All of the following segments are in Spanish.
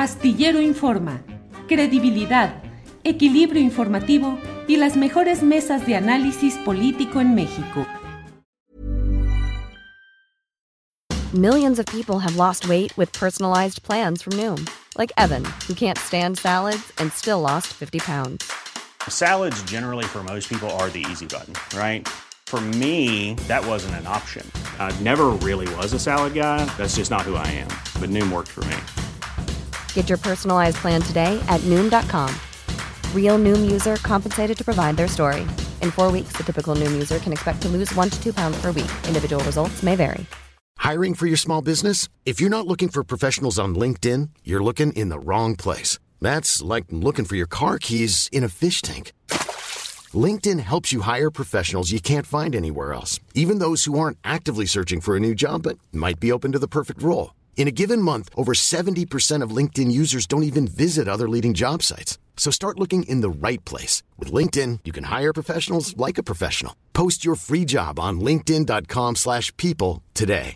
Astillero Informa, credibilidad, equilibrio informativo y las mejores mesas de análisis político en México. Millions of people have lost weight with personalized plans from Noom. Like Evan, who can't stand salads and still lost 50 pounds. Salads generally for most people are the easy button, right? For me, that wasn't an option. I never really was a salad guy. That's just not who I am. But Noom worked for me. Get your personalized plan today at Noom.com. Real Noom user compensated to provide their story. In 4 weeks, the typical Noom user can expect to lose 1 to 2 pounds per week. Individual results may vary. Hiring for your small business? If you're not looking for professionals on LinkedIn, you're looking in the wrong place. That's like looking for your car keys in a fish tank. LinkedIn helps you hire professionals you can't find anywhere else, even those who aren't actively searching for a new job but might be open to the perfect role. In a given month, over 70% of LinkedIn users don't even visit other leading job sites. So start looking in the right place. With LinkedIn, you can hire professionals like a professional. Post your free job on linkedin.com/people today.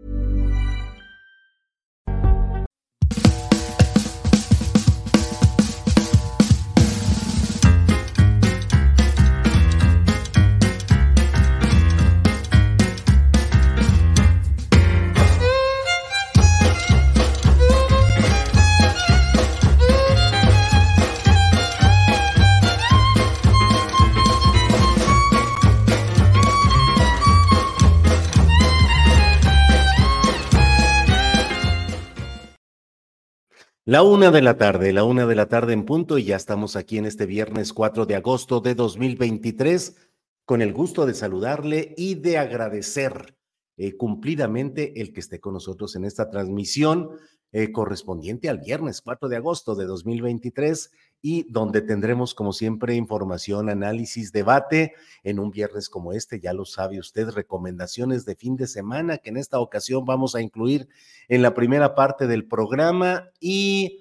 La una de la tarde en punto, y ya estamos aquí en este viernes 4 de agosto de 2023, con el gusto de saludarle y de agradecer cumplidamente el que esté con nosotros en esta transmisión correspondiente al viernes 4 de agosto de 2023, y donde tendremos, como siempre, información, análisis, debate. En un viernes como este, ya lo sabe usted, recomendaciones de fin de semana que en esta ocasión vamos a incluir en la primera parte del programa, y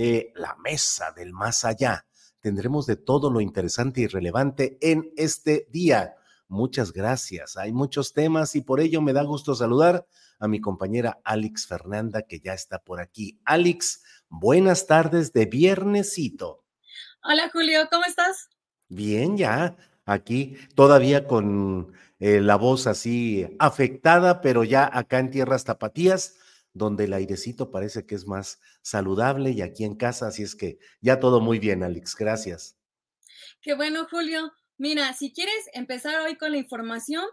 la mesa del más allá. Tendremos de todo lo interesante y relevante en este día. Muchas gracias. Hay muchos temas y por ello me da gusto saludar a mi compañera Alix Fernanda, que ya está por aquí. Alix, buenas tardes de viernesito. Hola Julio, ¿cómo estás? Bien, ya aquí todavía con la voz así afectada, pero ya acá en tierras tapatías, donde el airecito parece que es más saludable, y aquí en casa, así es que ya todo muy bien, Alix, gracias. Qué bueno, Julio. Mira, si quieres empezar hoy con la información,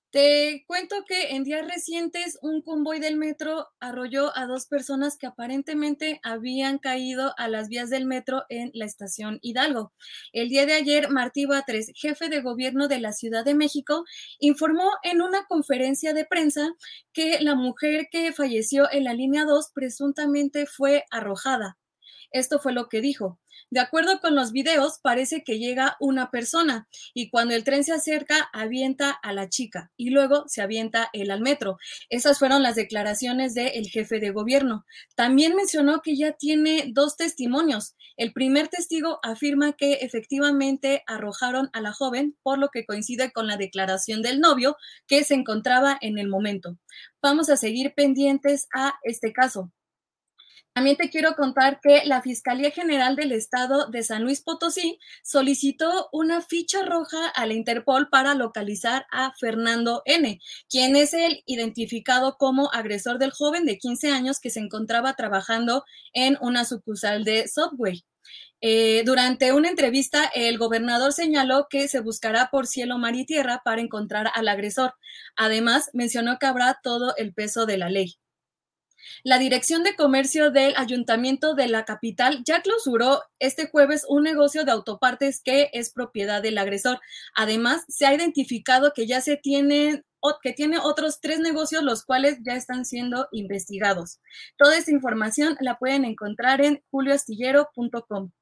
te cuento que en días recientes un convoy del metro arrolló a 2 personas que aparentemente habían caído a las vías del metro en la estación Hidalgo. El día de ayer, Martí Batres, jefe de gobierno de la Ciudad de México, informó en una conferencia de prensa que la mujer que falleció en la línea 2 presuntamente fue arrojada. Esto fue lo que dijo. De acuerdo con los videos, parece que llega una persona y cuando el tren se acerca, avienta a la chica y luego se avienta él al metro. Esas fueron las declaraciones del jefe de gobierno. También mencionó que ya tiene 2 testimonios. El primer testigo afirma que efectivamente arrojaron a la joven, por lo que coincide con la declaración del novio que se encontraba en el momento. Vamos a seguir pendientes a este caso. También te quiero contar que la Fiscalía General del Estado de San Luis Potosí solicitó una ficha roja a la Interpol para localizar a Fernando N., quien es el identificado como agresor del joven de 15 años que se encontraba trabajando en una sucursal de Subway. Durante una entrevista, el gobernador señaló que se buscará por cielo, mar y tierra para encontrar al agresor. Además, mencionó que habrá todo el peso de la ley. La Dirección de Comercio del Ayuntamiento de la capital ya clausuró este jueves un negocio de autopartes que es propiedad del agresor. Además, se ha identificado que tiene otros 3 negocios, los cuales ya están siendo investigados. Toda esta información la pueden encontrar en julioastillero.com.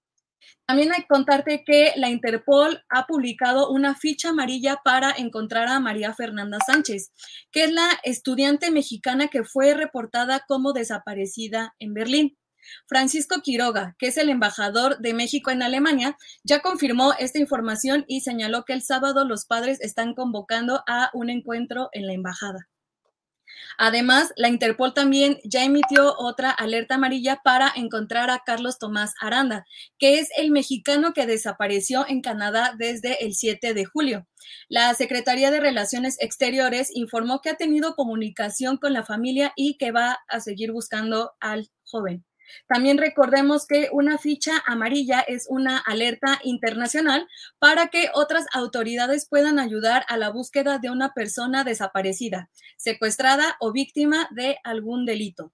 También hay que contarte que la Interpol ha publicado una ficha amarilla para encontrar a María Fernanda Sánchez, que es la estudiante mexicana que fue reportada como desaparecida en Berlín. Francisco Quiroga, que es el embajador de México en Alemania, ya confirmó esta información y señaló que el sábado los padres están convocando a un encuentro en la embajada. Además, la Interpol también ya emitió otra alerta amarilla para encontrar a Carlos Tomás Aranda, que es el mexicano que desapareció en Canadá desde el 7 de julio. La Secretaría de Relaciones Exteriores informó que ha tenido comunicación con la familia y que va a seguir buscando al joven. También recordemos que una ficha amarilla es una alerta internacional para que otras autoridades puedan ayudar a la búsqueda de una persona desaparecida, secuestrada o víctima de algún delito.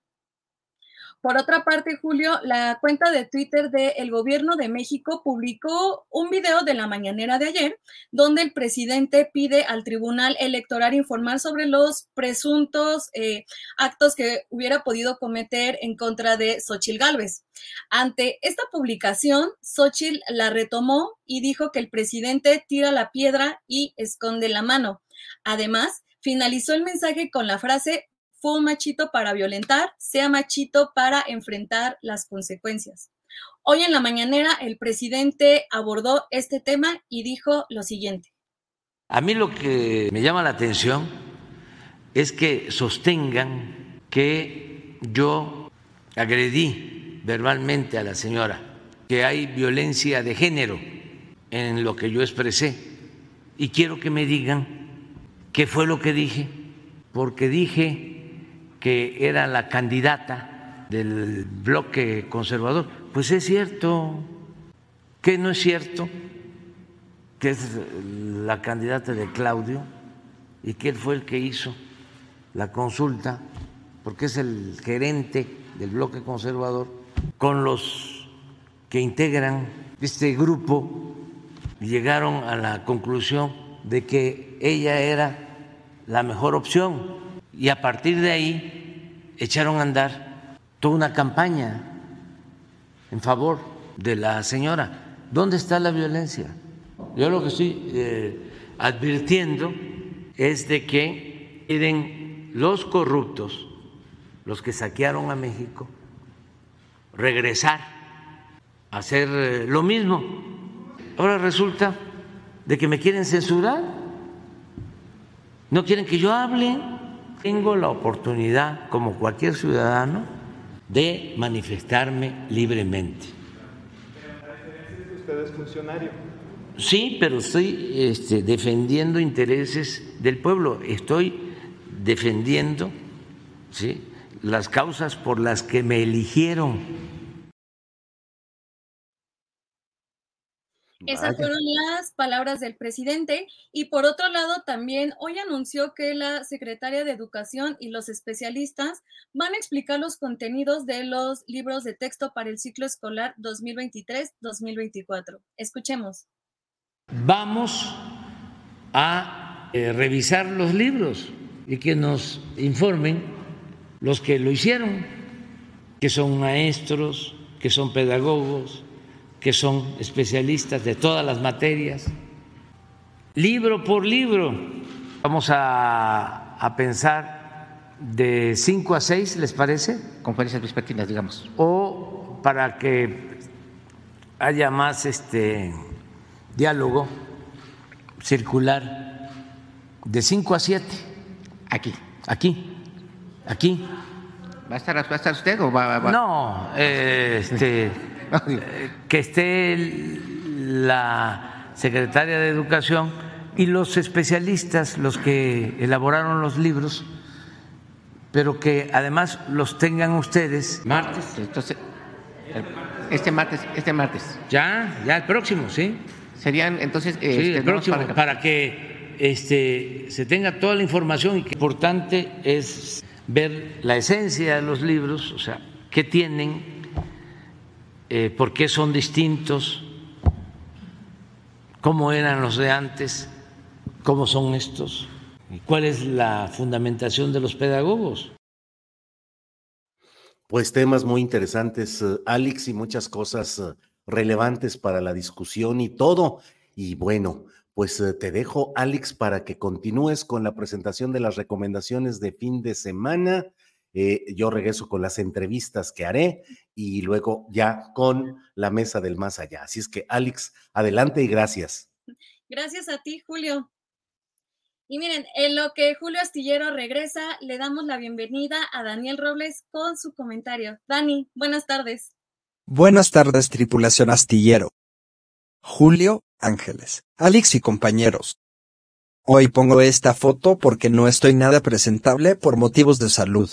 Por otra parte, Julio, la cuenta de Twitter del Gobierno de México publicó un video de la mañanera de ayer, donde el presidente pide al Tribunal Electoral informar sobre los presuntos actos que hubiera podido cometer en contra de Xóchitl Gálvez. Ante esta publicación, Xóchitl la retomó y dijo que el presidente tira la piedra y esconde la mano. Además, finalizó el mensaje con la frase: fue un machito para violentar, sea machito para enfrentar las consecuencias. Hoy en la mañanera el presidente abordó este tema y dijo lo siguiente. A mí lo que me llama la atención es que sostengan que yo agredí verbalmente a la señora, que hay violencia de género en lo que yo expresé. Y quiero que me digan qué fue lo que dije, porque dije que era la candidata del bloque conservador. Pues es cierto. ¿Qué no es cierto? Que es la candidata de Claudio y que él fue el que hizo la consulta, porque es el gerente del bloque conservador, con los que integran este grupo, y llegaron a la conclusión de que ella era la mejor opción. Y a partir de ahí echaron a andar toda una campaña en favor de la señora. ¿Dónde está la violencia? Yo lo que estoy advirtiendo es de que quieren los corruptos, los que saquearon a México, regresar a hacer lo mismo. Ahora resulta de que me quieren censurar, no quieren que yo hable. Tengo la oportunidad, como cualquier ciudadano, de manifestarme libremente. ¿Usted es funcionario? Sí, pero estoy defendiendo intereses del pueblo, estoy defendiendo, ¿sí?, las causas por las que me eligieron. Esas fueron las palabras del presidente. Y por otro lado, también hoy anunció que la secretaria de Educación y los especialistas van a explicar los contenidos de los libros de texto para el ciclo escolar 2023-2024. Escuchemos. Vamos a revisar los libros y que nos informen los que lo hicieron, que son maestros, que son pedagogos, que son especialistas de todas las materias, libro por libro. Vamos a pensar de 5 a 6, ¿les parece? Conferencias vespertinas, digamos. O para que haya más diálogo circular, de 5 a 7. Aquí. ¿Va a estar usted o va? No, que esté la secretaria de Educación y los especialistas, los que elaboraron los libros, pero que además los tengan ustedes. Martes. Entonces, este martes. Ya el próximo, ¿sí? Serían entonces. Sí, el próximo, para que se tenga toda la información, y que lo importante es ver la esencia de los libros, o sea, qué tienen, por qué son distintos, cómo eran los de antes, cómo son estos, y cuál es la fundamentación de los pedagogos. Pues temas muy interesantes, Alex, y muchas cosas relevantes para la discusión y todo. Y bueno, pues te dejo, Alex, para que continúes con la presentación de las recomendaciones de fin de semana. Yo regreso con las entrevistas que haré y luego ya con la mesa del más allá. Así es que, Alex, adelante y gracias. Gracias a ti, Julio. Y miren, en lo que Julio Astillero regresa, le damos la bienvenida a Daniel Robles con su comentario. Dani, buenas tardes. Buenas tardes, tripulación Astillero. Julio, Ángeles, Alex y compañeros. Hoy pongo esta foto porque no estoy nada presentable por motivos de salud.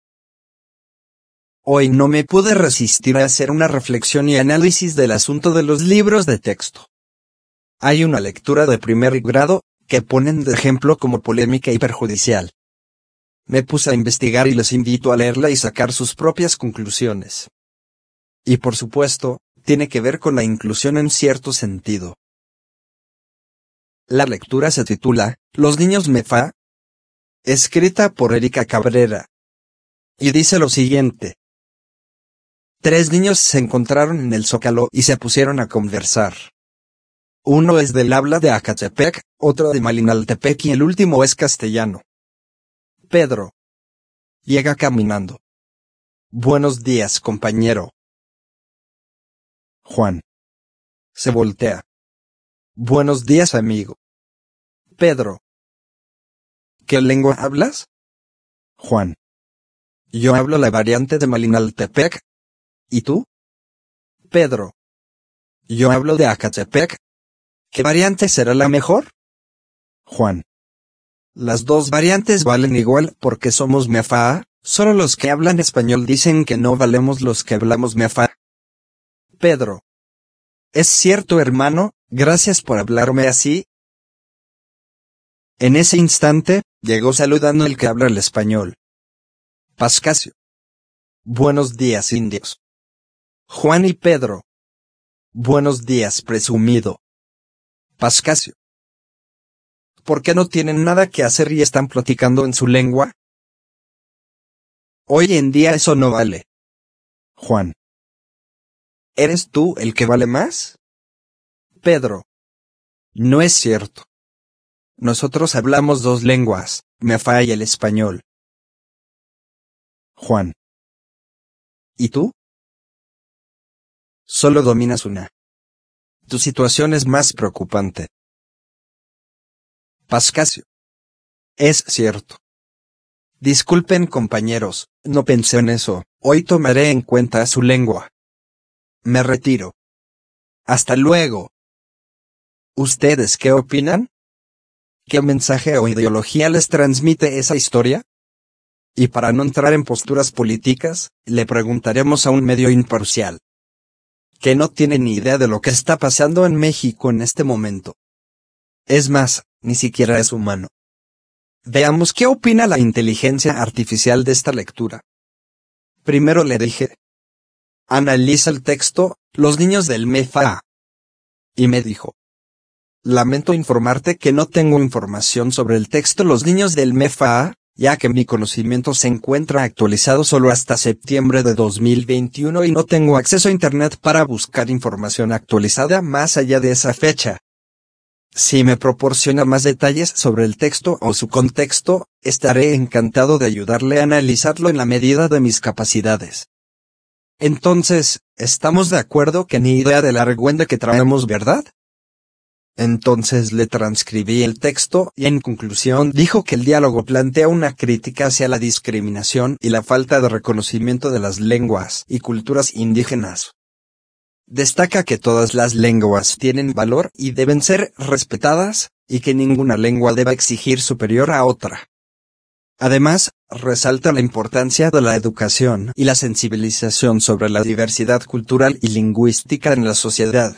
Hoy no me pude resistir a hacer una reflexión y análisis del asunto de los libros de texto. Hay una lectura de primer grado que ponen de ejemplo como polémica y perjudicial. Me puse a investigar y les invito a leerla y sacar sus propias conclusiones. Y por supuesto, tiene que ver con la inclusión en cierto sentido. La lectura se titula Los niños Mefa, escrita por Erika Cabrera. Y dice lo siguiente. 3 niños se encontraron en el Zócalo y se pusieron a conversar. Uno es del habla de Acatepec, otro de Malinaltepec y el último es castellano. Pedro. Llega caminando. Buenos días, compañero. Juan. Se voltea. Buenos días, amigo. Pedro. ¿Qué lengua hablas? Juan. Yo hablo la variante de Malinaltepec. ¿Y tú? Pedro. Yo hablo de Acatepec. ¿Qué variante será la mejor? Juan. Las 2 variantes valen igual porque somos Mefa, solo los que hablan español dicen que no valemos los que hablamos Mefa. Pedro. Es cierto, hermano, gracias por hablarme así. En ese instante, llegó saludando el que habla el español. Pascasio. Buenos días, indios. Juan y Pedro. Buenos días, presumido. Pascasio. ¿Por qué no tienen nada que hacer y están platicando en su lengua? Hoy en día eso no vale. Juan. ¿Eres tú el que vale más? Pedro. No es cierto. Nosotros hablamos 2 lenguas, Mefa y el español. Juan. ¿Y tú? Solo dominas una. Tu situación es más preocupante. Pascasio. Es cierto. Disculpen, compañeros, no pensé en eso, hoy tomaré en cuenta su lengua. Me retiro. Hasta luego. ¿Ustedes qué opinan? ¿Qué mensaje o ideología les transmite esa historia? Y para no entrar en posturas políticas, le preguntaremos a un medio imparcial, que no tiene ni idea de lo que está pasando en México en este momento. Es más, ni siquiera es humano. Veamos qué opina la inteligencia artificial de esta lectura. Primero le dije, analiza el texto, los niños del Mefa. Y me dijo, lamento informarte que no tengo información sobre el texto Los niños del Mefa, ya que mi conocimiento se encuentra actualizado solo hasta septiembre de 2021 y no tengo acceso a internet para buscar información actualizada más allá de esa fecha. Si me proporciona más detalles sobre el texto o su contexto, estaré encantado de ayudarle a analizarlo en la medida de mis capacidades. Entonces, ¿estamos de acuerdo que ni idea del argüende que traemos, verdad? Entonces le transcribí el texto y en conclusión dijo que el diálogo plantea una crítica hacia la discriminación y la falta de reconocimiento de las lenguas y culturas indígenas. Destaca que todas las lenguas tienen valor y deben ser respetadas, y que ninguna lengua deba exigir superior a otra. Además, resalta la importancia de la educación y la sensibilización sobre la diversidad cultural y lingüística en la sociedad.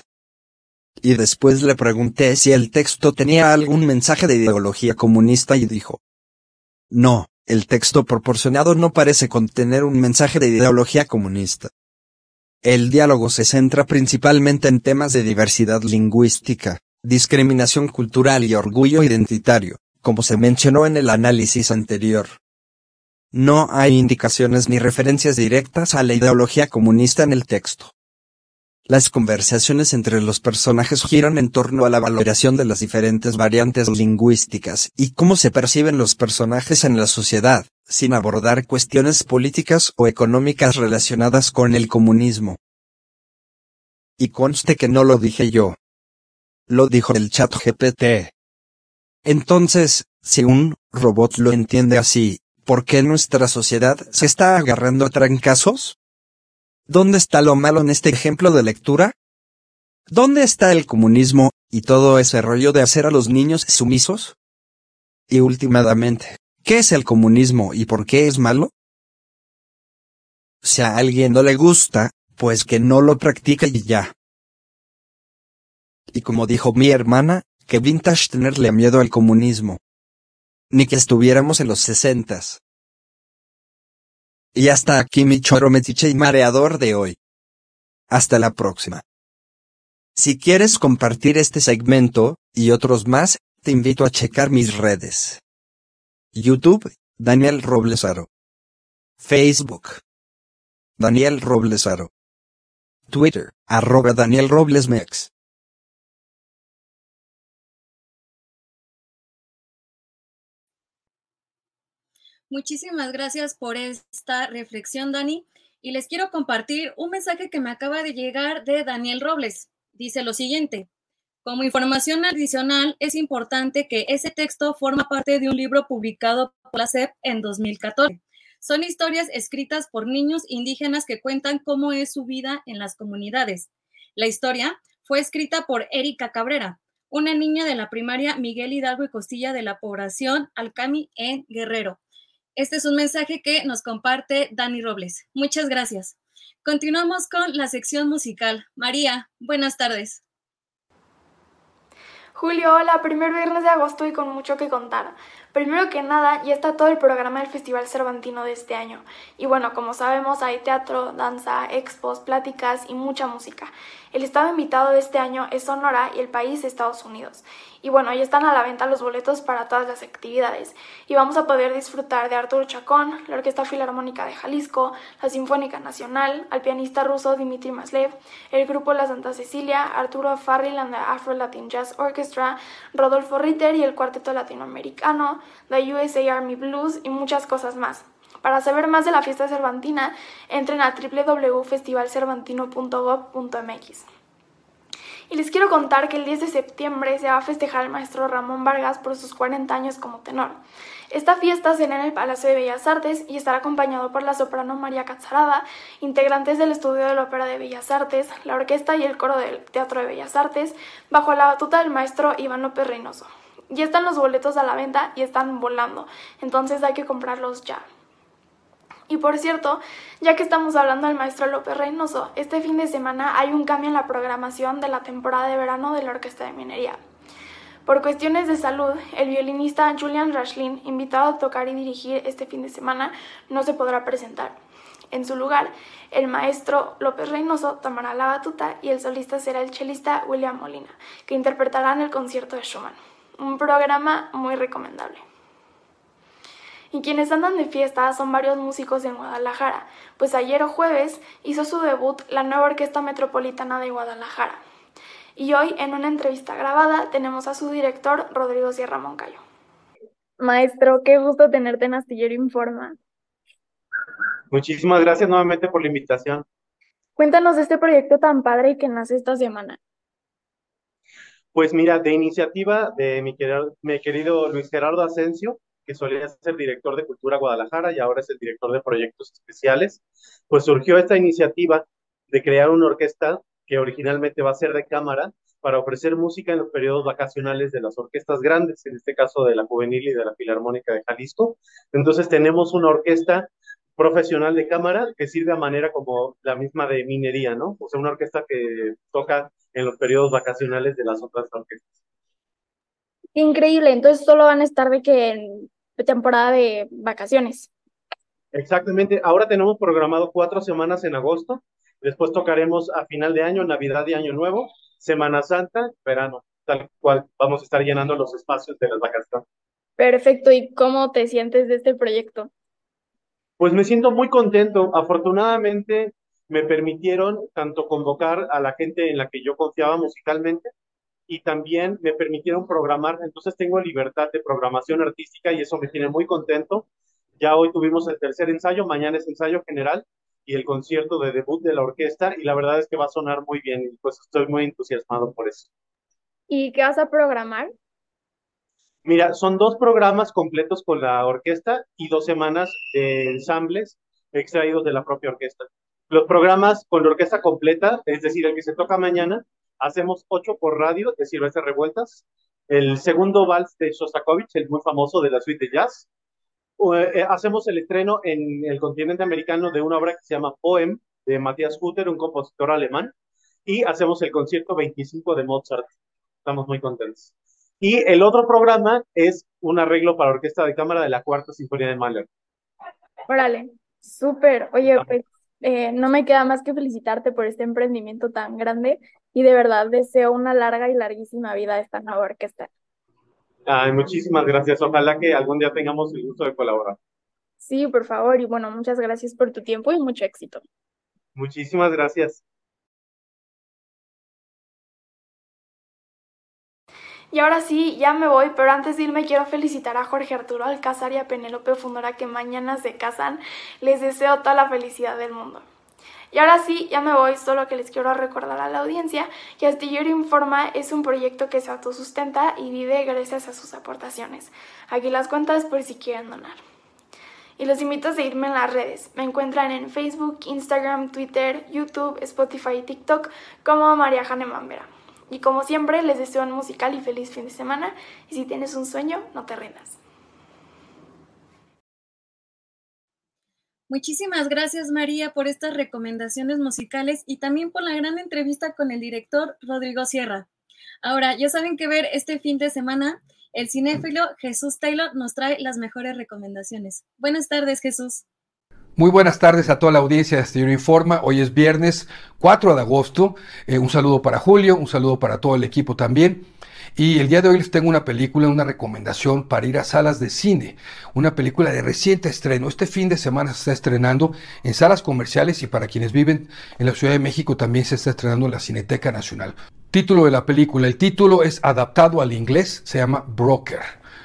Y después le pregunté si el texto tenía algún mensaje de ideología comunista y dijo, no, el texto proporcionado no parece contener un mensaje de ideología comunista. El diálogo se centra principalmente en temas de diversidad lingüística, discriminación cultural y orgullo identitario, como se mencionó en el análisis anterior. No hay indicaciones ni referencias directas a la ideología comunista en el texto. Las conversaciones entre los personajes giran en torno a la valoración de las diferentes variantes lingüísticas y cómo se perciben los personajes en la sociedad, sin abordar cuestiones políticas o económicas relacionadas con el comunismo. Y conste que no lo dije yo. Lo dijo el ChatGPT. Entonces, si un robot lo entiende así, ¿por qué nuestra sociedad se está agarrando a trancazos? ¿Dónde está lo malo en este ejemplo de lectura? ¿Dónde está el comunismo y todo ese rollo de hacer a los niños sumisos? Y últimamente, ¿qué es el comunismo y por qué es malo? Si a alguien no le gusta, pues que no lo practique y ya. Y como dijo mi hermana, que vintage tenerle miedo al comunismo. Ni que estuviéramos en los 60s. Y hasta aquí mi choro metiche y mareador de hoy. Hasta la próxima. Si quieres compartir este segmento, y otros más, te invito a checar mis redes. YouTube, Daniel Roblesaro. Facebook, Daniel Roblesaro. Twitter, @DanielRoblesMex. Muchísimas gracias por esta reflexión, Dani. Y les quiero compartir un mensaje que me acaba de llegar de Daniel Robles. Dice lo siguiente: como información adicional, es importante que ese texto forma parte de un libro publicado por la SEP en 2014. Son historias escritas por niños indígenas que cuentan cómo es su vida en las comunidades. La historia fue escrita por Erika Cabrera, una niña de la primaria Miguel Hidalgo y Costilla de la población Alcami en Guerrero. Este es un mensaje que nos comparte Dani Robles. Muchas gracias. Continuamos con la sección musical. María, buenas tardes. Julio, hola, primer viernes de agosto y con mucho que contar. Primero que nada, ya está todo el programa del Festival Cervantino de este año. Y bueno, como sabemos, hay teatro, danza, expos, pláticas y mucha música. El estado invitado de este año es Sonora y el país Estados Unidos. Y bueno, ya están a la venta los boletos para todas las actividades. Y vamos a poder disfrutar de Arturo Chacón, la Orquesta Filarmónica de Jalisco, la Sinfónica Nacional, al pianista ruso Dmitry Maslev, el grupo La Santa Cecilia, Arturo Farrell and the Afro-Latin Jazz Orchestra, Rodolfo Ritter y el Cuarteto Latinoamericano, The USA Army Blues y muchas cosas más. Para saber más de la fiesta cervantina, entren a www.festivalcervantino.gov.mx. Y les quiero contar que el 10 de septiembre se va a festejar al maestro Ramón Vargas por sus 40 años como tenor. Esta fiesta será en el Palacio de Bellas Artes y estará acompañado por la soprano María Catzarada, integrantes del Estudio de la Ópera de Bellas Artes, la orquesta y el coro del Teatro de Bellas Artes, bajo la batuta del maestro Iván López Reynoso. Ya están los boletos a la venta y están volando, entonces hay que comprarlos ya. Y por cierto, ya que estamos hablando del maestro López Reynoso, este fin de semana hay un cambio en la programación de la temporada de verano de la Orquesta de Minería. Por cuestiones de salud, el violinista Julian Rashlin, invitado a tocar y dirigir este fin de semana, no se podrá presentar. En su lugar, el maestro López Reynoso tomará la batuta y el solista será el chelista William Molina, que interpretarán el concierto de Schumann. Un programa muy recomendable. Y quienes andan de fiesta son varios músicos en Guadalajara, pues ayer o jueves hizo su debut la nueva Orquesta Metropolitana de Guadalajara. Y hoy, en una entrevista grabada, tenemos a su director, Rodrigo Sierra Moncayo. Maestro, qué gusto tenerte en Astillero Informa. Muchísimas gracias nuevamente por la invitación. Cuéntanos de este proyecto tan padre que nace esta semana. Pues mira, de iniciativa de mi querido Luis Gerardo Asensio, que solía ser director de Cultura Guadalajara y ahora es el director de proyectos especiales, pues surgió esta iniciativa de crear una orquesta que originalmente va a ser de cámara para ofrecer música en los periodos vacacionales de las orquestas grandes, en este caso de la Juvenil y de la Filarmónica de Jalisco. Entonces tenemos una orquesta profesional de cámara que sirve a manera como la misma de minería, ¿no? O sea, una orquesta que toca en los periodos vacacionales de las otras orquestas. Increíble, entonces solo van a estar de que en temporada de vacaciones. Exactamente, ahora tenemos programado 4 semanas en agosto, después tocaremos a final de año, Navidad y Año Nuevo, Semana Santa, verano, tal cual vamos a estar llenando los espacios de las vacaciones. Perfecto, ¿y cómo te sientes de este proyecto? Pues me siento muy contento, afortunadamente me permitieron tanto convocar a la gente en la que yo confiaba musicalmente, y también me permitieron programar, entonces tengo libertad de programación artística y eso me tiene muy contento. Ya hoy tuvimos el tercer ensayo, mañana es ensayo general y el concierto de debut de la orquesta y la verdad es que va a sonar muy bien y pues estoy muy entusiasmado por eso. ¿Y qué vas a programar? Mira, son 2 programas completos con la orquesta y 2 semanas de ensambles extraídos de la propia orquesta. Los programas con la orquesta completa, es decir, el que se toca mañana, hacemos 8 por radio de Silvestre Revueltas, el segundo vals de Shostakovich, el muy famoso de la suite de jazz. Hacemos el estreno en el continente americano de una obra que se llama Poem, de Matthias Hutter, un compositor alemán, y hacemos el concierto 25 de Mozart. Estamos muy contentos. Y el otro programa es un arreglo para orquesta de cámara de la Cuarta Sinfonía de Mahler. Órale, súper. Oye, pues no me queda más que felicitarte por este emprendimiento tan grande y de verdad deseo una larga y larguísima vida a esta nueva orquesta. Ay, muchísimas gracias. Ojalá que algún día tengamos el gusto de colaborar. Sí, por favor, y bueno, muchas gracias por tu tiempo y mucho éxito. Muchísimas gracias. Y ahora sí, ya me voy, pero antes de irme quiero felicitar a Jorge Arturo Alcázar y a Penélope Fundora que mañana se casan. Les deseo toda la felicidad del mundo. Y ahora sí, ya me voy, solo que les quiero recordar a la audiencia que Astillero Informa es un proyecto que se autosustenta y vive gracias a sus aportaciones. Aquí las cuentas por si quieren donar. Y los invito a seguirme en las redes. Me encuentran en Facebook, Instagram, Twitter, YouTube, Spotify y TikTok como María Jane Mambera. Y como siempre, les deseo un musical y feliz fin de semana. Y si tienes un sueño, no te rindas. Muchísimas gracias, María, por estas recomendaciones musicales y también por la gran entrevista con el director Rodrigo Sierra. Ahora, ya saben que ver este fin de semana, el cinéfilo Jesús Taylor nos trae las mejores recomendaciones. Buenas tardes, Jesús. Muy buenas tardes a toda la audiencia de Astillero Informa. Hoy es viernes 4 de agosto. Un saludo para Julio, un saludo para todo el equipo también. Y el día de hoy les tengo una película, una recomendación para ir a salas de cine. Una película de reciente estreno. Este fin de semana se está estrenando en salas comerciales y para quienes viven en la Ciudad de México también se está estrenando en la Cineteca Nacional. Título de la película. El título es adaptado al inglés, se llama Broker.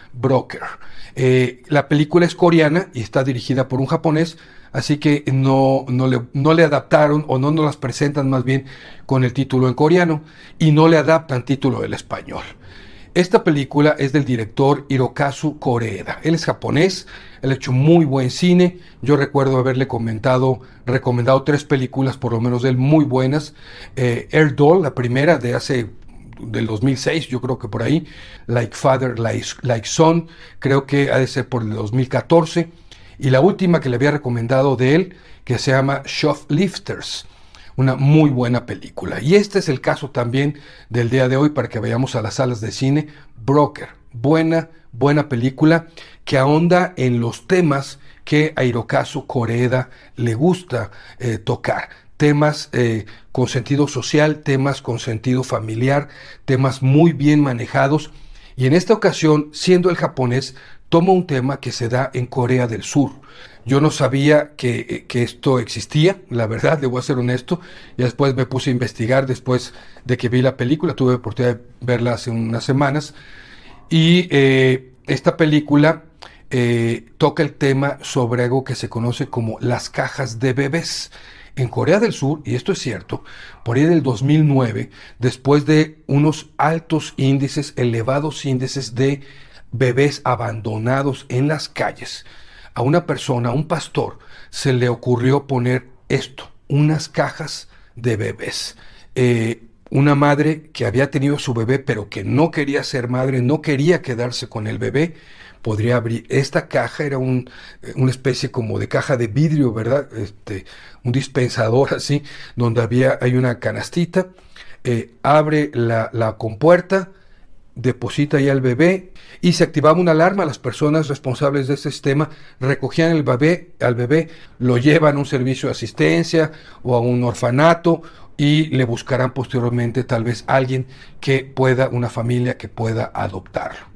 La película es coreana y está dirigida por un japonés, así que no le adaptaron o no nos las presentan más bien con el título en coreano y no le adaptan título del español. Esta película es del director Hirokazu Koreeda. Él es japonés, él ha hecho muy buen cine. Yo recuerdo haberle recomendado 3 películas por lo menos de él muy buenas. Air Doll, la primera del 2006, yo creo que por ahí. Like Father, Like Son, creo que ha de ser por el 2014. Y la última que le había recomendado de él, que se llama Shoplifters, una muy buena película. Y este es el caso también del día de hoy para que vayamos a las salas de cine. Broker, buena película que ahonda en los temas que a Hirokazu Koreeda le gusta tocar. Temas con sentido social, temas con sentido familiar, temas muy bien manejados. Y en esta ocasión, siendo el japonés, toma un tema que se da en Corea del Sur. Yo no sabía que esto existía, la verdad, le voy a ser honesto. Y después me puse a investigar después de que vi la película. Tuve la oportunidad de verla hace unas semanas. Y esta película toca el tema sobre algo que se conoce como las cajas de bebés. En Corea del Sur, y esto es cierto, por ahí del 2009, después de unos elevados índices de bebés abandonados en las calles, a una persona, a un pastor, se le ocurrió poner esto, unas cajas de bebés. Una madre que había tenido su bebé, pero que no quería ser madre, no quería quedarse con el bebé, podría abrir esta caja. Era una especie como de caja de vidrio, ¿verdad? Un dispensador así, donde hay una canastita, abre la compuerta, deposita ya el bebé y se activaba una alarma. Las personas responsables de este sistema recogían al bebé, lo llevan a un servicio de asistencia o a un orfanato y le buscarán posteriormente tal vez una familia que pueda adoptarlo.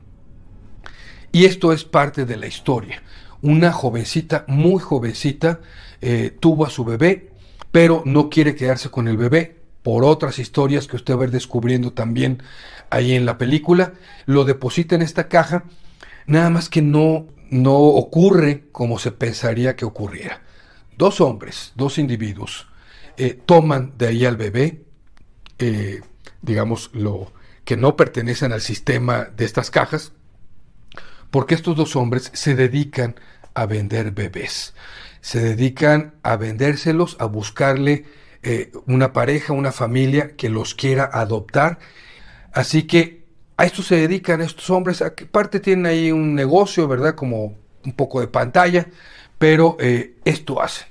Y esto es parte de la historia. Una jovencita, muy jovencita, tuvo a su bebé, pero no quiere quedarse con el bebé por otras historias que usted va a ir descubriendo también ahí en la película. Lo deposita en esta caja, nada más que no ocurre como se pensaría que ocurriera. 2 hombres, 2 individuos, toman de ahí al bebé, digamos, que no pertenecen al sistema de estas cajas, porque estos dos hombres se dedican a vender bebés, se dedican a vendérselos, a buscarle una pareja, una familia que los quiera adoptar. Así que a esto se dedican estos hombres, a que parte tienen ahí un negocio, ¿verdad? Como un poco de pantalla, pero esto hacen.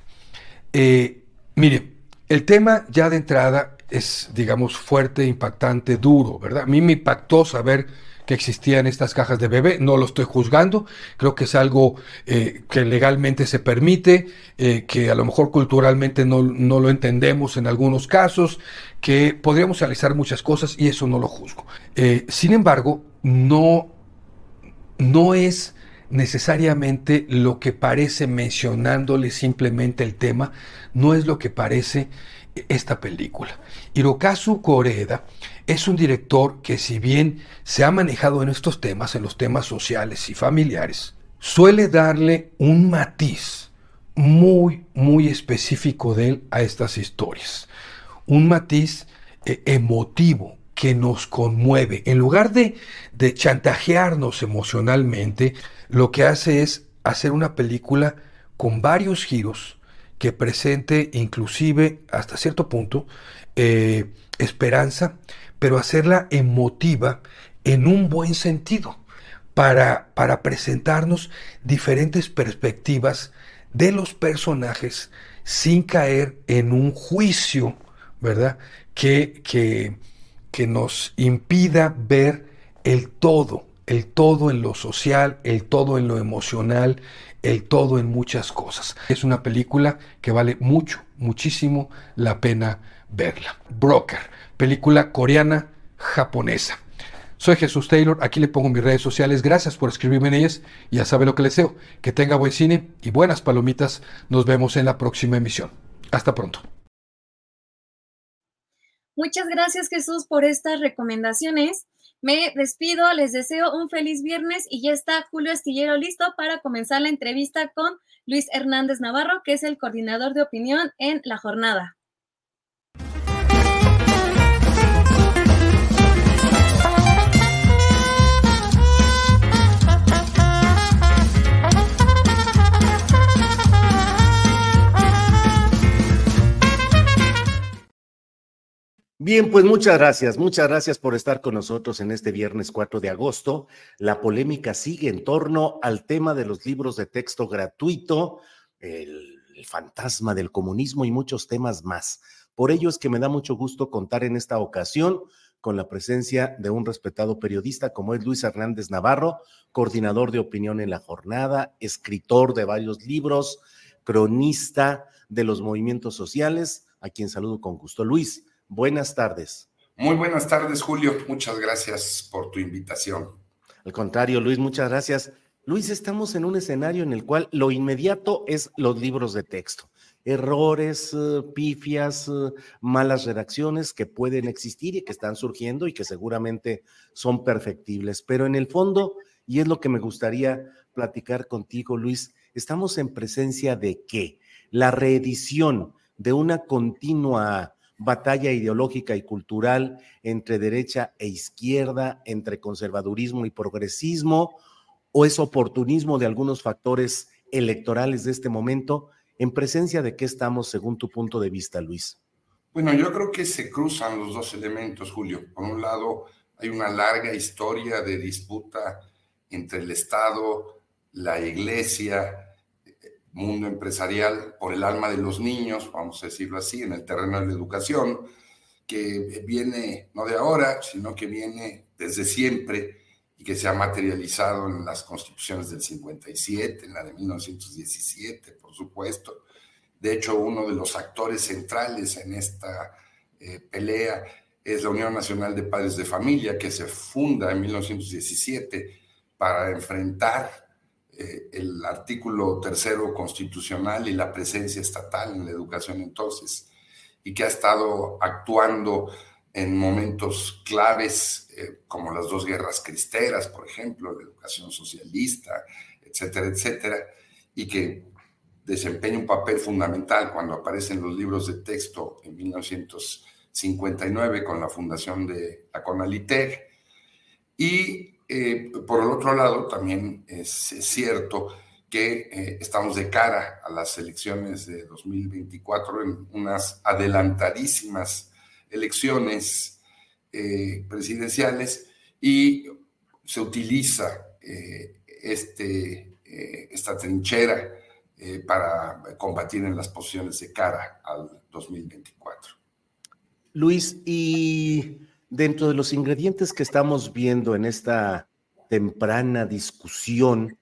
Mire, el tema ya de entrada es, digamos, fuerte, impactante, duro, ¿verdad? A mí me impactó saber que existían estas cajas de bebé, no lo estoy juzgando, creo que es algo que legalmente se permite, que a lo mejor culturalmente no lo entendemos en algunos casos, que podríamos analizar muchas cosas y eso no lo juzgo. Sin embargo, no es necesariamente lo que parece, mencionándole simplemente el tema, no es lo que parece esta película. Hirokazu Koreeda es un director que, si bien se ha manejado en estos temas, en los temas sociales y familiares, suele darle un matiz muy, muy específico de él a estas historias. Un matiz emotivo que nos conmueve. En lugar de chantajearnos emocionalmente, lo que hace es hacer una película con varios giros que presente inclusive hasta cierto punto esperanza, pero hacerla emotiva en un buen sentido, para presentarnos diferentes perspectivas de los personajes sin caer en un juicio, ¿verdad? Que nos impida ver el todo en lo social, el todo en lo emocional, el todo en muchas cosas. Es una película que vale muchísimo la pena verla. Broker, película coreana japonesa. Soy Jesús Taylor, aquí le pongo mis redes sociales. Gracias por escribirme en ellas. Ya sabe lo que les deseo, que tenga buen cine y buenas palomitas. Nos vemos en la próxima emisión. Hasta pronto. Muchas gracias, Jesús, por estas recomendaciones. Me despido, les deseo un feliz viernes y ya está Julio Astillero listo para comenzar la entrevista con Luis Hernández Navarro, que es el coordinador de opinión en La Jornada. Bien, pues muchas gracias por estar con nosotros en este viernes 4 de agosto. La polémica sigue en torno al tema de los libros de texto gratuito, el fantasma del comunismo y muchos temas más. Por ello es que me da mucho gusto contar en esta ocasión con la presencia de un respetado periodista como es Luis Hernández Navarro, coordinador de opinión en La Jornada, escritor de varios libros, cronista de los movimientos sociales, a quien saludo con gusto. Luis, buenas tardes. Muy buenas tardes, Julio. Muchas gracias por tu invitación. Al contrario, Luis, muchas gracias. Luis, estamos en un escenario en el cual lo inmediato es los libros de texto. Errores, pifias, malas redacciones que pueden existir y que están surgiendo y que seguramente son perfectibles. Pero en el fondo, y es lo que me gustaría platicar contigo, Luis, estamos en presencia de ¿qué? La reedición de una continua batalla ideológica y cultural entre derecha e izquierda, entre conservadurismo y progresismo, o es oportunismo de algunos factores electorales de este momento. ¿En presencia de qué estamos según tu punto de vista, Luis? Bueno, yo creo que se cruzan los dos elementos, Julio. Por un lado, hay una larga historia de disputa entre el Estado, la Iglesia, mundo empresarial, por el alma de los niños, vamos a decirlo así, en el terreno de la educación, que viene no de ahora, sino que viene desde siempre y que se ha materializado en las constituciones del 57, en la de 1917, por supuesto. De hecho, uno de los actores centrales en esta pelea es la Unión Nacional de Padres de Familia, que se funda en 1917 para enfrentar el artículo 3º constitucional y la presencia estatal en la educación entonces, y que ha estado actuando en momentos claves como las dos guerras cristeras, por ejemplo, la educación socialista, etcétera, etcétera, y que desempeña un papel fundamental cuando aparecen los libros de texto en 1959 con la fundación de la CONALITEG. Y Por el otro lado, también es cierto que estamos de cara a las elecciones de 2024 en unas adelantadísimas elecciones presidenciales y se utiliza esta trinchera para combatir en las posiciones de cara al 2024. Luis, y dentro de los ingredientes que estamos viendo en esta temprana discusión,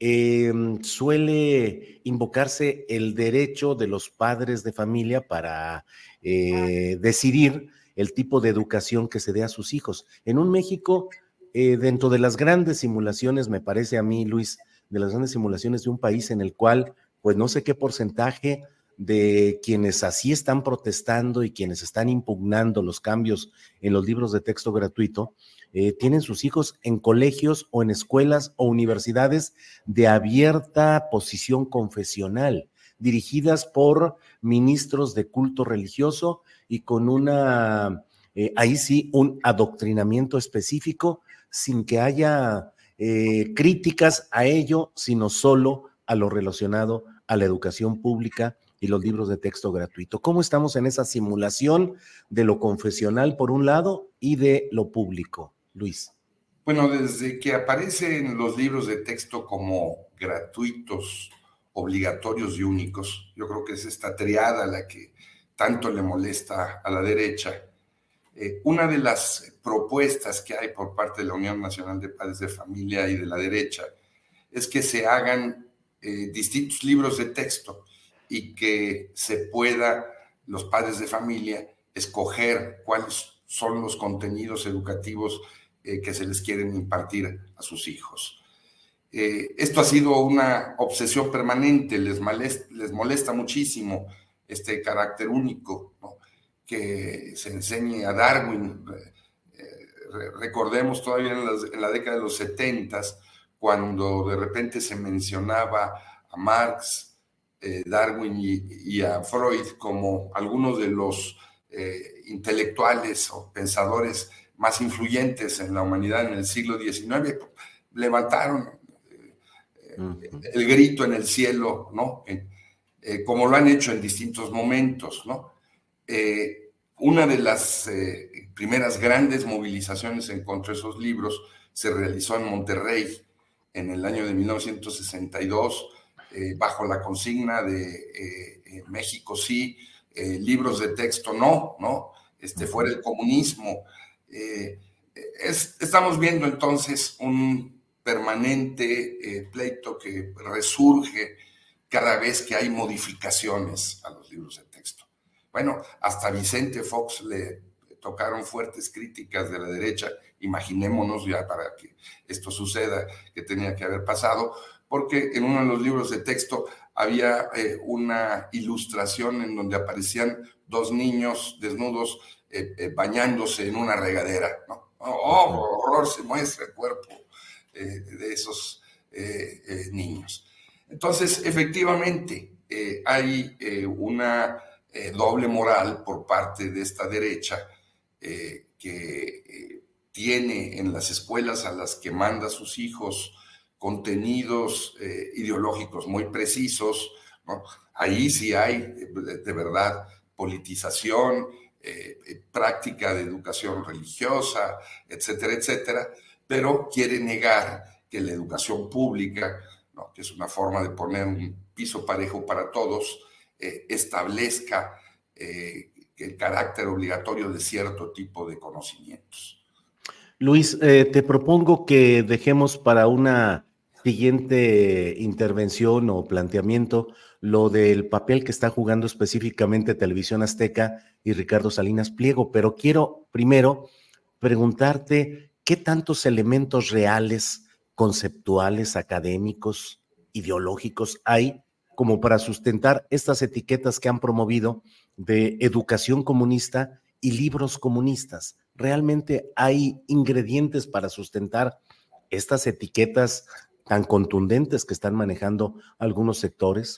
suele invocarse el derecho de los padres de familia para decidir el tipo de educación que se dé a sus hijos. En un México, dentro de las grandes simulaciones, me parece a mí, Luis, de las grandes simulaciones de un país en el cual, pues no sé qué porcentaje de quienes así están protestando y quienes están impugnando los cambios en los libros de texto gratuito, tienen sus hijos en colegios o en escuelas o universidades de abierta posición confesional, dirigidas por ministros de culto religioso y con ahí sí, un adoctrinamiento específico sin que haya críticas a ello, sino solo a lo relacionado a la educación pública y los libros de texto gratuito. ¿Cómo estamos en esa simulación de lo confesional por un lado y de lo público, Luis? Bueno, desde que aparecen los libros de texto como gratuitos, obligatorios y únicos, yo creo que es esta triada la que tanto le molesta a la derecha. Una de las propuestas que hay por parte de la Unión Nacional de Padres de Familia y de la derecha es que se hagan distintos libros de texto y que se pueda, los padres de familia, escoger cuáles son los contenidos educativos que se les quieren impartir a sus hijos. Esto ha sido una obsesión permanente, les molesta muchísimo este carácter único, ¿no? Que se enseñe a Darwin. Recordemos todavía en la década de los 70s, cuando de repente se mencionaba a Marx, Darwin y a Freud como algunos de los intelectuales o pensadores más influyentes en la humanidad en el siglo XIX, levantaron el grito en el cielo, ¿no? Como lo han hecho en distintos momentos, ¿no? Una de las primeras grandes movilizaciones en contra de esos libros se realizó en Monterrey en el año de 1962, bajo la consigna de México sí, libros de texto no, fuera el comunismo. Estamos viendo entonces un permanente pleito que resurge cada vez que hay modificaciones a los libros de texto. Bueno, hasta Vicente Fox le tocaron fuertes críticas de la derecha, imaginémonos ya para que esto suceda, que tenía que haber pasado, porque en uno de los libros de texto había una ilustración en donde aparecían dos niños desnudos bañándose en una regadera, ¿no? ¡Oh, horror! Se muestra el cuerpo de esos niños. Entonces, efectivamente, hay una doble moral por parte de esta derecha que tiene en las escuelas a las que manda a sus hijos contenidos ideológicos muy precisos, ¿no? Ahí sí hay de verdad politización, práctica de educación religiosa, etcétera, etcétera, pero quiere negar que la educación pública, ¿no?, que es una forma de poner un piso parejo para todos, establezca el carácter obligatorio de cierto tipo de conocimientos. Luis, te propongo que dejemos para una siguiente intervención o planteamiento lo del papel que está jugando específicamente Televisión Azteca y Ricardo Salinas Pliego, pero quiero primero preguntarte qué tantos elementos reales, conceptuales, académicos, ideológicos hay como para sustentar estas etiquetas que han promovido de educación comunista y libros comunistas. ¿Realmente hay ingredientes para sustentar estas etiquetas tan contundentes que están manejando algunos sectores?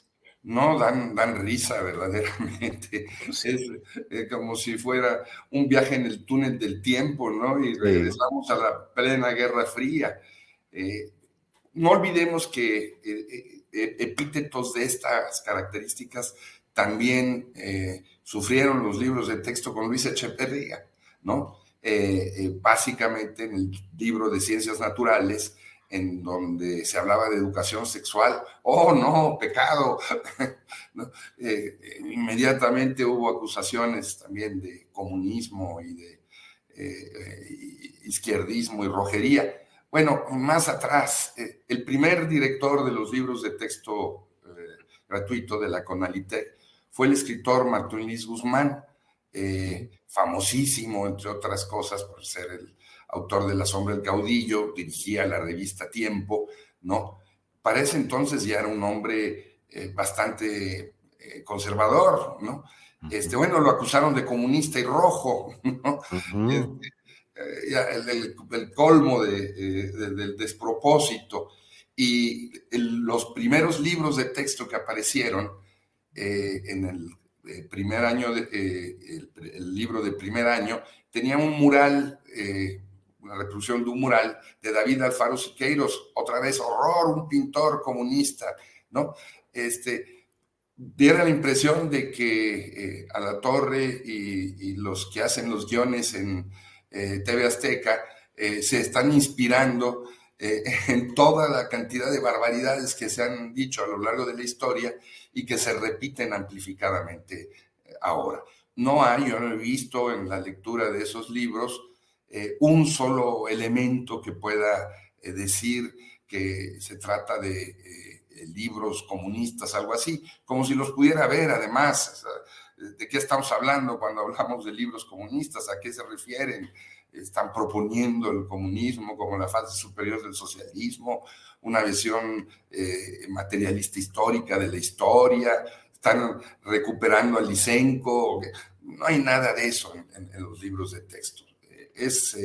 No, dan risa verdaderamente. Es como si fuera un viaje en el túnel del tiempo, ¿no? Y regresamos a la plena Guerra Fría. No olvidemos que epítetos de estas características también sufrieron los libros de texto con Luis Echeverría, ¿no? Básicamente en el libro de Ciencias Naturales, en donde se hablaba de educación sexual, ¡oh no, pecado! ¿No? Inmediatamente hubo acusaciones también de comunismo y de izquierdismo y rojería. Bueno, más atrás, el primer director de los libros de texto gratuito de la CONALITEC fue el escritor Martín Luis Guzmán, famosísimo, entre otras cosas, por ser el autor de La sombra del caudillo, dirigía la revista Tiempo, ¿no? Para ese entonces ya era un hombre bastante conservador, ¿no? Bueno, lo acusaron de comunista y rojo, ¿no? El colmo del despropósito. Y los primeros libros de texto que aparecieron en el primer año, el libro de primer año, tenía un mural, una reproducción de un mural de David Alfaro Siqueiros, otra vez horror, un pintor comunista, ¿no? Diera la impresión de que Alatorre y los que hacen los guiones en TV Azteca se están inspirando en toda la cantidad de barbaridades que se han dicho a lo largo de la historia y que se repiten amplificadamente ahora. Yo no he visto en la lectura de esos libros un solo elemento que pueda decir que se trata de libros comunistas, algo así, como si los pudiera ver. Además, ¿de qué estamos hablando cuando hablamos de libros comunistas? ¿A qué se refieren? Están proponiendo el comunismo como la fase superior del socialismo, una visión materialista histórica de la historia, están recuperando a Lysenko. No hay nada de eso en los libros de texto. Es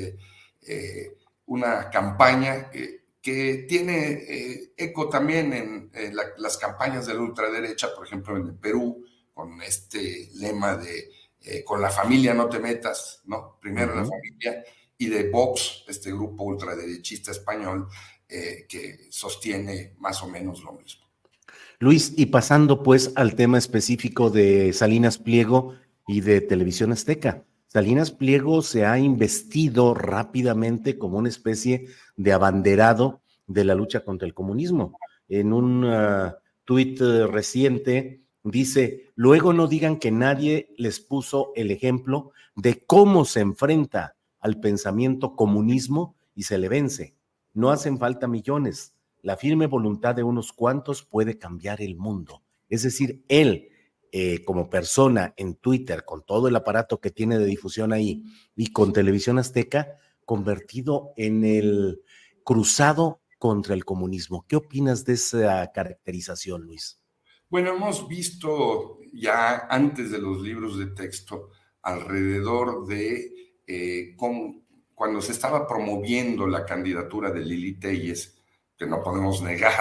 una campaña que tiene eco también en las campañas de la ultraderecha, por ejemplo en el Perú, con este lema de con la familia no te metas, ¿no? Primero la familia, y de Vox, este grupo ultraderechista español que sostiene más o menos lo mismo. Luis, y pasando pues al tema específico de Salinas Pliego y de Televisión Azteca. Salinas Pliego se ha investido rápidamente como una especie de abanderado de la lucha contra el comunismo. En un tuit reciente dice: luego no digan que nadie les puso el ejemplo de cómo se enfrenta al pensamiento comunismo y se le vence. No hacen falta millones. La firme voluntad de unos cuantos puede cambiar el mundo. Es decir, él, como persona en Twitter, con todo el aparato que tiene de difusión ahí y con Televisión Azteca, convertido en el cruzado contra el comunismo. ¿Qué opinas de esa caracterización, Luis? Bueno, hemos visto ya antes de los libros de texto alrededor de cuando se estaba promoviendo la candidatura de Lili Téllez, que no podemos negar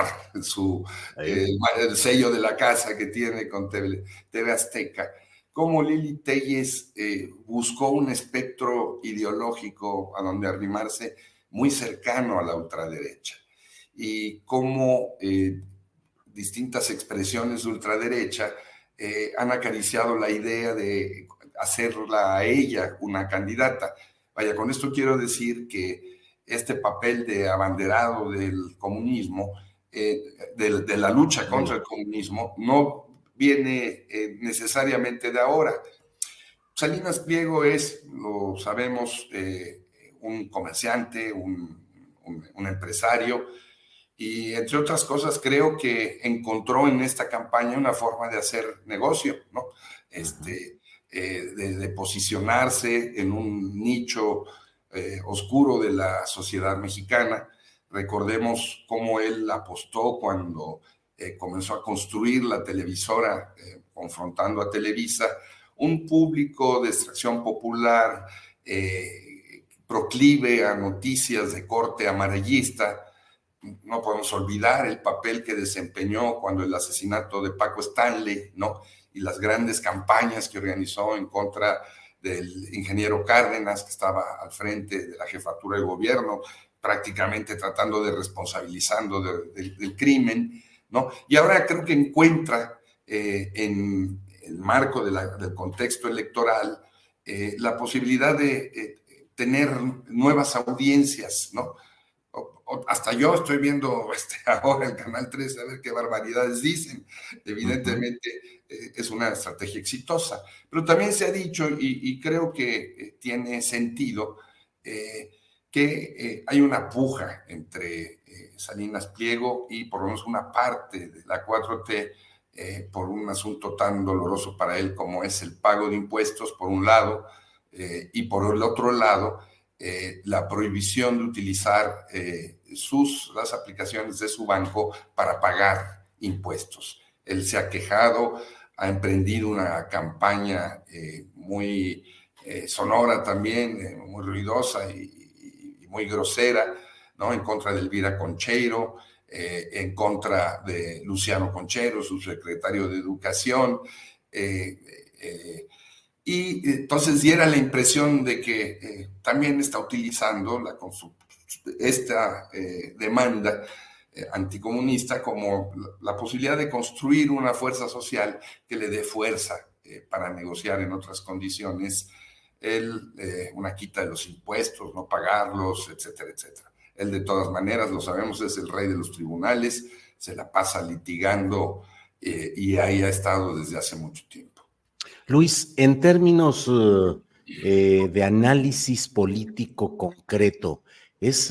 el sello de la casa que tiene con TV Azteca, cómo Lili Téllez buscó un espectro ideológico a donde arrimarse muy cercano a la ultraderecha, y cómo distintas expresiones de ultraderecha han acariciado la idea de hacerla a ella una candidata. Vaya, con esto quiero decir que este papel de abanderado del comunismo, de la lucha contra el comunismo, no viene necesariamente de ahora. Salinas Pliego es, lo sabemos, un comerciante, un empresario, y entre otras cosas creo que encontró en esta campaña una forma de hacer negocio, ¿no? De posicionarse en un nicho oscuro de la sociedad mexicana. Recordemos cómo él apostó cuando comenzó a construir la televisora, confrontando a Televisa, un público de extracción popular, proclive a noticias de corte amarillista, no podemos olvidar el papel que desempeñó cuando el asesinato de Paco Stanley, ¿no? Y las grandes campañas que organizó en contra del ingeniero Cárdenas, que estaba al frente de la jefatura de gobierno, prácticamente tratando de responsabilizando del crimen, ¿no? Y ahora creo que encuentra en el marco del contexto electoral la posibilidad de tener nuevas audiencias, ¿no? Hasta yo estoy viendo ahora el Canal 3 a ver qué barbaridades dicen. Evidentemente es una estrategia exitosa, pero también se ha dicho, y creo que tiene sentido, que hay una puja entre Salinas Pliego y por lo menos una parte de la 4T por un asunto tan doloroso para él como es el pago de impuestos, por un lado, y por el otro lado, la prohibición de utilizar las aplicaciones de su banco para pagar impuestos. Él se ha quejado, ha emprendido una campaña muy sonora también, muy ruidosa y muy grosera, ¿no? En contra de Elvira Concheiro, en contra de Luciano Concheiro, su secretario de Educación, y entonces diera la impresión de que también está utilizando esta demanda anticomunista como la posibilidad de construir una fuerza social que le dé fuerza para negociar en otras condiciones una quita de los impuestos, no pagarlos, etcétera, etcétera. Él de todas maneras, lo sabemos, es el rey de los tribunales, se la pasa litigando y ahí ha estado desde hace mucho tiempo. Luis, en términos de análisis político concreto, ¿es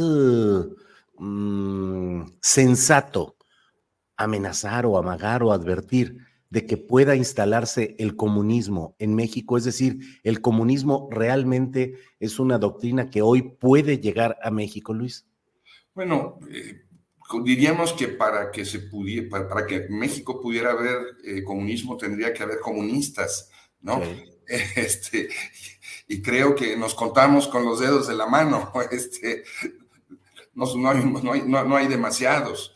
sensato amenazar o amagar o advertir de que pueda instalarse el comunismo en México? Es decir, ¿el comunismo realmente es una doctrina que hoy puede llegar a México, Luis? Bueno, diríamos que para que México pudiera haber comunismo tendría que haber comunistas, ¿no? Sí. Y creo que nos contamos con los dedos de la mano, no hay demasiados,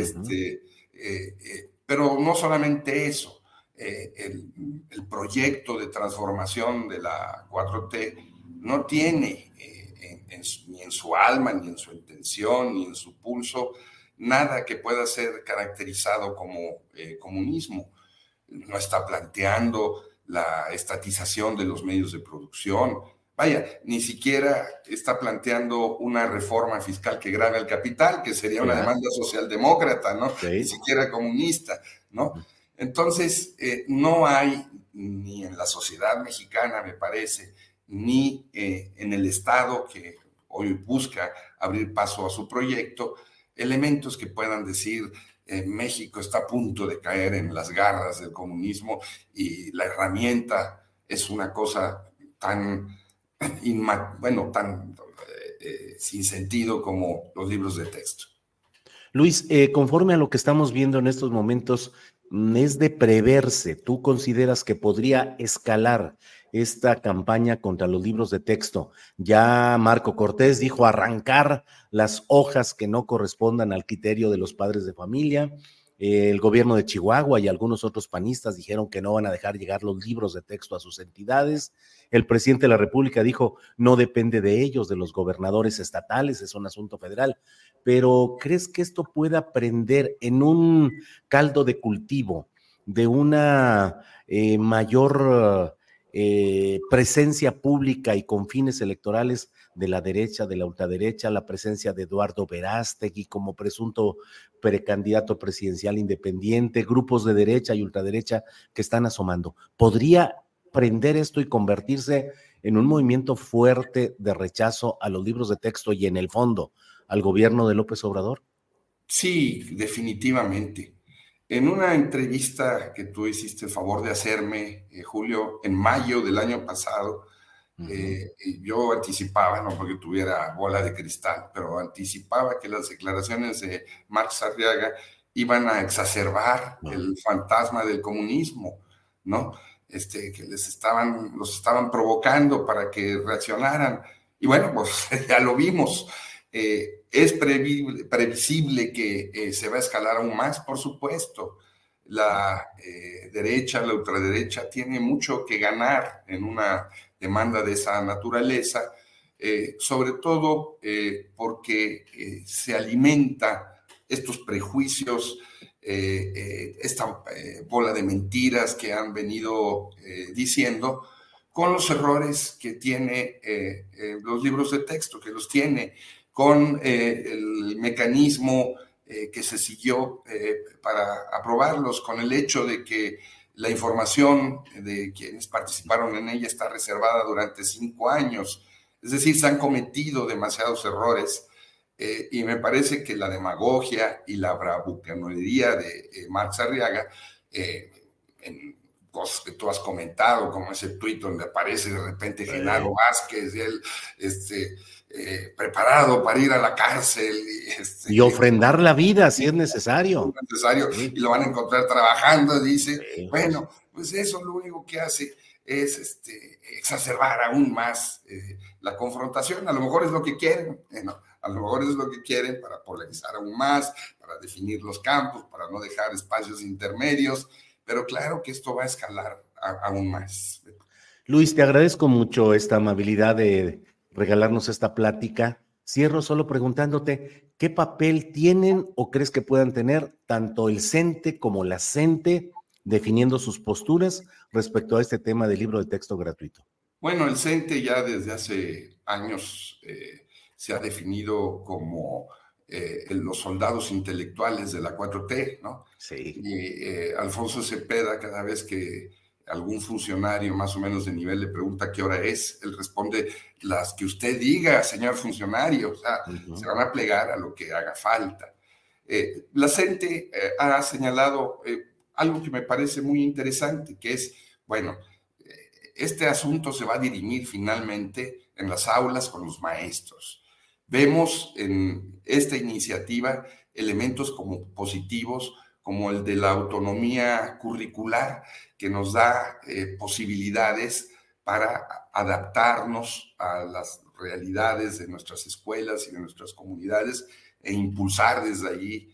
pero no solamente eso, el proyecto de transformación de la 4T no tiene ni en su alma, ni en su intención, ni en su pulso, nada que pueda ser caracterizado como comunismo. No está planteando la estatización de los medios de producción. Vaya, ni siquiera está planteando una reforma fiscal que grave al capital, que sería una demanda socialdemócrata, ¿no? Sí. Ni siquiera comunista, ¿no? Entonces, no hay, ni en la sociedad mexicana, me parece, ni en el Estado, que hoy busca abrir paso a su proyecto, elementos que puedan decir México está a punto de caer en las garras del comunismo y la herramienta es una cosa tan sin sentido como los libros de texto. Luis, conforme a lo que estamos viendo en estos momentos, es de preverse. ¿Tú consideras que podría escalar esta campaña contra los libros de texto? Ya Marco Cortés dijo arrancar las hojas que no correspondan al criterio de los padres de familia. El gobierno de Chihuahua y algunos otros panistas dijeron que no van a dejar llegar los libros de texto a sus entidades. El presidente de la República dijo no depende de ellos, de los gobernadores estatales, es un asunto federal. Pero ¿crees que esto pueda prender en un caldo de cultivo de una mayor presencia pública y con fines electorales de la derecha, de la ultraderecha, la presencia de Eduardo Verástegui como presunto precandidato presidencial independiente, grupos de derecha y ultraderecha que están asomando? ¿Podría prender esto y convertirse en un movimiento fuerte de rechazo a los libros de texto y en el fondo al gobierno de López Obrador? Sí, definitivamente. En una entrevista que tú hiciste el favor de hacerme, Julio, en mayo del año pasado, yo anticipaba, no porque tuviera bola de cristal, pero anticipaba que las declaraciones de Marx Arriaga iban a exacerbar el fantasma del comunismo, ¿no? Que los estaban provocando para que reaccionaran. Y bueno, pues ya lo vimos. Es previsible que se va a escalar aún más, por supuesto. La derecha, la ultraderecha, tiene mucho que ganar en una demanda de esa naturaleza, sobre todo porque se alimenta estos prejuicios, esta bola de mentiras que han venido diciendo, con los errores que tiene los libros de texto, que los tiene, con el mecanismo que se siguió para aprobarlos, con el hecho de que la información de quienes participaron en ella está reservada durante 5 años. Es decir, se han cometido demasiados errores y me parece que la demagogia y la bravuconería de Marx Arriaga, en cosas que tú has comentado, como ese tuit donde aparece de repente Genaro Vázquez, y él preparado para ir a la cárcel. Y ofrendar la vida si es necesario. Y lo van a encontrar trabajando, dice. Bueno, pues eso lo único que hace es exacerbar aún más la confrontación. A lo mejor es lo que quieren, a lo mejor es lo que quieren para polarizar aún más, para definir los campos, para no dejar espacios intermedios, pero claro que esto va a escalar aún más. Luis, te agradezco mucho esta amabilidad de regalarnos esta plática. Cierro solo preguntándote, ¿qué papel tienen o crees que puedan tener tanto el CENTE como la CENTE definiendo sus posturas respecto a este tema del libro de texto gratuito? Bueno, el CENTE ya desde hace años se ha definido como los soldados intelectuales de la 4T, ¿no? Sí. Y Alfonso Cepeda, cada vez que algún funcionario más o menos de nivel le pregunta qué hora es, él responde, las que usted diga, señor funcionario, o sea, se van a plegar a lo que haga falta. La CENTE ha señalado algo que me parece muy interesante, que es, bueno, este asunto se va a dirimir finalmente en las aulas con los maestros. Vemos en esta iniciativa elementos como positivos, como el de la autonomía curricular, que nos da posibilidades para adaptarnos a las realidades de nuestras escuelas y de nuestras comunidades e impulsar desde allí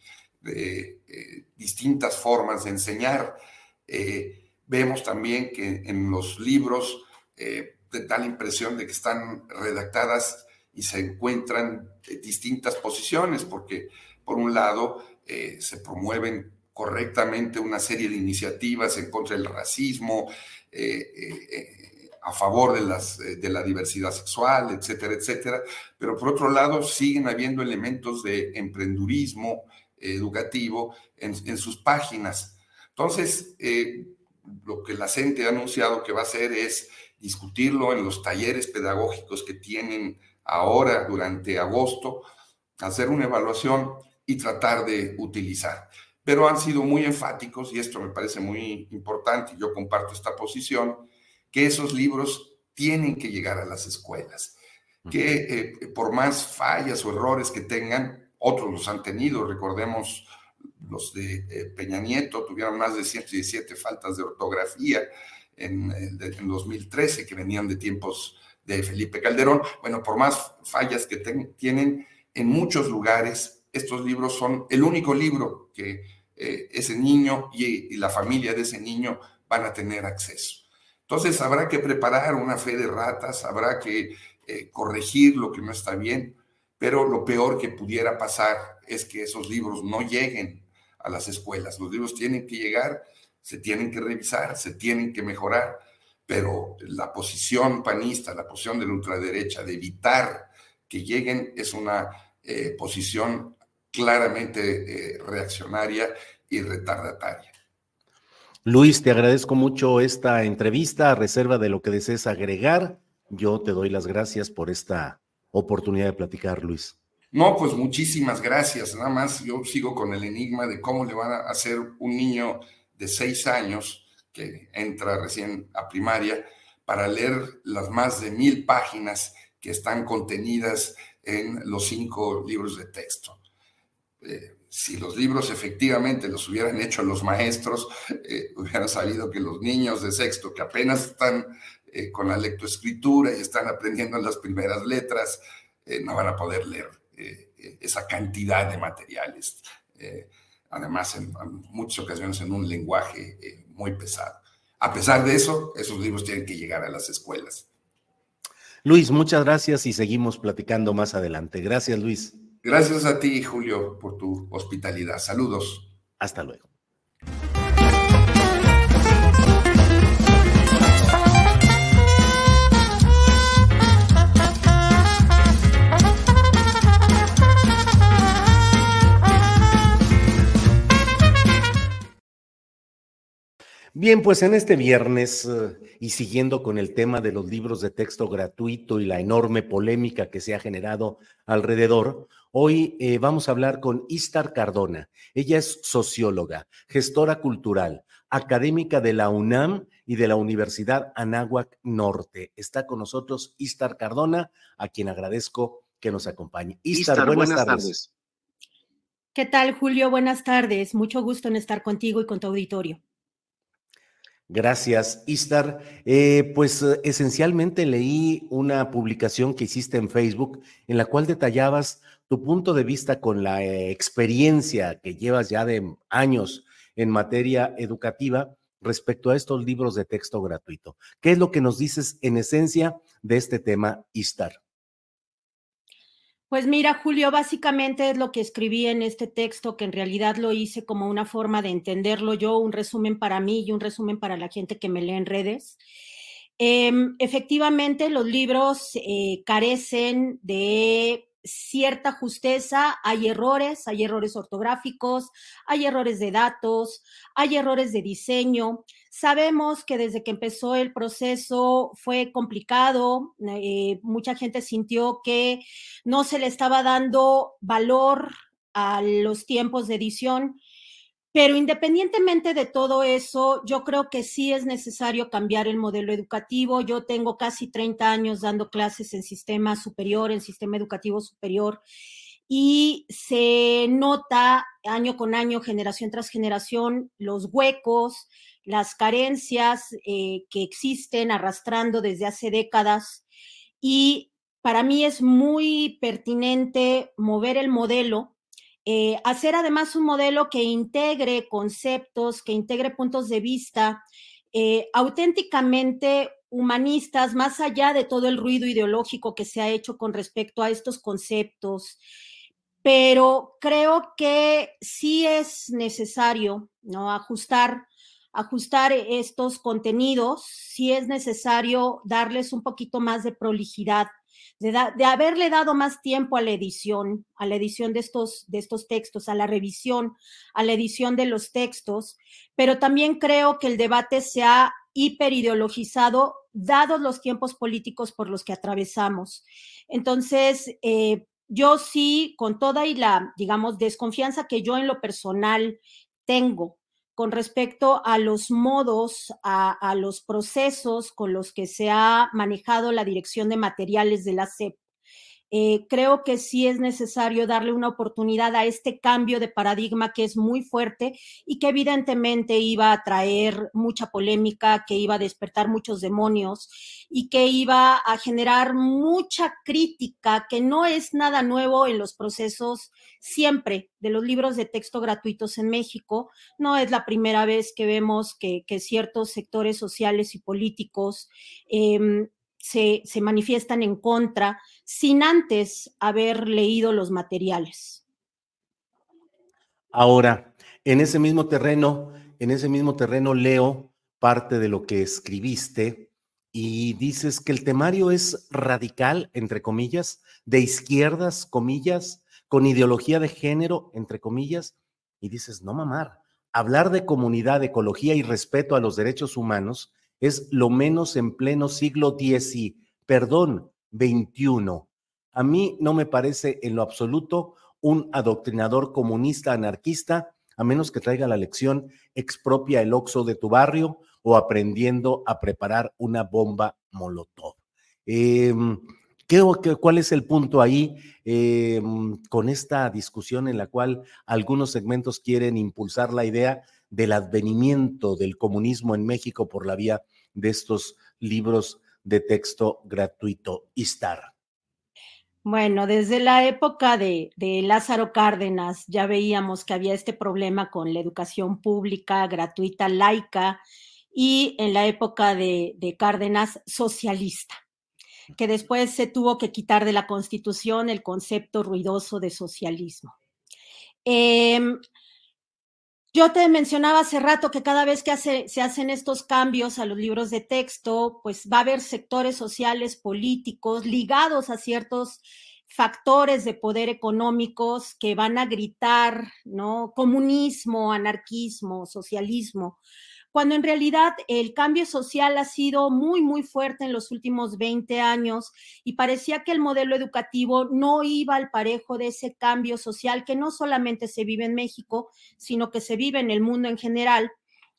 distintas formas de enseñar. Vemos también que en los libros da la impresión de que están redactadas y se encuentran distintas posiciones, porque por un lado se promueven correctamente una serie de iniciativas en contra del racismo, a favor de la diversidad sexual, etcétera, etcétera, pero por otro lado siguen habiendo elementos de emprendurismo educativo en sus páginas. Entonces, lo que la CENTE ha anunciado que va a hacer es discutirlo en los talleres pedagógicos que tienen ahora durante agosto, hacer una evaluación y tratar de utilizar. Pero han sido muy enfáticos, y esto me parece muy importante, yo comparto esta posición, que esos libros tienen que llegar a las escuelas, que por más fallas o errores que tengan, otros los han tenido, recordemos los de Peña Nieto, tuvieron más de 117 faltas de ortografía en 2013, que venían de tiempos de Felipe Calderón. Bueno, por más fallas que tienen, en muchos lugares estos libros son el único libro que ese niño y la familia de ese niño van a tener acceso. Entonces habrá que preparar una fe de ratas, habrá que corregir lo que no está bien, pero lo peor que pudiera pasar es que esos libros no lleguen a las escuelas. Los libros tienen que llegar, se tienen que revisar, se tienen que mejorar, pero la posición panista, la posición de la ultraderecha de evitar que lleguen es una posición claramente reaccionaria y retardataria. Luis, te agradezco mucho esta entrevista. A reserva de lo que desees agregar, yo te doy las gracias por esta oportunidad de platicar, Luis. No, pues muchísimas gracias. Nada más yo sigo con el enigma de cómo le van a hacer un niño de 6 años que entra recién a primaria para leer las más de 1000 páginas que están contenidas en los 5 libros de texto. Si los libros efectivamente los hubieran hecho los maestros, hubiera salido que los niños de sexto que apenas están con la lectoescritura y están aprendiendo las primeras letras, no van a poder leer esa cantidad de materiales. Además, en muchas ocasiones en un lenguaje muy pesado. A pesar de eso, esos libros tienen que llegar a las escuelas. Luis, muchas gracias y seguimos platicando más adelante. Gracias, Luis. Gracias a ti, Julio, por tu hospitalidad. Saludos. Hasta luego. Bien, pues en este viernes y siguiendo con el tema de los libros de texto gratuito y la enorme polémica que se ha generado alrededor, hoy vamos a hablar con Istar Cardona. Ella es socióloga, gestora cultural, académica de la UNAM y de la Universidad Anáhuac Norte. Está con nosotros Istar Cardona, a quien agradezco que nos acompañe. Istar, buenas tardes. ¿Qué tal, Julio? Buenas tardes. Mucho gusto en estar contigo y con tu auditorio. Gracias, Istar. Esencialmente leí una publicación que hiciste en Facebook en la cual detallabas tu punto de vista con la experiencia que llevas ya de años en materia educativa respecto a estos libros de texto gratuito. ¿Qué es lo que nos dices en esencia de este tema, Istar? Pues mira, Julio, básicamente es lo que escribí en este texto, que en realidad lo hice como una forma de entenderlo yo, un resumen para mí y un resumen para la gente que me lee en redes. Efectivamente, los libros carecen de cierta justeza, hay errores ortográficos, hay errores de datos, hay errores de diseño. Sabemos que desde que empezó el proceso fue complicado, mucha gente sintió que no se le estaba dando valor a los tiempos de edición, pero independientemente de todo eso, yo creo que sí es necesario cambiar el modelo educativo. Yo tengo casi 30 años dando clases en sistema superior, en sistema educativo superior, y se nota año con año, generación tras generación, los huecos, las carencias que existen arrastrando desde hace décadas, y para mí es muy pertinente mover el modelo, hacer además un modelo que integre conceptos, que integre puntos de vista auténticamente humanistas, más allá de todo el ruido ideológico que se ha hecho con respecto a estos conceptos. Pero creo que sí es necesario, ¿no?, ajustar estos contenidos, sí es necesario darles un poquito más de prolijidad, de haberle dado más tiempo a la edición de estos textos, a la revisión, a la edición de los textos, pero también creo que el debate se ha hiperideologizado dados los tiempos políticos por los que atravesamos. Entonces, yo sí, con toda y la, digamos, desconfianza que yo en lo personal tengo con respecto a los modos, a los procesos con los que se ha manejado la dirección de materiales de la SEP, creo que sí es necesario darle una oportunidad a este cambio de paradigma que es muy fuerte y que evidentemente iba a traer mucha polémica, que iba a despertar muchos demonios y que iba a generar mucha crítica, que no es nada nuevo en los procesos siempre de los libros de texto gratuitos en México. No es la primera vez que vemos que ciertos sectores sociales y políticos se manifiestan en contra sin antes haber leído los materiales. Ahora, en ese mismo terreno leo parte de lo que escribiste y dices que el temario es radical, entre comillas, de izquierdas, comillas, con ideología de género, entre comillas, y dices, no mamar, hablar de comunidad, ecología y respeto a los derechos humanos es lo menos en pleno siglo XXI. A mí no me parece en lo absoluto un adoctrinador comunista anarquista, a menos que traiga la lección expropia el Oxxo de tu barrio o aprendiendo a preparar una bomba molotov. ¿Cuál es el punto ahí con esta discusión en la cual algunos segmentos quieren impulsar la idea del advenimiento del comunismo en México por la vía de estos libros de texto gratuito, Istar? Bueno, desde la época de Lázaro Cárdenas ya veíamos que había este problema con la educación pública, gratuita, laica, y en la época de Cárdenas, socialista, que después se tuvo que quitar de la Constitución el concepto ruidoso de socialismo. Yo te mencionaba hace rato que cada vez que se hacen estos cambios a los libros de texto, pues va a haber sectores sociales, políticos, ligados a ciertos factores de poder económicos que van a gritar, ¿no? Comunismo, anarquismo, socialismo, cuando en realidad el cambio social ha sido muy, muy fuerte en los últimos 20 años y parecía que el modelo educativo no iba al parejo de ese cambio social que no solamente se vive en México, sino que se vive en el mundo en general.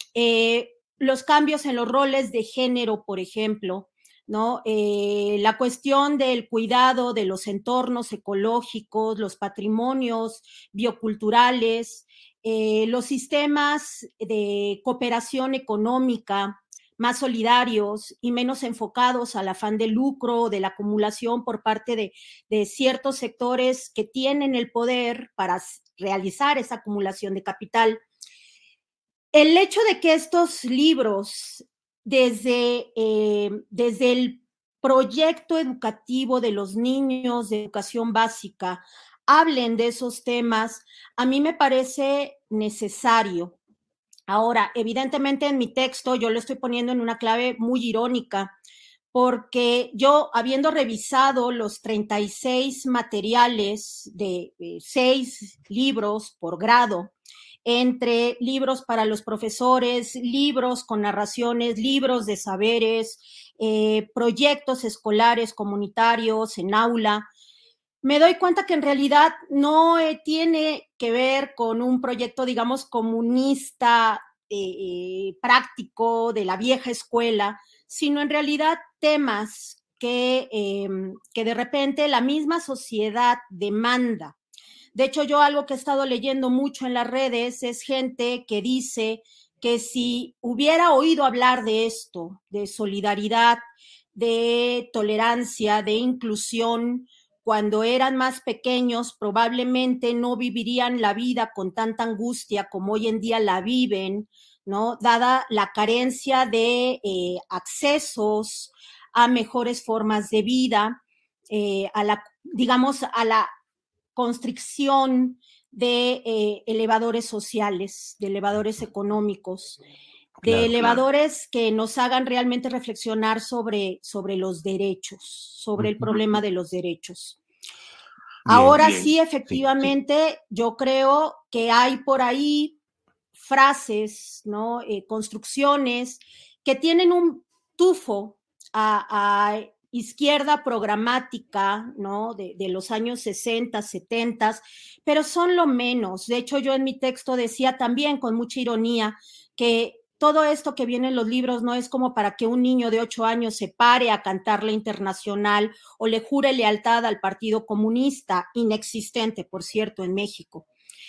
Los cambios en los roles de género, por ejemplo, ¿no? La cuestión del cuidado de los entornos ecológicos, los patrimonios bioculturales, los sistemas de cooperación económica más solidarios y menos enfocados al afán de lucro, de la acumulación por parte de ciertos sectores que tienen el poder para realizar esa acumulación de capital. El hecho de que estos libros, desde el proyecto educativo de los niños de educación básica, hablen de esos temas, a mí me parece necesario. Ahora, evidentemente en mi texto yo lo estoy poniendo en una clave muy irónica, porque yo, habiendo revisado los 36 materiales de 6 libros por grado, entre libros para los profesores, libros con narraciones, libros de saberes, proyectos escolares, comunitarios, en aula, me doy cuenta que en realidad no tiene que ver con un proyecto, digamos, comunista práctico de la vieja escuela, sino en realidad temas que de repente la misma sociedad demanda. De hecho, yo algo que he estado leyendo mucho en las redes es gente que dice que si hubiera oído hablar de esto, de solidaridad, de tolerancia, de inclusión, cuando eran más pequeños, probablemente no vivirían la vida con tanta angustia como hoy en día la viven, ¿no? Dada la carencia de accesos a mejores formas de vida, a la constricción de elevadores sociales, de elevadores económicos, de elevadores que nos hagan realmente reflexionar sobre los derechos, sobre el problema de los derechos. Ahora sí, efectivamente, yo creo que hay por ahí frases, ¿no? Construcciones que tienen un tufo a izquierda programática, ¿no? De los años 60, 70, pero son lo menos. De hecho, yo en mi texto decía también con mucha ironía que todo esto que viene en los libros no es como para que un niño de 8 años se pare a cantar la Internacional o le jure lealtad al Partido Comunista, inexistente, por cierto, en México.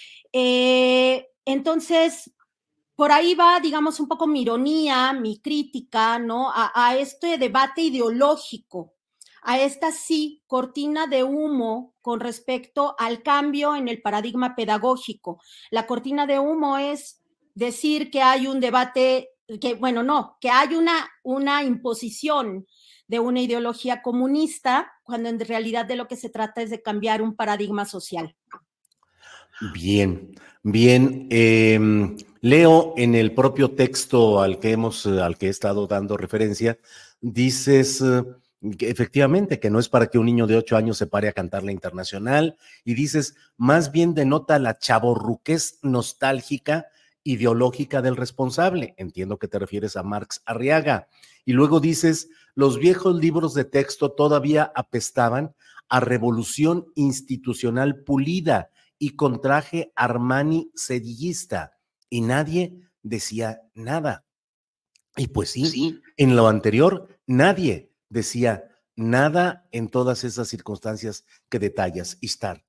Entonces, por ahí va, digamos, un poco mi ironía, mi crítica, ¿no? A este debate ideológico, a esta sí cortina de humo con respecto al cambio en el paradigma pedagógico. La cortina de humo es decir que hay un debate, que hay una imposición de una ideología comunista, cuando en realidad de lo que se trata es de cambiar un paradigma social. Bien. Leo en el propio texto al que he estado dando referencia, dices que efectivamente que no es para que un niño de 8 años se pare a cantar la Internacional, y dices, más bien denota la chavorruquez nostálgica ideológica del responsable. Entiendo que te refieres a Marx Arriaga. Y luego dices, los viejos libros de texto todavía apestaban a revolución institucional pulida y con traje Armani sedillista, y nadie decía nada. Y pues sí, en lo anterior nadie decía nada en todas esas circunstancias que detallas, Ishtar.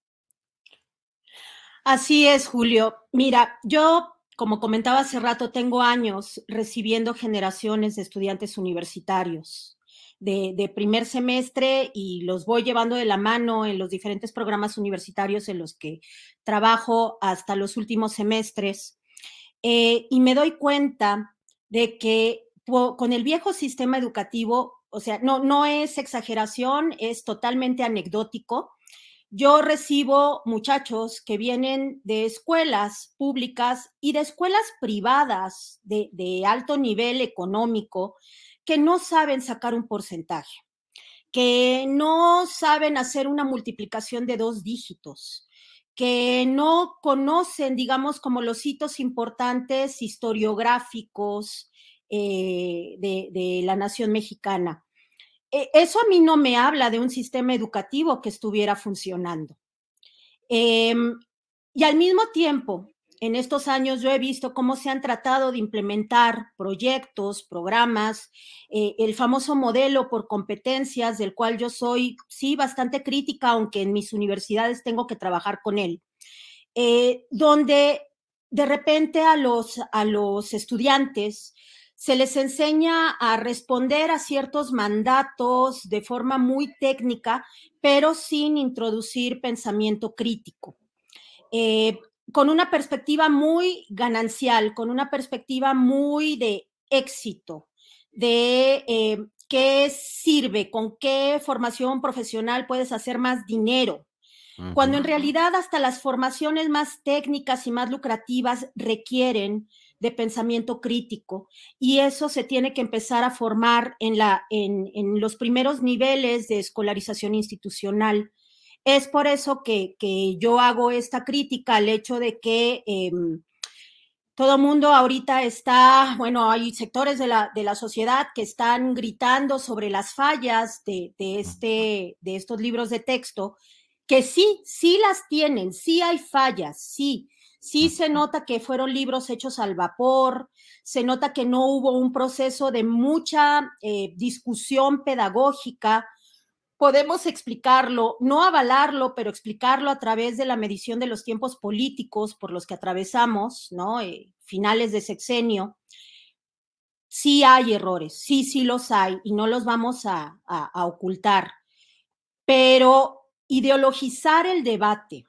Así es, Julio. Mira, yo, como comentaba hace rato, tengo años recibiendo generaciones de estudiantes universitarios. de primer semestre y los voy llevando de la mano en los diferentes programas universitarios en los que trabajo hasta los últimos semestres. Y me doy cuenta de que con el viejo sistema educativo, o sea, no es exageración, es totalmente anecdótico. Yo recibo muchachos que vienen de escuelas públicas y de escuelas privadas de alto nivel económico que no saben sacar un porcentaje, que no saben hacer una multiplicación de 2 dígitos, que no conocen, digamos, como los hitos importantes historiográficos de la nación mexicana. Eso a mí no me habla de un sistema educativo que estuviera funcionando. Y al mismo tiempo, en estos años yo he visto cómo se han tratado de implementar proyectos, programas, el famoso modelo por competencias, del cual yo soy, sí, bastante crítica, aunque en mis universidades tengo que trabajar con él, donde de repente a los estudiantes se les enseña a responder a ciertos mandatos de forma muy técnica, pero sin introducir pensamiento crítico. Con una perspectiva muy ganancial, con una perspectiva muy de éxito, de qué sirve, con qué formación profesional puedes hacer más dinero, cuando en realidad hasta las formaciones más técnicas y más lucrativas requieren de pensamiento crítico, y eso se tiene que empezar a formar en los primeros niveles de escolarización institucional. Es por eso que yo hago esta crítica al hecho de que todo mundo ahorita está, bueno, hay sectores de la sociedad que están gritando sobre las fallas de estos libros de texto, que sí las tienen, sí hay fallas, sí se nota que fueron libros hechos al vapor, se nota que no hubo un proceso de mucha discusión pedagógica. Podemos explicarlo, no avalarlo, pero explicarlo a través de la medición de los tiempos políticos por los que atravesamos, ¿no? Finales de sexenio. Sí hay errores, sí los hay, y no los vamos a ocultar, pero ideologizar el debate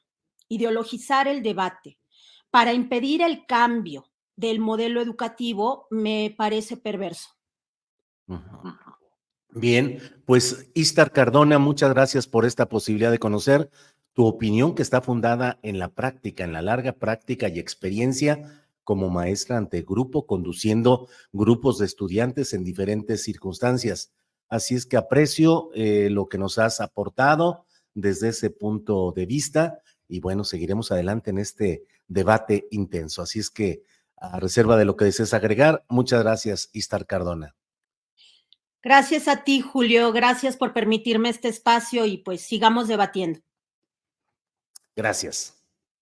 para impedir el cambio del modelo educativo me parece perverso. Bien, pues Ístar Cardona, muchas gracias por esta posibilidad de conocer tu opinión, que está fundada en la práctica, en la larga práctica y experiencia como maestra ante grupo, conduciendo grupos de estudiantes en diferentes circunstancias. Así es que aprecio lo que nos has aportado desde ese punto de vista, y bueno, seguiremos adelante en este debate intenso. Así es que, a reserva de lo que desees agregar, muchas gracias, Ístar Cardona. Gracias a ti, Julio, gracias por permitirme este espacio y pues sigamos debatiendo. Gracias.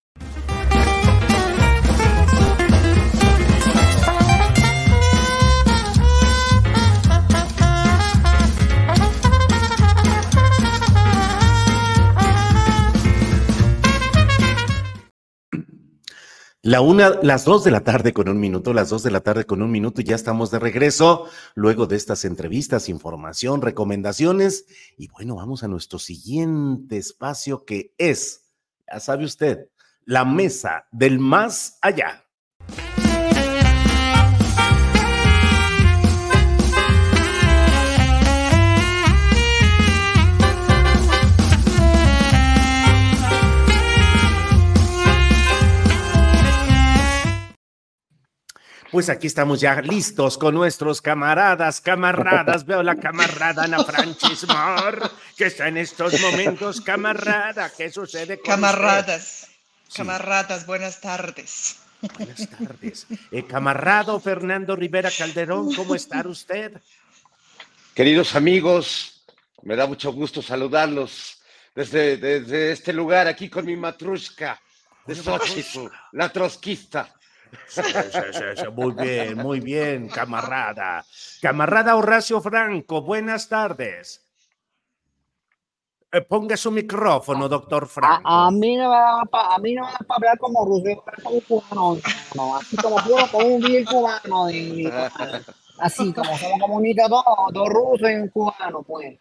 Las 2 de la tarde con 1 minuto, las 2 de la tarde con 1 minuto, y ya estamos de regreso luego de estas entrevistas, información, recomendaciones, y bueno, vamos a nuestro siguiente espacio, que es, ya sabe usted, la mesa del más allá. Pues aquí estamos ya listos con nuestros camaradas. Veo la camarada Ana Francis Moore, que está en estos momentos. Camarada, ¿qué sucede con camaradas? Sí. Camaradas, buenas tardes. Buenas tardes. Camarado Fernando Rivera Calderón, ¿cómo está usted? Queridos amigos, me da mucho gusto saludarlos desde este lugar, aquí con mi matrushka de Xochitl, la trotskista. Sí, muy bien, camarada. Camarada Horacio Franco, buenas tardes. Ponga su micrófono, doctor Franco. A mí no me da para hablar como ruso, como cubano, no, así como puro, como un bien cubano. Así como somos comunistas todos rusos y un cubano, pues.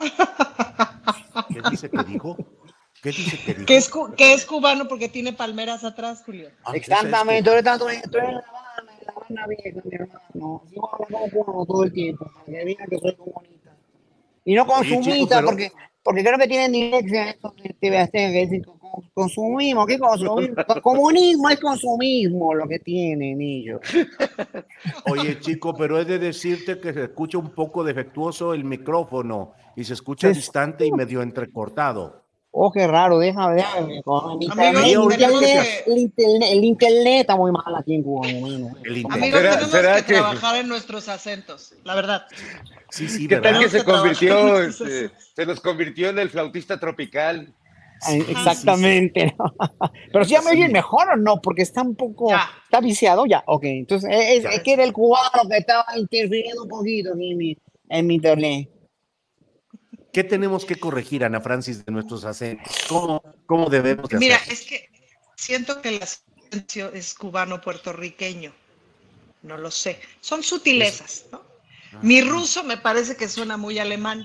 ¿Qué dice que dijo? ¿Qué dice que dijo? Que es cubano porque tiene palmeras atrás, Julio. Exactamente, estoy en La Habana vieja, mi hermano. Yo hablo como cubano todo el tiempo, para que digan que soy comunista. Y no Oye, chico, consumista, pero porque creo que tienen dislexia esto que dicen consumismo, ¿qué consumismo? Comunismo es consumismo lo que tienen ellos. Oye, chico, pero he de decirte que se escucha un poco defectuoso el micrófono y se escucha distante y medio entrecortado. Oh, qué raro, déjame. Amigos, El internet está muy mal aquí en Cuba, amigos, tenemos que trabajar en nuestros acentos, la verdad. Sí, ¿Qué tal ¿verdad? que se nos convirtió en el flautista tropical? Exactamente. Pero si ya me oyen mejor o no, porque está un poco, está viciado ya. Ok, entonces es que era el cubano que estaba interfiriendo un poquito aquí en mi internet. ¿Qué tenemos que corregir, Ana Francis, de nuestros acentos? ¿Cómo debemos de Mira, hacer? es que siento que el acento es cubano-puertorriqueño. No lo sé. Son sutilezas, ¿no? Mi ruso me parece que suena muy alemán.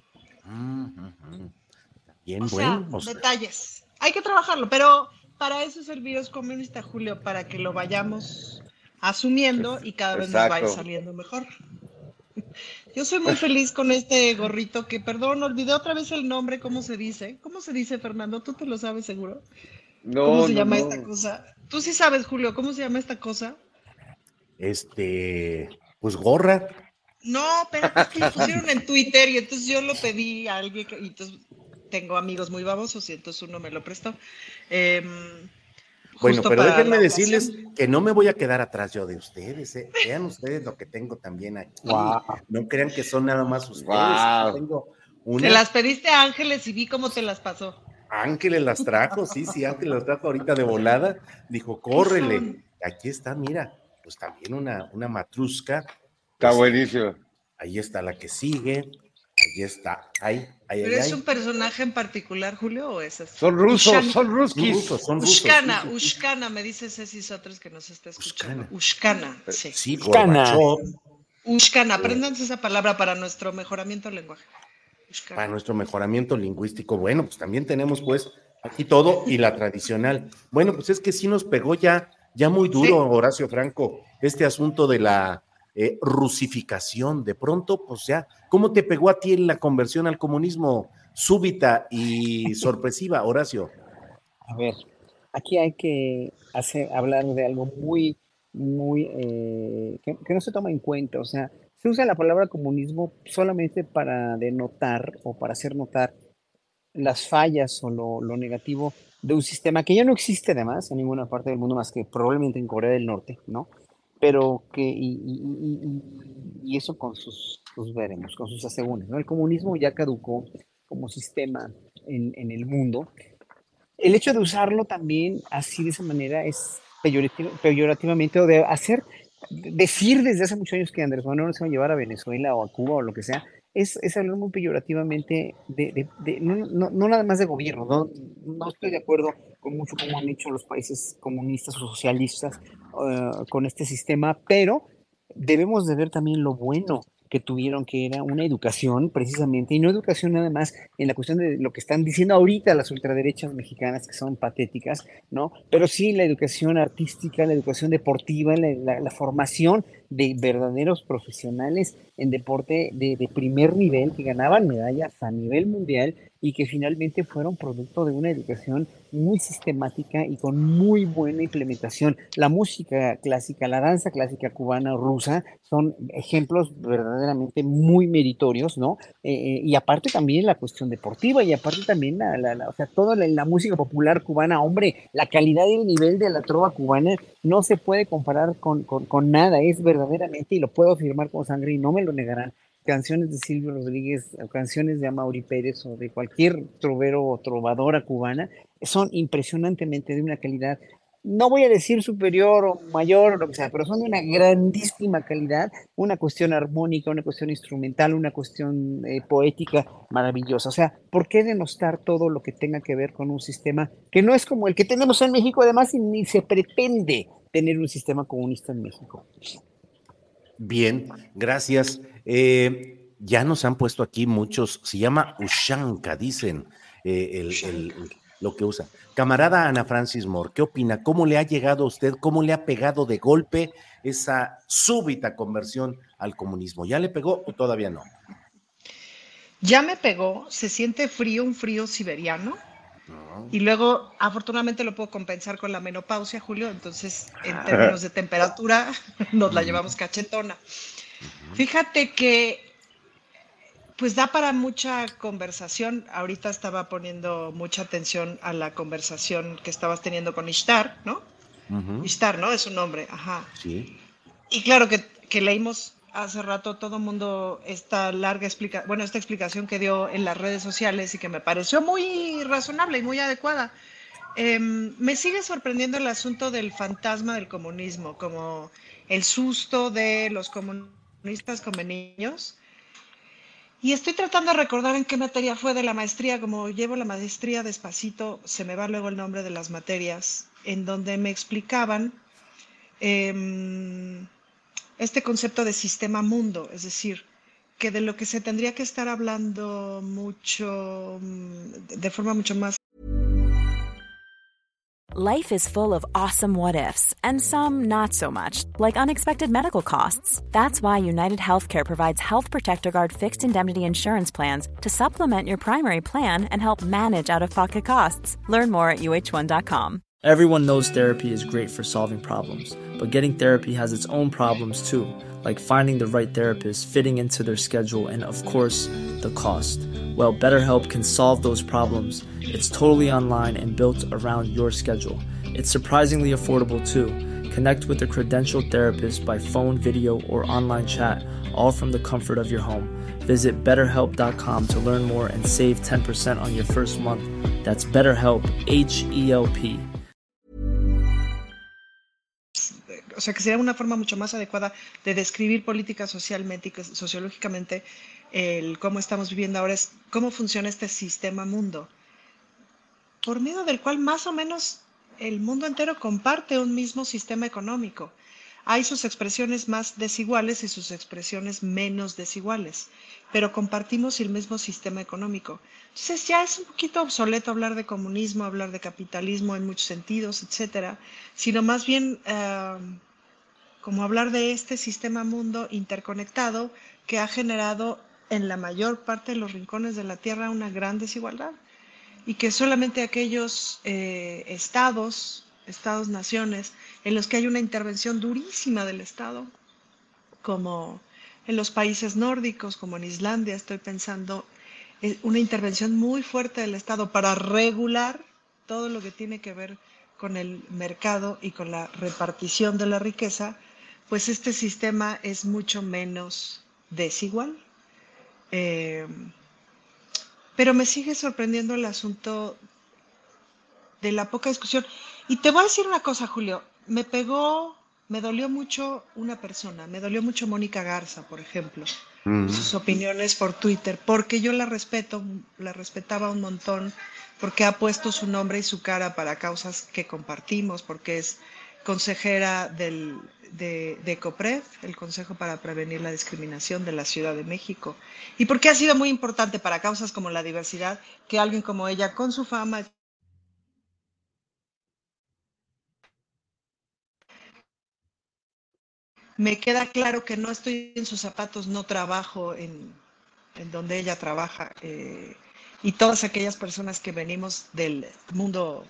Bien, bueno. Detalles. Hay que trabajarlo, pero para eso es el virus comunista, Julio, para que lo vayamos asumiendo y cada vez nos vaya saliendo mejor. Yo soy muy feliz con este gorrito que, perdón, olvidé otra vez el nombre, ¿cómo se dice? ¿Cómo se dice, Fernando? ¿Tú te lo sabes seguro? No, ¿Cómo se llama esta cosa? Tú sí sabes, Julio, ¿cómo se llama esta cosa? Pues gorra. No, pero es que lo pusieron en Twitter y entonces yo lo pedí a alguien y entonces tengo amigos muy babosos y entonces uno me lo prestó. Bueno, pero déjenme decirles que no me voy a quedar atrás yo de ustedes. Vean ustedes lo que tengo también aquí. Wow. No crean que son nada más ustedes. Wow. Tengo Te las pediste a Ángeles y vi cómo te las pasó. Ángeles las trajo, sí, Ángeles las trajo ahorita de volada. Dijo, córrele. Aquí está, mira, pues también una matrusca. Está buenísimo. Ahí está la que sigue. Ahí está. ¿Pero es un personaje en particular, Julio, o es así? Son rusos, son ruskis. Ushkana, Ushkana, me dice Ceci Sotres que nos está escuchando. Ushkana, sí. Sí, Gorbachov. Ushkana, apréndanse esa palabra para nuestro mejoramiento del lenguaje. Ushkana. Para nuestro mejoramiento lingüístico. Bueno, pues también tenemos pues aquí todo y la tradicional. Bueno, pues es que sí nos pegó ya muy duro, Horacio Franco, este asunto de la rusificación. De pronto, pues ya, ¿cómo te pegó a ti en la conversión al comunismo súbita y sorpresiva, Horacio? A ver, aquí hay que hablar de algo muy que no se toma en cuenta. O sea, se usa la palabra comunismo solamente para denotar o para hacer notar las fallas o lo negativo de un sistema que ya no existe además en ninguna parte del mundo más que probablemente en Corea del Norte, ¿no? Pero que, y eso con sus veremos, con sus asegúnes, ¿no? El comunismo ya caducó como sistema en el mundo. El hecho de usarlo también así de esa manera es peyorativamente, o de decir desde hace muchos años que Andrés Manuel no se va a llevar a Venezuela o a Cuba o lo que sea, es hablar muy peyorativamente no nada más de gobierno. No estoy de acuerdo con mucho como han hecho los países comunistas o socialistas con este sistema, pero debemos de ver también lo bueno que tuvieron, que era una educación precisamente, y no educación nada más en la cuestión de lo que están diciendo ahorita las ultraderechas mexicanas, que son patéticas, ¿no? Pero sí la educación artística, la educación deportiva, la formación de verdaderos profesionales en deporte de primer nivel, que ganaban medallas a nivel mundial y que finalmente fueron producto de una educación muy sistemática y con muy buena implementación. La música clásica, la danza clásica cubana o rusa son ejemplos verdaderamente muy meritorios, ¿no? Y aparte también la cuestión deportiva y aparte también o sea, toda la música popular cubana, hombre, la calidad y el nivel de la trova cubana no se puede comparar con nada, es verdaderamente, y lo puedo afirmar con sangre y no me lo negarán, canciones de Silvio Rodríguez, canciones de Amaury Pérez o de cualquier trovero o trovadora cubana, son impresionantemente de una calidad, no voy a decir superior o mayor o lo que sea, pero son de una grandísima calidad, una cuestión armónica, una cuestión instrumental, una cuestión poética maravillosa. O sea, ¿por qué denostar todo lo que tenga que ver con un sistema que no es como el que tenemos en México, además, y ni se pretende tener un sistema comunista en México? Bien, gracias. Ya nos han puesto aquí muchos, se llama Ushanka, dicen lo que usa. Camarada Ana Francis Moore, ¿qué opina? ¿Cómo le ha llegado a usted? ¿Cómo le ha pegado de golpe esa súbita conversión al comunismo? ¿Ya le pegó o todavía no? Ya me pegó, se siente frío, un frío siberiano. No. Y luego, afortunadamente, lo puedo compensar con la menopausia, Julio. Entonces, en términos de temperatura, nos la llevamos cachetona. Fíjate que, pues da para mucha conversación. Ahorita estaba poniendo mucha atención a la conversación que estabas teniendo con Ishtar, ¿no? Ishtar, ¿no? Es su nombre, ajá. Sí. Y claro que leímos hace rato todo el mundo esta larga esta explicación que dio en las redes sociales y que me pareció muy razonable y muy adecuada. Me sigue sorprendiendo el asunto del fantasma del comunismo, como el susto de los comunistas como niños. Y estoy tratando de recordar en qué materia fue de la maestría, como llevo la maestría despacito, se me va luego el nombre de las materias, en donde me explicaban este concepto de sistema mundo, es decir, que de lo que se tendría que estar hablando mucho, de forma mucho más. Life is full of awesome what ifs, and some not so much, like unexpected medical costs. That's why United Healthcare provides Health Protector Guard fixed indemnity insurance plans to supplement your primary plan and help manage out-of-pocket costs. Learn more at uh1.com. Everyone knows therapy is great for solving problems, but getting therapy has its own problems too, like finding the right therapist, fitting into their schedule, and of course, the cost. Well, BetterHelp can solve those problems. It's totally online and built around your schedule. It's surprisingly affordable too. Connect with a credentialed therapist by phone, video, or online chat, all from the comfort of your home. Visit BetterHelp.com to learn more and save 10% on your first month. That's BetterHelp, H-E-L-P. O sea, que sería una forma mucho más adecuada de describir política socialmente y sociológicamente el cómo estamos viviendo ahora, es cómo funciona este sistema mundo, por medio del cual más o menos el mundo entero comparte un mismo sistema económico. Hay sus expresiones más desiguales y sus expresiones menos desiguales, pero compartimos el mismo sistema económico. Entonces ya es un poquito obsoleto hablar de comunismo, hablar de capitalismo en muchos sentidos, etcétera, sino más bien como hablar de este sistema mundo interconectado que ha generado en la mayor parte de los rincones de la Tierra una gran desigualdad y que solamente aquellos estados-naciones en los que hay una intervención durísima del Estado, como en los países nórdicos, como en Islandia, estoy pensando, una intervención muy fuerte del Estado para regular todo lo que tiene que ver con el mercado y con la repartición de la riqueza, pues este sistema es mucho menos desigual. Pero me sigue sorprendiendo el asunto de la poca discusión. Y te voy a decir una cosa, Julio, me dolió mucho una persona, me dolió mucho Mónica Garza, por ejemplo, sus opiniones por Twitter, porque yo la respetaba un montón, porque ha puesto su nombre y su cara para causas que compartimos, porque es consejera de COPRED, el Consejo para Prevenir la Discriminación de la Ciudad de México, y porque ha sido muy importante para causas como la diversidad que alguien como ella, con su fama, me queda claro que no estoy en sus zapatos, no trabajo en donde ella trabaja, y todas aquellas personas que venimos del mundo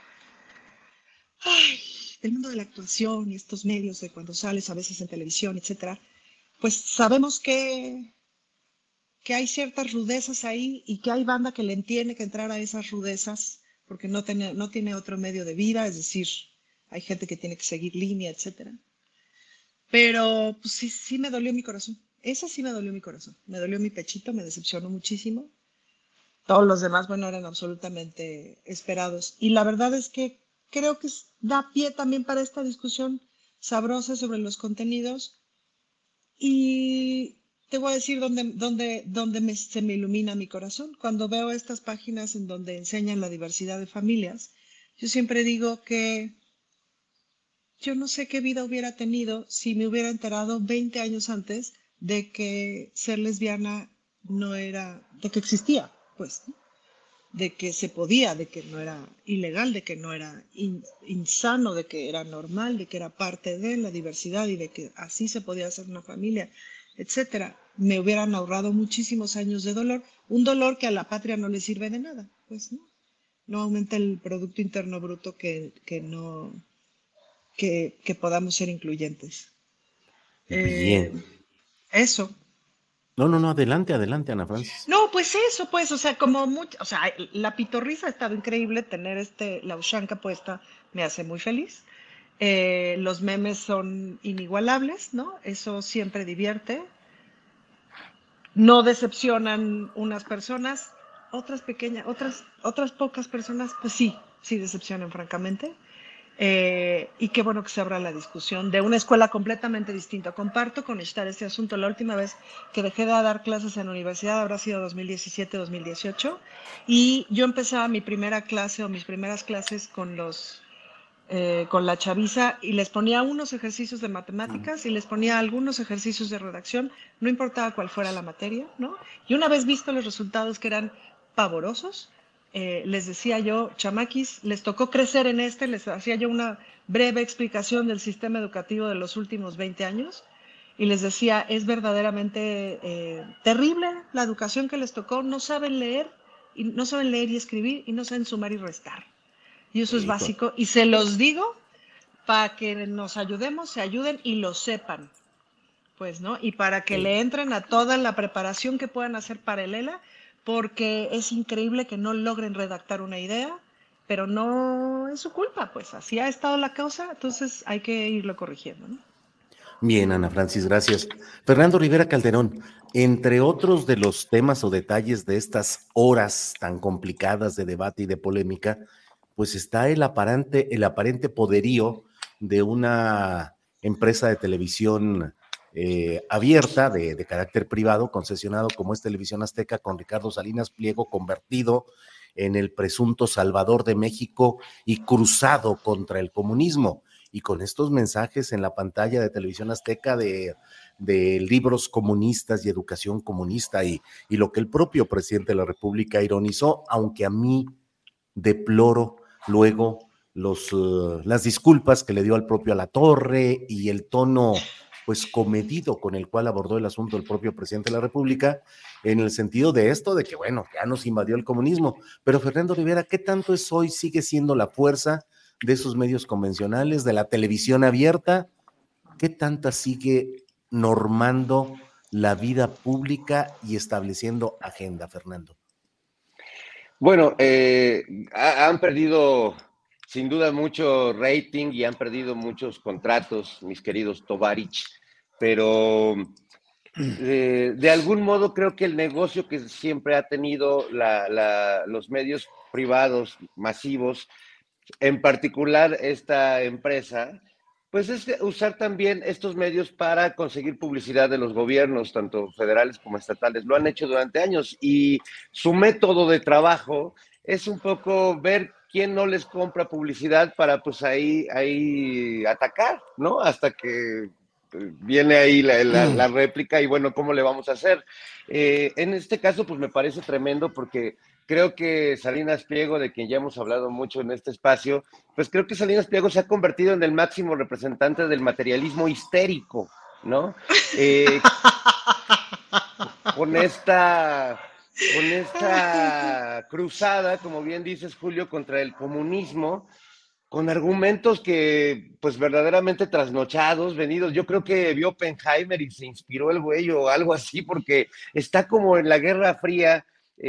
de la actuación y estos medios de cuando sales a veces en televisión, etcétera, pues sabemos que hay ciertas rudezas ahí y que hay banda que le tiene que entrar a esas rudezas porque no tiene otro medio de vida, es decir, hay gente que tiene que seguir línea, etcétera. Pero pues sí me dolió mi corazón. Esa sí me dolió mi corazón. Me dolió mi pechito, me decepcionó muchísimo. Todos los demás, bueno, eran absolutamente esperados. Y la verdad es que creo que da pie también para esta discusión sabrosa sobre los contenidos. Y te voy a decir dónde se me ilumina mi corazón. Cuando veo estas páginas en donde enseñan la diversidad de familias, yo siempre digo que yo no sé qué vida hubiera tenido si me hubiera enterado 20 años antes de que ser lesbiana no era, de que existía, pues, ¿no? De que se podía, de que no era ilegal, de que no era insano, de que era normal, de que era parte de la diversidad y de que así se podía hacer una familia, etcétera. Me hubieran ahorrado muchísimos años de dolor, un dolor que a la patria no le sirve de nada, pues, ¿no? No aumenta el Producto Interno Bruto que podamos ser incluyentes. Bien. Eso. No, adelante, Ana Francis. No, pues eso, pues, o sea, como mucho, o sea, la pitorrisa ha estado increíble, tener la Ushanka puesta me hace muy feliz. Los memes son inigualables, ¿no? Eso siempre divierte. No decepcionan unas personas, otras pocas personas, pues sí decepcionan, francamente. Y qué bueno que se abra la discusión de una escuela completamente distinta. Comparto con Ishtar este asunto. La última vez que dejé de dar clases en la universidad habrá sido 2017-2018 y yo empezaba mi primera clase o mis primeras clases con la chaviza y les ponía unos ejercicios de matemáticas y les ponía algunos ejercicios de redacción, no importaba cuál fuera la materia, ¿no? Y una vez visto los resultados que eran pavorosos, les decía yo, chamaquis, les tocó crecer en les hacía yo una breve explicación del sistema educativo de los últimos 20 años y les decía, es verdaderamente terrible la educación que les tocó, no saben leer y escribir y no saben sumar y restar. Y eso es básico y se los digo para que nos ayudemos, se ayuden y lo sepan, pues, ¿no? Y para que le entren a toda la preparación que puedan hacer paralela, porque es increíble que no logren redactar una idea, pero no es su culpa, pues así ha estado la causa, entonces hay que irlo corrigiendo, ¿no? Bien, Ana Francis, gracias. Fernando Rivera Calderón, entre otros de los temas o detalles de estas horas tan complicadas de debate y de polémica, pues está el aparente poderío de una empresa de televisión abierta, de carácter privado, concesionado como es Televisión Azteca, con Ricardo Salinas Pliego convertido en el presunto salvador de México y cruzado contra el comunismo. Y con estos mensajes en la pantalla de Televisión Azteca de libros comunistas y educación comunista y lo que el propio presidente de la República ironizó, aunque a mí deploro luego las disculpas que le dio al propio Alatorre y el tono pues comedido con el cual abordó el asunto el propio presidente de la República, en el sentido de esto, de que bueno, ya nos invadió el comunismo. Pero Fernando Rivera, ¿qué tanto es hoy, sigue siendo la fuerza de esos medios convencionales, de la televisión abierta? ¿Qué tanta sigue normando la vida pública y estableciendo agenda, Fernando? Bueno, han perdido sin duda mucho rating y han perdido muchos contratos, mis queridos Tovarich, pero de algún modo creo que el negocio que siempre ha tenido los medios privados masivos, en particular esta empresa, pues es usar también estos medios para conseguir publicidad de los gobiernos, tanto federales como estatales. Lo han hecho durante años y su método de trabajo es un poco ver quién no les compra publicidad para pues ahí atacar, ¿no? Hasta que viene ahí la réplica y bueno, ¿cómo le vamos a hacer? En este caso pues me parece tremendo porque creo que Salinas Pliego, de quien ya hemos hablado mucho en este espacio, pues creo que Salinas Pliego se ha convertido en el máximo representante del materialismo histérico, ¿no? Con esta cruzada, como bien dices, Julio, contra el comunismo, con argumentos que, pues, verdaderamente trasnochados, venidos. Yo creo que vio Oppenheimer y se inspiró el güey o algo así, porque está como en la Guerra Fría,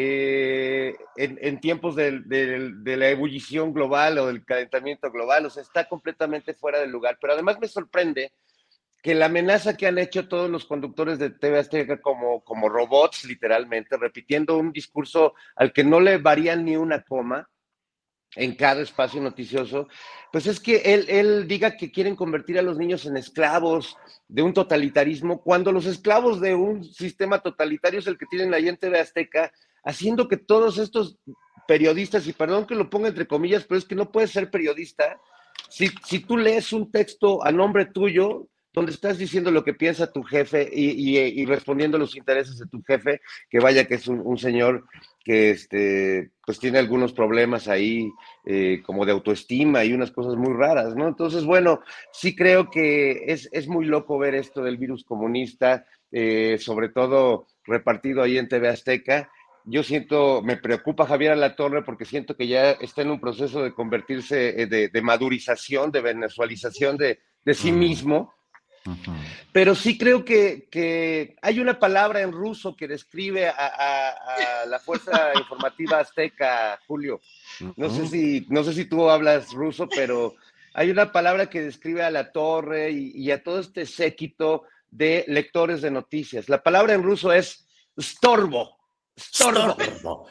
en tiempos de la ebullición global o del calentamiento global, o sea, está completamente fuera del lugar. Pero además me sorprende que la amenaza que han hecho todos los conductores de TV Azteca como robots, literalmente, repitiendo un discurso al que no le varían ni una coma en cada espacio noticioso, pues es que él diga que quieren convertir a los niños en esclavos de un totalitarismo, cuando los esclavos de un sistema totalitario es el que tienen ahí en TV Azteca, haciendo que todos estos periodistas, y perdón que lo ponga entre comillas, pero es que no puedes ser periodista si tú lees un texto a nombre tuyo, donde estás diciendo lo que piensa tu jefe y respondiendo a los intereses de tu jefe, que vaya que es un señor que pues tiene algunos problemas ahí como de autoestima y unas cosas muy raras, ¿no? Entonces, bueno, sí creo que es muy loco ver esto del virus comunista, sobre todo repartido ahí en TV Azteca. Yo me preocupa Javier Alatorre porque siento que ya está en un proceso de convertirse, de madurización, de venezualización de sí mismo. Pero sí creo que hay una palabra en ruso que describe a la Fuerza Informativa Azteca, Julio. No sé si tú hablas ruso, pero hay una palabra que describe a Alatorre y a todo este séquito de lectores de noticias. La palabra en ruso es storbo. Storbo.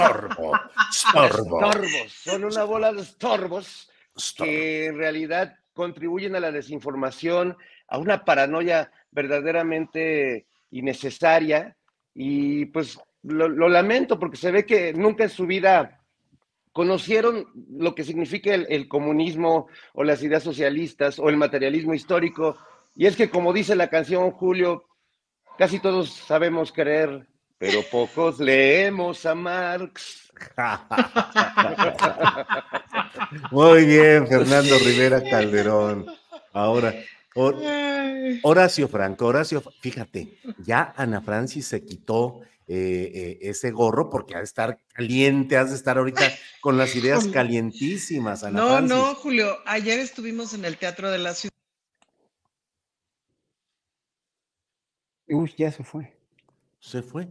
Son una bola de estorbos que en realidad contribuyen a la desinformación, a una paranoia verdaderamente innecesaria, y pues lo lamento porque se ve que nunca en su vida conocieron lo que significa el comunismo o las ideas socialistas o el materialismo histórico. Y es que, como dice la canción, Julio, casi todos sabemos querer, pero pocos leemos a Marx. Muy bien, Fernando Rivera Calderón. Ahora, Horacio Franco, fíjate, ya Ana Francis se quitó ese gorro porque ha de estar caliente, has de estar ahorita con las ideas calientísimas, Ana Francis. No, Julio, ayer estuvimos en el Teatro de la Ciudad. Uy, ya se fue. Se fue.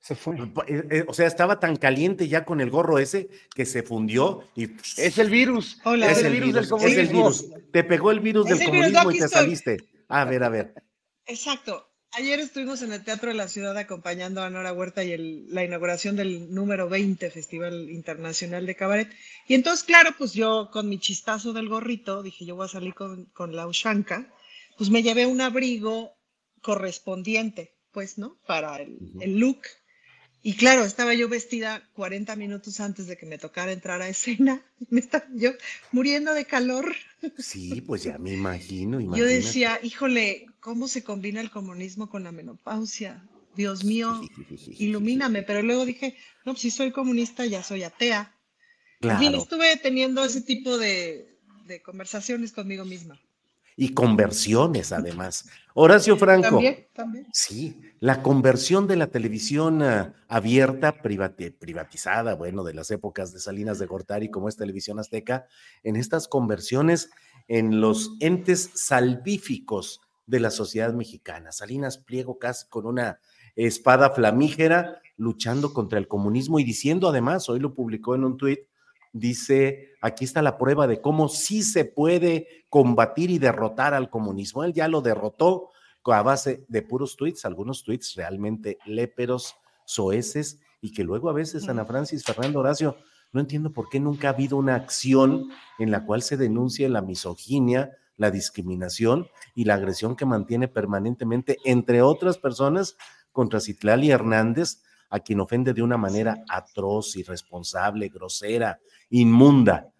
O sea, estaba tan caliente ya con el gorro ese que se fundió y... Es el virus. Hola, es el virus del comunismo. Es el virus. Te pegó el virus del comunismo y te saliste. A ver. Exacto. Ayer estuvimos en el Teatro de la Ciudad acompañando a Nora Huerta y la inauguración del número 20 Festival Internacional de Cabaret. Y entonces, claro, pues yo con mi chistazo del gorrito, dije, yo voy a salir con la Ushanka, pues me llevé un abrigo correspondiente, pues, ¿no? Para el look. Y claro, estaba yo vestida 40 minutos antes de que me tocara entrar a escena. Me estaba yo muriendo de calor. Sí, pues ya me imagino. Yo decía, híjole, ¿cómo se combina el comunismo con la menopausia? Dios mío, ilumíname. Pero luego dije, no, pues si soy comunista, ya soy atea. Claro. En fin, estuve teniendo ese tipo de conversaciones conmigo misma. Y conversiones, además. Horacio Franco. También. Sí, la conversión de la televisión abierta, privatizada, bueno, de las épocas de Salinas de Gortari, como es Televisión Azteca, en estas conversiones en los entes salvíficos de la sociedad mexicana. Salinas Pliego casi con una espada flamígera luchando contra el comunismo y diciendo además, hoy lo publicó en un tuit, dice, aquí está la prueba de cómo sí se puede combatir y derrotar al comunismo. Él ya lo derrotó a base de puros tweets, algunos tweets realmente léperos, soeces, y que luego a veces, Ana Francis, Fernando, Horacio, no entiendo por qué nunca ha habido una acción en la cual se denuncie la misoginia, la discriminación y la agresión que mantiene permanentemente, entre otras personas, contra Citlali Hernández, a quien ofende de una manera atroz, irresponsable, grosera, inmunda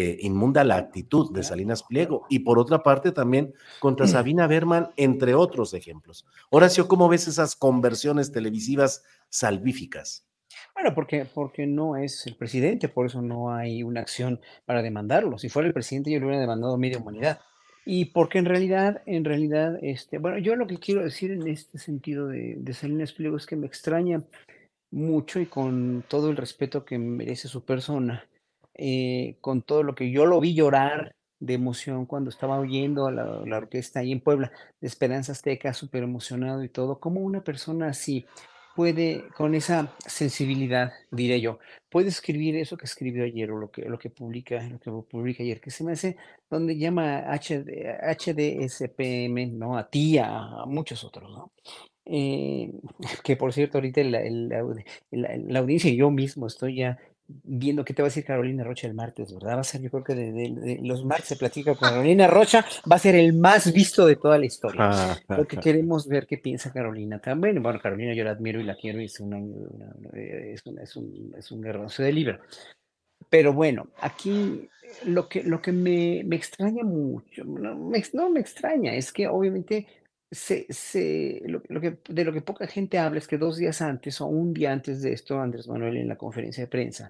la actitud de Salinas Pliego, y por otra parte también contra Sabina Berman, entre otros ejemplos. Horacio, ¿cómo ves esas conversiones televisivas salvíficas? Bueno, porque no es el presidente, por eso no hay una acción para demandarlo. Si fuera el presidente, yo le hubiera demandado a media humanidad. Y porque en realidad, bueno, yo lo que quiero decir en este sentido de Salinas Pliego es que me extraña mucho, y con todo el respeto que merece su persona, con todo lo que yo lo vi llorar de emoción cuando estaba oyendo a la orquesta ahí en Puebla, de Esperanza Azteca, súper emocionado y todo, como una persona así puede, con esa sensibilidad, diré yo, puede escribir eso que escribió ayer o lo que publica ayer, que se me hace, donde llama HDSPM, ¿no? A ti, a muchos otros, ¿no? Que por cierto, ahorita la audiencia y yo mismo estoy ya viendo qué te va a decir Carolina Rocha el martes, ¿verdad? Va a ser, yo creo que de los martes se platica con Carolina Rocha, va a ser el más visto de toda la historia. Porque queremos ver qué piensa Carolina también. Bueno, Carolina yo la admiro y la quiero, y es un garbanzo de libro. Pero bueno, aquí lo que me extraña mucho, no me extraña, es que obviamente de lo que poca gente habla es que 2 días antes o un día antes de esto, Andrés Manuel en la conferencia de prensa,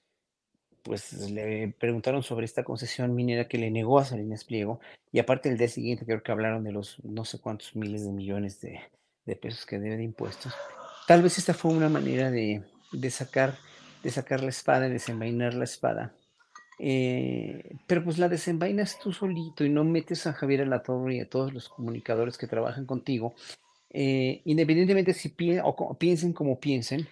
pues le preguntaron sobre esta concesión minera que le negó a Salinas Pliego, y aparte el día siguiente creo que hablaron de los no sé cuántos miles de millones de pesos que debe de impuestos. Tal vez esta fue una manera de sacar, de sacar la espada, de desenvainar la espada. Pero pues la desenvainas tú solito y no metes a Javier Alatorre y a todos los comunicadores que trabajan contigo. Independientemente si piensen como piensen,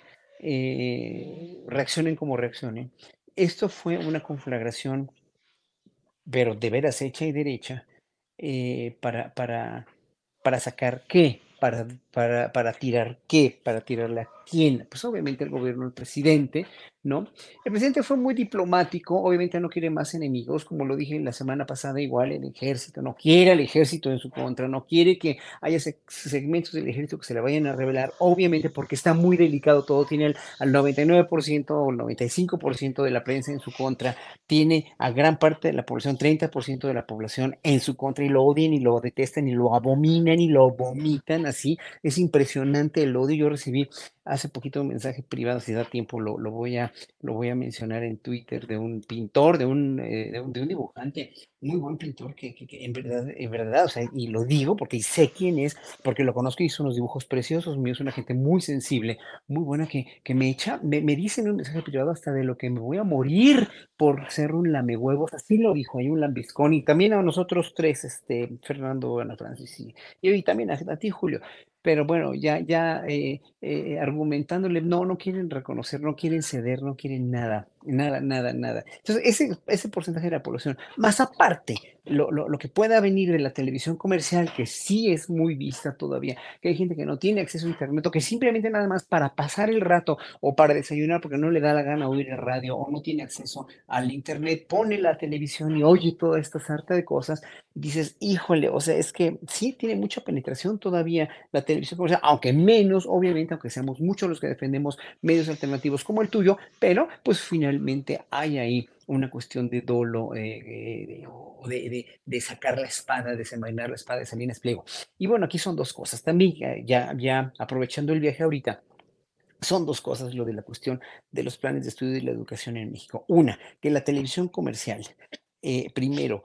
reaccionen como reaccionen. Esto fue una conflagración, pero de veras hecha y derecha, eh, para, para, para sacar qué, para tirar qué, para tirarle a quién. Pues obviamente el gobierno, el presidente, ¿no? El presidente fue muy diplomático, obviamente no quiere más enemigos, como lo dije la semana pasada, igual el ejército, no quiere al ejército en su contra, no quiere que haya segmentos del ejército que se le vayan a revelar, obviamente porque está muy delicado todo, tiene al 99% o el 95% de la prensa en su contra, tiene a gran parte de la población, 30% de la población en su contra, y lo odian y lo detestan y lo abominan y lo vomitan así. Es impresionante el odio. Yo recibí hace poquito un mensaje privado, si da tiempo lo voy a mencionar en Twitter, de un pintor, de un dibujante, muy buen pintor, que en verdad, o sea, y lo digo porque sé quién es, porque lo conozco y hizo unos dibujos preciosos míos, una gente muy sensible, muy buena, que me dice en un mensaje privado hasta de lo que me voy a morir por ser un lamehuevos, así lo dijo, hay un lambiscón, y también a nosotros tres, Fernando, Ana Francis, y también a ti, Julio. Pero bueno, argumentándole, no quieren reconocer, no quieren ceder, no quieren nada, nada, nada, nada. Entonces, ese porcentaje de la población, más aparte, lo que pueda venir de la televisión comercial, que sí es muy vista todavía, que hay gente que no tiene acceso a internet, o que simplemente nada más para pasar el rato o para desayunar porque no le da la gana oír el radio o no tiene acceso al internet, pone la televisión y oye toda esta sarta de cosas, dices, híjole, o sea, es que sí tiene mucha penetración todavía la televisión comercial, aunque menos, obviamente, aunque seamos muchos los que defendemos medios alternativos como el tuyo, pero pues finalmente hay ahí una cuestión de dolo, de sacar la espada, desenvainar la espada de Salinas Pliego. Y bueno, aquí son dos cosas. También, ya aprovechando el viaje ahorita, son dos cosas lo de la cuestión de los planes de estudio y la educación en México. Una, que la televisión comercial, primero,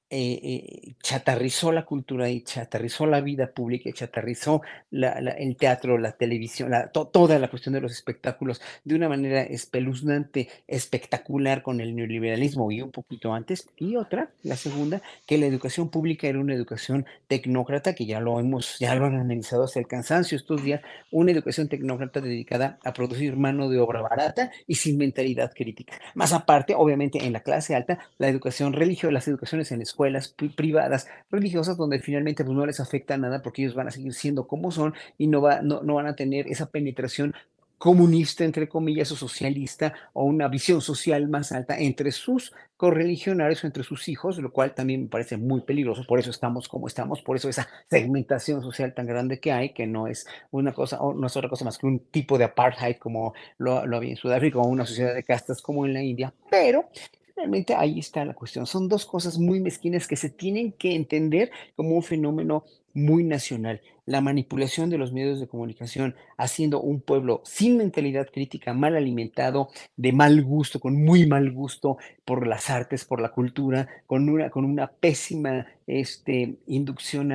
chatarrizó la cultura y chatarrizó la vida pública, y chatarrizó el teatro, la televisión, toda la cuestión de los espectáculos de una manera espeluznante, espectacular con el neoliberalismo y un poquito antes. Y otra, la segunda, que la educación pública era una educación tecnócrata, que ya lo han analizado hasta el cansancio estos días, una educación tecnócrata dedicada a producir mano de obra barata y sin mentalidad crítica. Más aparte, obviamente, en la clase alta, la educación religiosa, las educaciones en escuelas privadas religiosas, donde finalmente pues, no les afecta nada porque ellos van a seguir siendo como son y no van a tener esa penetración comunista, entre comillas, o socialista, o una visión social más alta entre sus correligionarios, entre sus hijos, lo cual también me parece muy peligroso. Por eso estamos como estamos, por eso esa segmentación social tan grande que hay, que no es una cosa, o no es otra cosa más que un tipo de apartheid como lo había en Sudáfrica, o una sociedad de castas como en la India, pero realmente ahí está la cuestión. Son dos cosas muy mezquinas que se tienen que entender como un fenómeno muy nacional. La manipulación de los medios de comunicación, haciendo un pueblo sin mentalidad crítica, mal alimentado, de mal gusto, con muy mal gusto por las artes, por la cultura, con una pésima inducción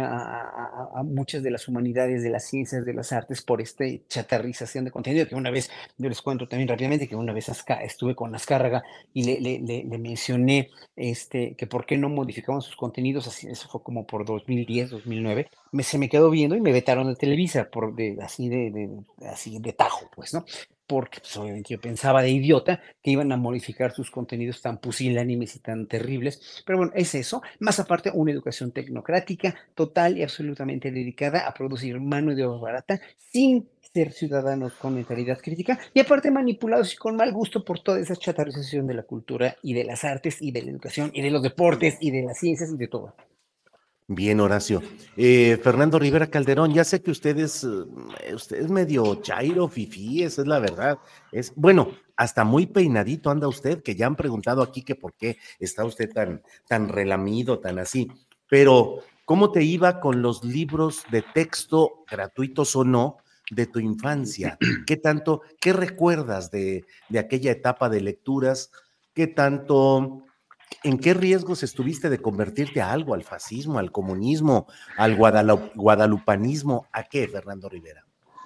a muchas de las humanidades, de las ciencias, de las artes, por esta chatarrización de contenido, que una vez, yo les cuento también rápidamente, que una vez estuve con Azcárraga y le mencioné que por qué no modificaban sus contenidos, así, eso fue como por 2010, 2009, se me quedó viendo y me vetaron de Televisa, así de tajo, pues, ¿no? Porque pues, obviamente yo pensaba de idiota que iban a modificar sus contenidos tan pusilánimes y tan terribles, pero bueno, es eso, más aparte una educación tecnocrática total y absolutamente dedicada a producir mano de obra barata sin ser ciudadanos con mentalidad crítica, y aparte manipulados y con mal gusto por toda esa chatarrización de la cultura y de las artes y de la educación y de los deportes y de las ciencias y de todo. Bien, Horacio. Fernando Rivera Calderón, ya sé que usted es medio chairo, fifí, esa es la verdad. Bueno, hasta muy peinadito anda usted, que ya han preguntado aquí que por qué está usted tan relamido, tan así. Pero, ¿cómo te iba con los libros de texto, gratuitos o no, de tu infancia? ¿Qué recuerdas de aquella etapa de lecturas? ¿En qué riesgos estuviste de convertirte a algo, al fascismo, al comunismo, al guadalupanismo? ¿A qué, Fernando Rivera?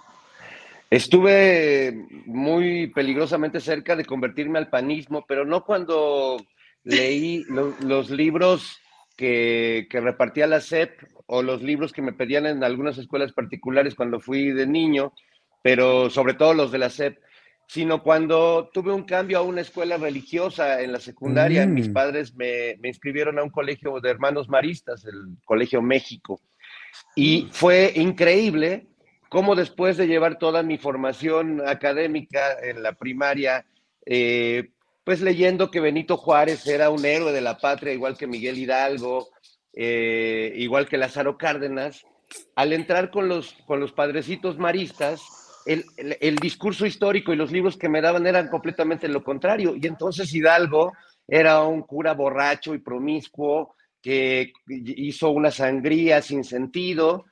Estuve muy peligrosamente cerca de convertirme al panismo, pero no cuando leí los libros que repartía la SEP o los libros que me pedían en algunas escuelas particulares cuando fui de niño, pero sobre todo los de la SEP, sino cuando tuve un cambio a una escuela religiosa en la secundaria. Mis padres me inscribieron a un colegio de hermanos maristas, el Colegio México, y fue increíble cómo después de llevar toda mi formación académica en la primaria, pues leyendo que Benito Juárez era un héroe de la patria, igual que Miguel Hidalgo, igual que Lázaro Cárdenas, al entrar con los padrecitos maristas, el discurso histórico y los libros que me daban eran completamente lo contrario. Y entonces Hidalgo era un cura borracho y promiscuo que hizo una sangría sin sentido.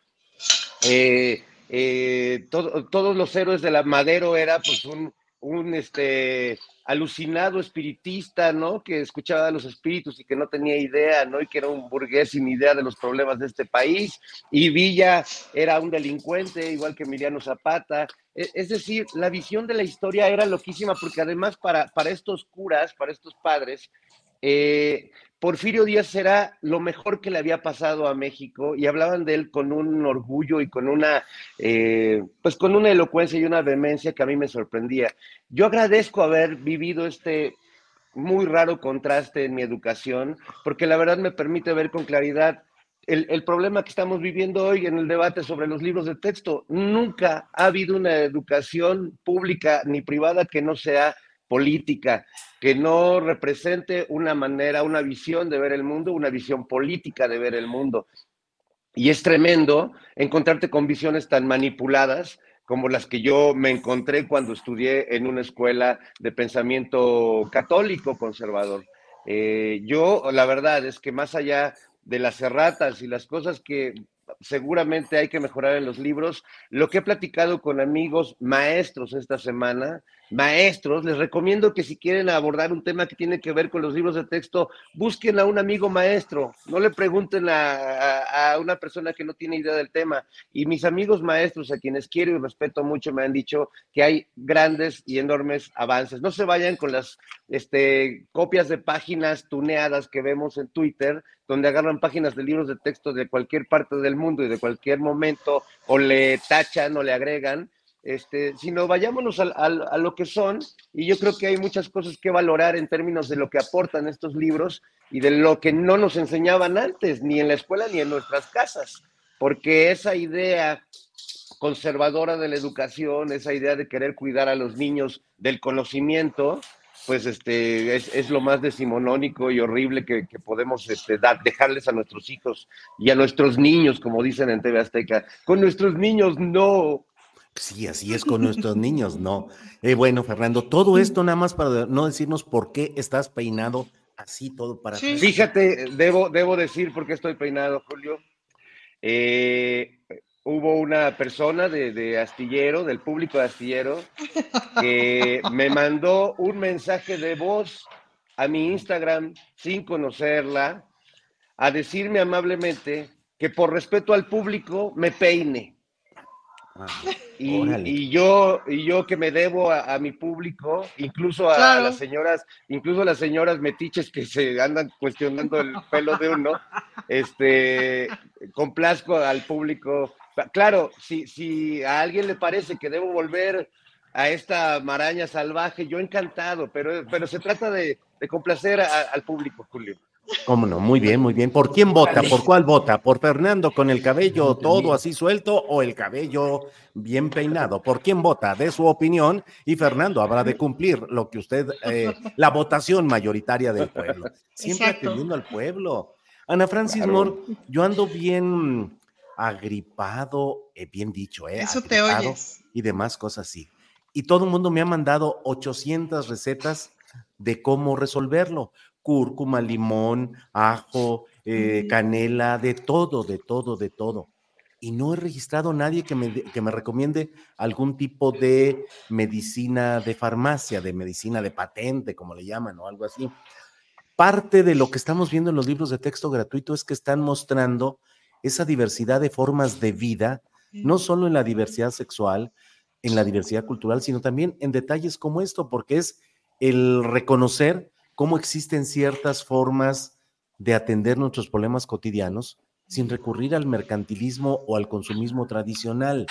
Todos los héroes de la Madero era pues un alucinado espiritista, ¿no? Que escuchaba a los espíritus y que no tenía idea, ¿no? Y que era un burgués sin idea de los problemas de este país. Y Villa era un delincuente, igual que Emiliano Zapata. Es decir, la visión de la historia era loquísima, porque además para estos curas, para estos padres, Porfirio Díaz era lo mejor que le había pasado a México, y hablaban de él con un orgullo y con una elocuencia y una vehemencia que a mí me sorprendía. Yo agradezco haber vivido este muy raro contraste en mi educación, porque la verdad me permite ver con claridad el problema que estamos viviendo hoy en el debate sobre los libros de texto. Nunca ha habido una educación pública ni privada que no sea política, que no represente una manera, una visión de ver el mundo, una visión política de ver el mundo. Y es tremendo encontrarte con visiones tan manipuladas como las que yo me encontré cuando estudié en una escuela de pensamiento católico conservador. Yo, la verdad es que más allá de las erratas y las cosas que seguramente hay que mejorar en los libros, lo que he platicado con amigos maestros esta semana, les recomiendo que si quieren abordar un tema que tiene que ver con los libros de texto, busquen a un amigo maestro, no le pregunten a una persona que no tiene idea del tema. Y mis amigos maestros, a quienes quiero y respeto mucho, me han dicho que hay grandes y enormes avances. No se vayan con las copias de páginas tuneadas que vemos en Twitter, donde agarran páginas de libros de texto de cualquier parte del mundo y de cualquier momento, o le tachan o le agregan, sino vayámonos a lo que son. Y yo creo que hay muchas cosas que valorar en términos de lo que aportan estos libros y de lo que no nos enseñaban antes, ni en la escuela ni en nuestras casas, porque esa idea conservadora de la educación, esa idea de querer cuidar a los niños del conocimiento, pues es lo más decimonónico y horrible que podemos dejarles a nuestros hijos y a nuestros niños, como dicen en TV Azteca. Con nuestros niños no. Sí, así es, con nuestros niños no. Bueno, Fernando, todo esto nada más para no decirnos por qué estás peinado así todo para atrás. Fíjate, debo decir por qué estoy peinado, Julio. Hubo una persona de Astillero, del público de Astillero, que me mandó un mensaje de voz a mi Instagram sin conocerla, a decirme amablemente que por respeto al público me peine. Y yo que me debo a mi público, incluso a las señoras metiches que se andan cuestionando el pelo de uno, complazco al público. Claro, si a alguien le parece que debo volver a esta maraña salvaje, yo encantado, pero se trata de complacer al público, Julio. ¿Cómo no? Muy bien, muy bien. ¿Por quién vota? ¿Por cuál vota? ¿Por Fernando con el cabello todo así suelto o el cabello bien peinado? ¿Por quién vota? De su opinión, y Fernando habrá de cumplir lo que usted, la votación mayoritaria del pueblo. Siempre atendiendo al pueblo. Ana Francis Moore, yo ando bien agripado, bien dicho, Eso agripado te oyes. y demás cosas así. y todo el mundo me ha mandado 800 recetas de cómo resolverlo. Cúrcuma, limón, ajo, canela, de todo, de todo, de todo. Y no he registrado a nadie que me recomiende algún tipo de medicina de farmacia, de medicina de patente, como le llaman, o algo así. Parte de lo que estamos viendo en los libros de texto gratuito es que están mostrando esa diversidad de formas de vida, no solo en la diversidad sexual, en la diversidad cultural, sino también en detalles como esto, porque es el reconocer cómo existen ciertas formas de atender nuestros problemas cotidianos sin recurrir al mercantilismo o al consumismo tradicional.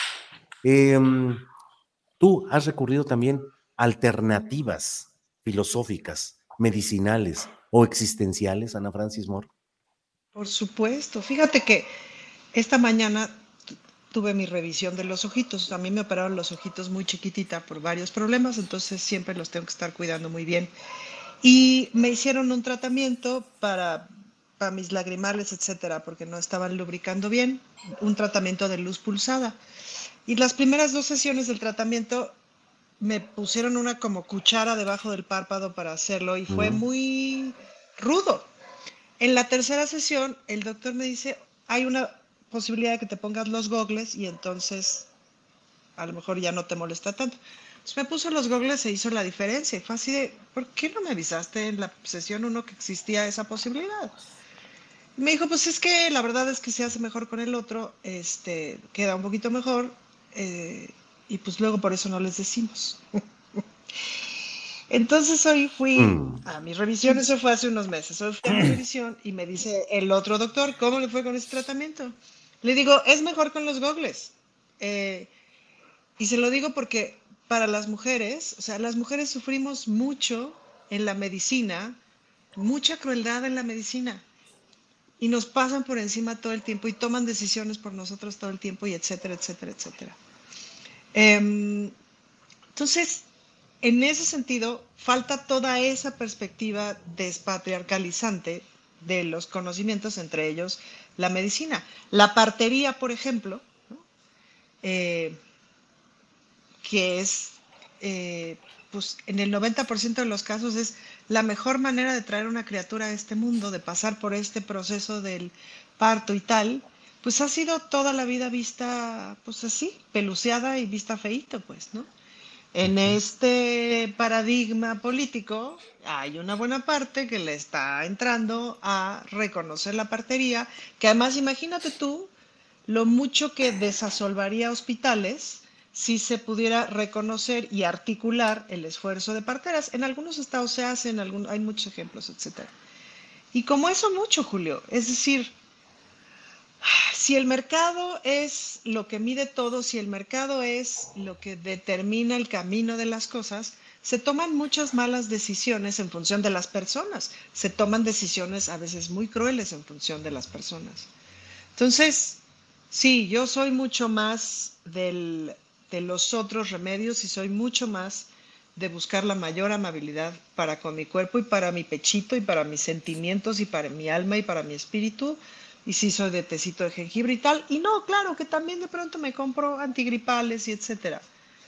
Tú has recurrido también a alternativas filosóficas, medicinales o existenciales, Ana Francis Moore. Por supuesto. Fíjate que esta mañana tuve mi revisión de los ojitos. A mí me operaron los ojitos muy chiquitita por varios problemas, entonces siempre los tengo que estar cuidando muy bien. Y me hicieron un tratamiento para mis lagrimales, etcétera, porque no estaban lubricando bien, un tratamiento de luz pulsada. Y las primeras 2 sesiones del tratamiento me pusieron una como cuchara debajo del párpado para hacerlo y fue muy rudo. En la tercera sesión, el doctor me dice, hay una posibilidad de que te pongas los gogles y entonces a lo mejor ya no te molesta tanto. Entonces me puso los gogles, se hizo la diferencia y fue así de, ¿por qué no me avisaste en la sesión 1 que existía esa posibilidad? Y me dijo, pues es que la verdad es que se hace mejor con el otro, queda un poquito mejor y pues luego por eso no les decimos. Entonces hoy fui a mi revisión, eso fue hace unos meses, hoy fui a mi revisión y me dice el otro doctor, ¿cómo le fue con ese tratamiento? Le digo, es mejor con los gogles. Y se lo digo porque para las mujeres, o sea, las mujeres sufrimos mucho en la medicina, mucha crueldad en la medicina. Y nos pasan por encima todo el tiempo y toman decisiones por nosotros todo el tiempo y etcétera, etcétera, etcétera. Entonces, en ese sentido, falta toda esa perspectiva despatriarcalizante de los conocimientos, entre ellos la medicina. La partería, por ejemplo, ¿no? Que es, pues en el 90% de los casos es la mejor manera de traer una criatura a este mundo, de pasar por este proceso del parto y tal, pues ha sido toda la vida vista, pues así, peluceada y vista feíto, pues, ¿no? En este paradigma político hay una buena parte que le está entrando a reconocer la partería, que además imagínate tú lo mucho que desasolvaría hospitales si se pudiera reconocer y articular el esfuerzo de parteras. En algunos estados se hace, hay muchos ejemplos, etcétera. Y como eso mucho, Julio, es decir, si el mercado es lo que mide todo, si el mercado es lo que determina el camino de las cosas, se toman muchas malas decisiones en función de las personas. Se toman decisiones a veces muy crueles en función de las personas. Entonces, sí, yo soy mucho más de los otros remedios y soy mucho más de buscar la mayor amabilidad para con mi cuerpo y para mi pechito y para mis sentimientos y para mi alma y para mi espíritu. Y sí soy de tecito de jengibre y tal. Y no, claro, que también de pronto me compro antigripales y etcétera.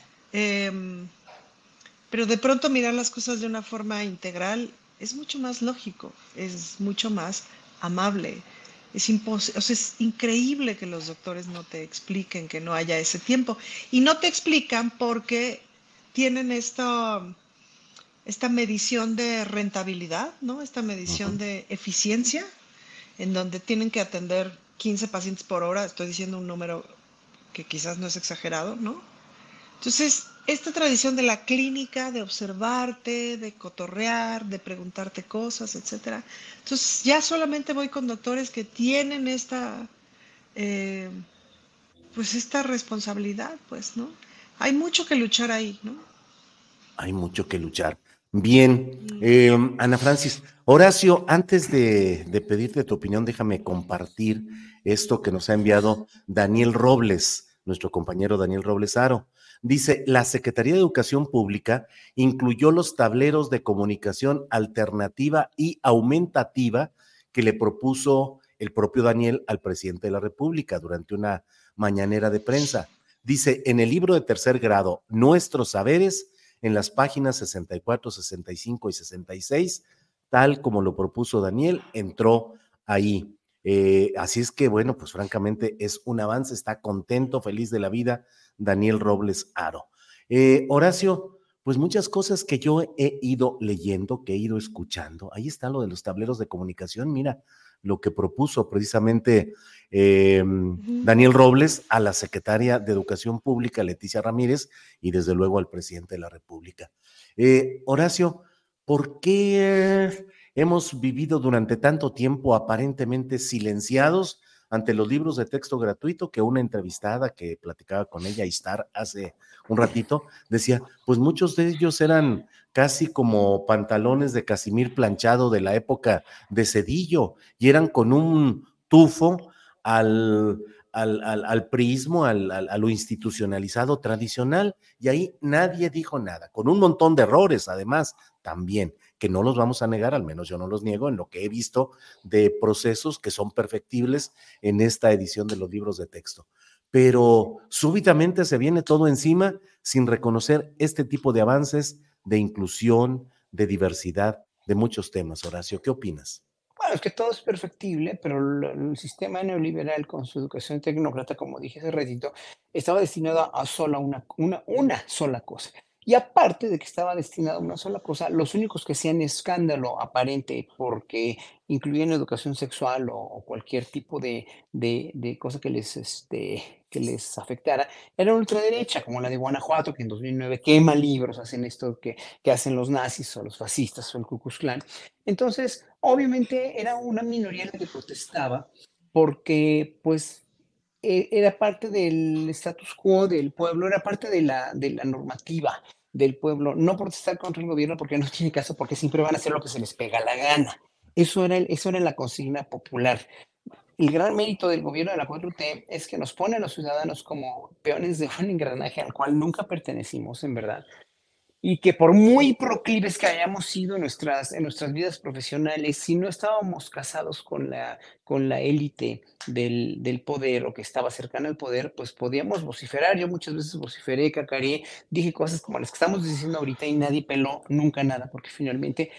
Pero de pronto mirar las cosas de una forma integral es mucho más lógico, es mucho más amable. Es increíble que los doctores no te expliquen que no haya ese tiempo. Y no te explican porque tienen esta medición de rentabilidad, ¿no? Esta medición de eficiencia, en donde tienen que atender 15 pacientes por hora, estoy diciendo un número que quizás no es exagerado, ¿no? Entonces, esta tradición de la clínica, de observarte, de cotorrear, de preguntarte cosas, etcétera. Entonces, ya solamente voy con doctores que tienen esta responsabilidad, pues, ¿no? Hay mucho que luchar ahí, ¿no? Hay mucho que luchar. Bien, Ana Francis. Horacio, antes de pedirte tu opinión, déjame compartir esto que nos ha enviado Daniel Robles, nuestro compañero Daniel Robles Aro. Dice, la Secretaría de Educación Pública incluyó los tableros de comunicación alternativa y aumentativa que le propuso el propio Daniel al presidente de la República durante una mañanera de prensa. Dice, en el libro de tercer grado, Nuestros Saberes, en las páginas 64, 65 y 66, tal como lo propuso Daniel, entró ahí. Así es que, bueno, pues francamente es un avance, está contento, feliz de la vida, Daniel Robles Aro. Horacio, pues muchas cosas que yo he ido leyendo, que he ido escuchando. Ahí está lo de los tableros de comunicación, mira lo que propuso precisamente Daniel Robles a la secretaria de Educación Pública, Leticia Ramírez, y desde luego al presidente de la República. Horacio, ¿por qué hemos vivido durante tanto tiempo aparentemente silenciados ante los libros de texto gratuito? Que una entrevistada que platicaba con ella, Istar, hace un ratito, decía, pues muchos de ellos eran casi como pantalones de casimir planchado de la época de Cedillo, y eran con un tufo al priismo, a lo institucionalizado tradicional, y ahí nadie dijo nada, con un montón de errores además también, que no los vamos a negar, al menos yo no los niego en lo que he visto de procesos que son perfectibles en esta edición de los libros de texto. Pero súbitamente se viene todo encima sin reconocer este tipo de avances de inclusión, de diversidad, de muchos temas. Horacio, ¿qué opinas? Bueno, es que todo es perfectible, pero el sistema neoliberal con su educación tecnócrata, como dije hace ratito, estaba destinado a sola una sola cosa. Y aparte de que estaba destinado a una sola cosa, los únicos que hacían escándalo aparente porque incluían educación sexual o cualquier tipo de cosa que les afectara, era ultraderecha, como la de Guanajuato, que en 2009 quema libros, hacen esto que hacen los nazis o los fascistas o el Ku Klux Klan. Entonces, obviamente era una minoría la que protestaba porque, pues, era parte del status quo del pueblo, era parte de la normativa del pueblo. No protestar contra el gobierno porque no tiene caso, porque siempre van a hacer lo que se les pega la gana. Eso era la consigna popular. El gran mérito del gobierno de la 4T es que nos pone a los ciudadanos como peones de un engranaje al cual nunca pertenecimos, en verdad, y que por muy proclives que hayamos sido en nuestras vidas profesionales, si no estábamos casados con la élite del poder o que estaba cercana al poder, pues podíamos vociferar. Yo muchas veces vociferé, cacareé, dije cosas como las que estamos diciendo ahorita y nadie peló nunca nada, porque finalmente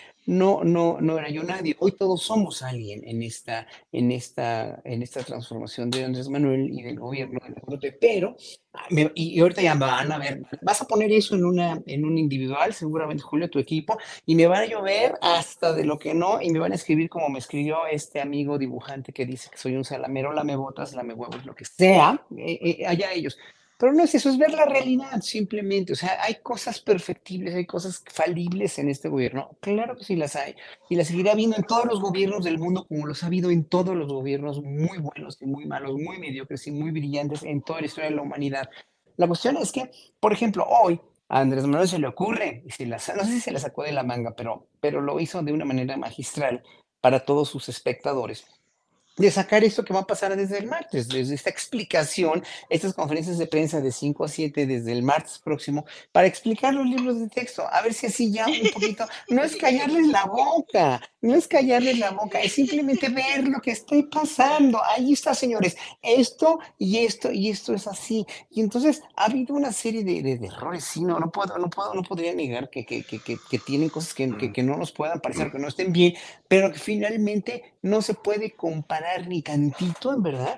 no era yo nadie. Hoy todos somos alguien en esta transformación de Andrés Manuel y del gobierno de la 4T, pero y ahorita ya van a ver, vas a poner eso en un individual, seguramente Julio, tu equipo, y me van a llover hasta de lo que no, y me van a escribir como me escribió este amigo dibujante que dice que soy un salamero, lame botas, lame huevos, lo que sea, allá ellos. Pero no es eso, es ver la realidad simplemente. O sea, hay cosas perfectibles, hay cosas falibles en este gobierno. Claro que sí las hay. Y las seguirá habiendo en todos los gobiernos del mundo, como los ha habido en todos los gobiernos muy buenos y muy malos, muy mediocres y muy brillantes en toda la historia de la humanidad. La cuestión es que, por ejemplo, hoy a Andrés Manuel se le ocurre, y no sé si se la sacó de la manga, pero lo hizo de una manera magistral para todos sus espectadores, de sacar esto que va a pasar desde el martes, desde esta explicación, estas conferencias de prensa de 5 a 7 desde el martes próximo, para explicar los libros de texto, a ver si así ya un poquito, no es callarles la boca, no es callarles la boca, es simplemente ver lo que está pasando. Ahí está, señores, esto y esto y esto es así. Y entonces ha habido una serie de errores, sí, no podría negar que tienen cosas que no nos puedan parecer, que no estén bien, pero que finalmente no se puede comparar ni tantito, en verdad,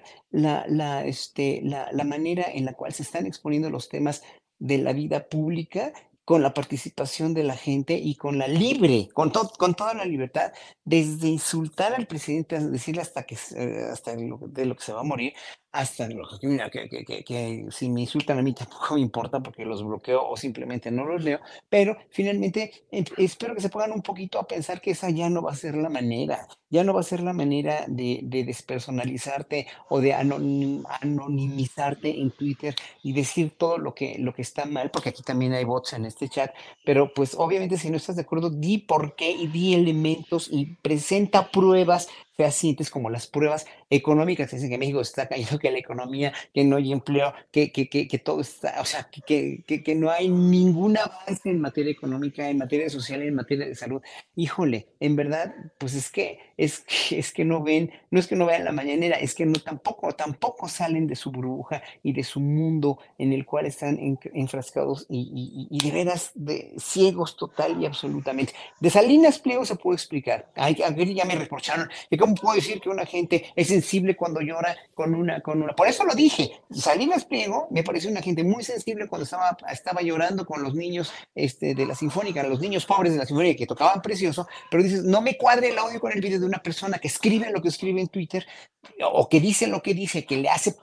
la manera en la cual se están exponiendo los temas de la vida pública con la participación de la gente y con con toda la libertad, desde insultar al presidente, decirle hasta de lo que se va a morir, hasta lo que si me insultan a mí tampoco me importa porque los bloqueo o simplemente no los leo, pero finalmente espero que se pongan un poquito a pensar que esa ya no va a ser la manera, ya no va a ser la manera de despersonalizarte o de anonimizarte en Twitter y decir todo lo que está mal, porque aquí también hay bots en este chat, pero pues obviamente si no estás de acuerdo, di por qué y di elementos y presenta pruebas fehacientes como las pruebas económicas que dicen que México está cayendo, que la economía, que no hay empleo, que todo está, o sea, que no hay ningún avance en materia económica, en materia social, en materia de salud. Híjole, en verdad, pues es que no ven, no es que no vean la mañanera, es que no tampoco salen de su burbuja y de su mundo en el cual están enfrascados y de veras ciegos total y absolutamente. De Salinas Pliego se puede explicar. Ay, a ver, ya me reprocharon que cómo puedo decir que una gente es sensible cuando llora con una. Por eso lo dije. Salinas Pliego me pareció una gente muy sensible cuando estaba llorando con los niños de la Sinfónica, los niños pobres de la Sinfónica que tocaban precioso, pero dices, no me cuadre el audio con el video de una persona que escribe lo que escribe en Twitter o que dice lo que dice, que le hace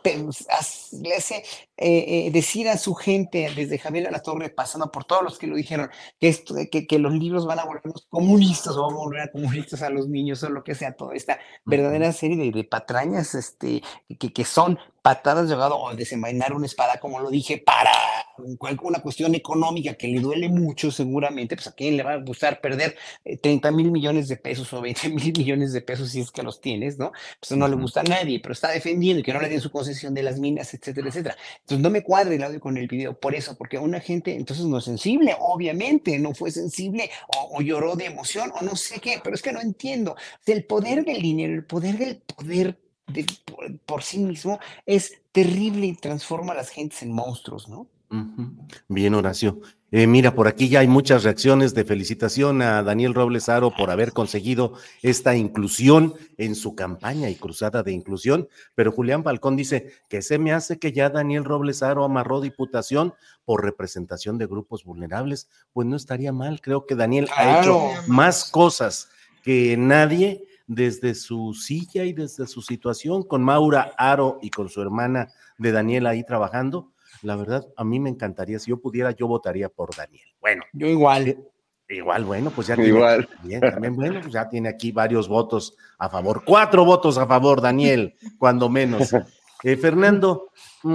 decir a su gente, desde Javier Alatorre, pasando por todos los que lo dijeron, que los libros van a volvernos comunistas o van a volver a comunistas a los niños o lo que sea, toda esta verdadera serie de patrañas que son patadas de ahogado o desenvainar una espada, como lo dije, para una cuestión económica que le duele mucho seguramente, pues a quién le va a gustar perder 30,000 millones de pesos o 20,000 millones de pesos si es que los tienes, ¿no? Pues no le gusta a nadie, pero está defendiendo y que no le den su concesión de las minas, etcétera, etcétera. Entonces no me cuadre el audio con el video por eso, porque una gente entonces no es sensible, obviamente no fue sensible o lloró de emoción o no sé qué, pero es que no entiendo. O sea, el poder del dinero, el poder del poder por sí mismo es terrible y transforma a las gentes en monstruos, ¿no? Bien, Horacio. Mira, por aquí ya hay muchas reacciones de felicitación a Daniel Robles Aro por haber conseguido esta inclusión en su campaña y cruzada de inclusión, pero Julián Falcón dice que se me hace que ya Daniel Robles Aro amarró diputación por representación de grupos vulnerables. Pues no estaría mal, creo que Daniel ha hecho más cosas que nadie desde su silla y desde su situación, con Maura Aro y con su hermana de Daniel ahí trabajando. La verdad, a mí me encantaría, si yo pudiera, yo votaría por Daniel. Bueno. Yo igual. Igual, bueno, pues ya tiene, también, bueno, pues ya tiene aquí varios votos a favor. 4 votos a favor, Daniel, cuando menos. Fernando,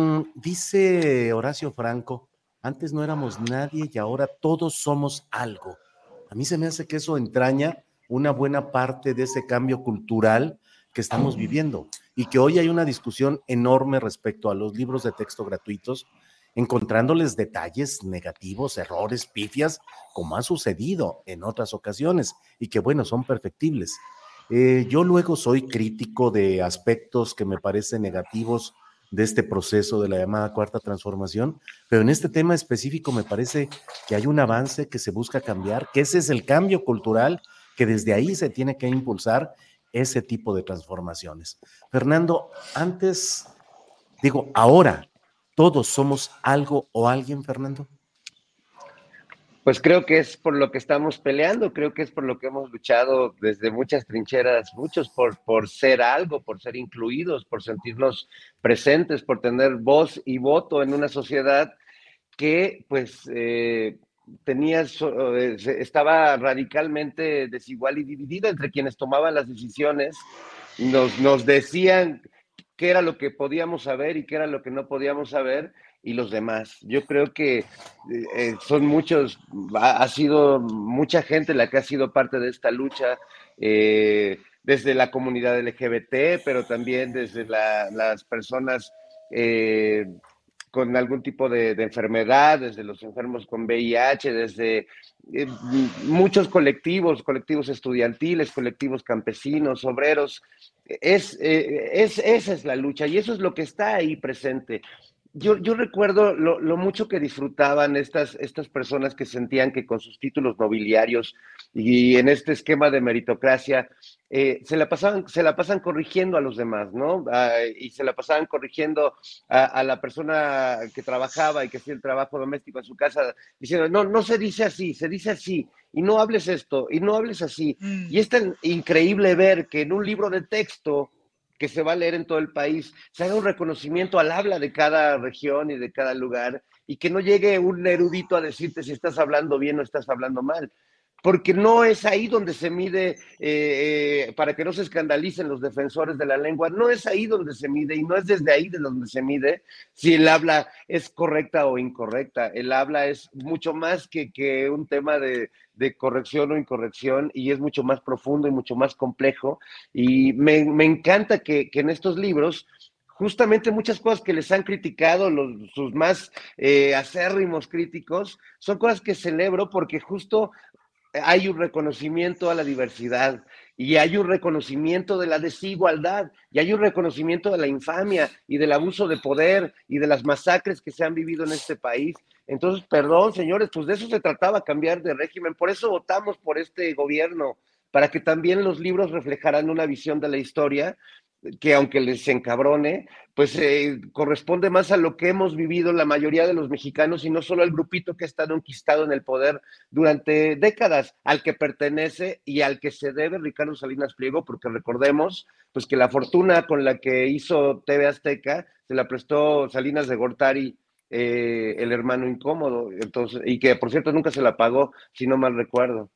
dice Horacio Franco, antes no éramos nadie y ahora todos somos algo. A mí se me hace que eso entraña una buena parte de ese cambio cultural que estamos viviendo y que hoy hay una discusión enorme respecto a los libros de texto gratuitos, encontrándoles detalles negativos, errores, pifias, como ha sucedido en otras ocasiones y que, bueno, son perfectibles. Yo luego soy crítico de aspectos que me parecen negativos de este proceso de la llamada Cuarta Transformación, pero en este tema específico me parece que hay un avance que se busca cambiar, que ese es el cambio cultural, que desde ahí se tiene que impulsar ese tipo de transformaciones. Fernando, ahora, ¿todos somos algo o alguien, Fernando? Pues creo que es por lo que estamos peleando, creo que es por lo que hemos luchado desde muchas trincheras, muchos por ser algo, por ser incluidos, por sentirnos presentes, por tener voz y voto en una sociedad que pues estaba radicalmente desigual y dividida entre quienes tomaban las decisiones, nos decían qué era lo que podíamos saber y qué era lo que no podíamos saber, y los demás. Yo creo que son muchos, ha sido mucha gente la que ha sido parte de esta lucha, desde la comunidad LGBT, pero también desde las personas con algún tipo de enfermedad, desde los enfermos con VIH, desde muchos colectivos estudiantiles, colectivos campesinos, obreros. Esa es la lucha y eso es lo que está ahí presente. Yo recuerdo lo mucho que disfrutaban estas personas que sentían que con sus títulos nobiliarios y en este esquema de meritocracia se la pasan corrigiendo a los demás, ¿no? Y se la pasaban corrigiendo a la persona que trabajaba y que hacía el trabajo doméstico en su casa, diciendo, no se dice así, se dice así, y no hables esto, y no hables así. Y es tan increíble ver que en un libro de texto que se va a leer en todo el país, se haga un reconocimiento al habla de cada región y de cada lugar, y que no llegue un erudito a decirte si estás hablando bien o estás hablando mal, porque no es ahí donde se mide, para que no se escandalicen los defensores de la lengua, no es ahí donde se mide y no es desde ahí de donde se mide si el habla es correcta o incorrecta. El habla es mucho más que un tema de corrección o incorrección, y es mucho más profundo y mucho más complejo, y me encanta que en estos libros justamente muchas cosas que les han criticado sus más acérrimos críticos son cosas que celebro, porque justo hay un reconocimiento a la diversidad, y hay un reconocimiento de la desigualdad, y hay un reconocimiento de la infamia y del abuso de poder y de las masacres que se han vivido en este país. Entonces, perdón, señores, pues de eso se trataba, cambiar de régimen. Por eso votamos por este gobierno, para que también los libros reflejaran una visión de la historia que, aunque les encabrone, pues corresponde más a lo que hemos vivido la mayoría de los mexicanos, y no solo al grupito que ha estado enquistado en el poder durante décadas, al que pertenece y al que se debe Ricardo Salinas Pliego, porque recordemos pues que la fortuna con la que hizo TV Azteca se la prestó Salinas de Gortari, el hermano incómodo, entonces, y que por cierto nunca se la pagó, si no mal recuerdo.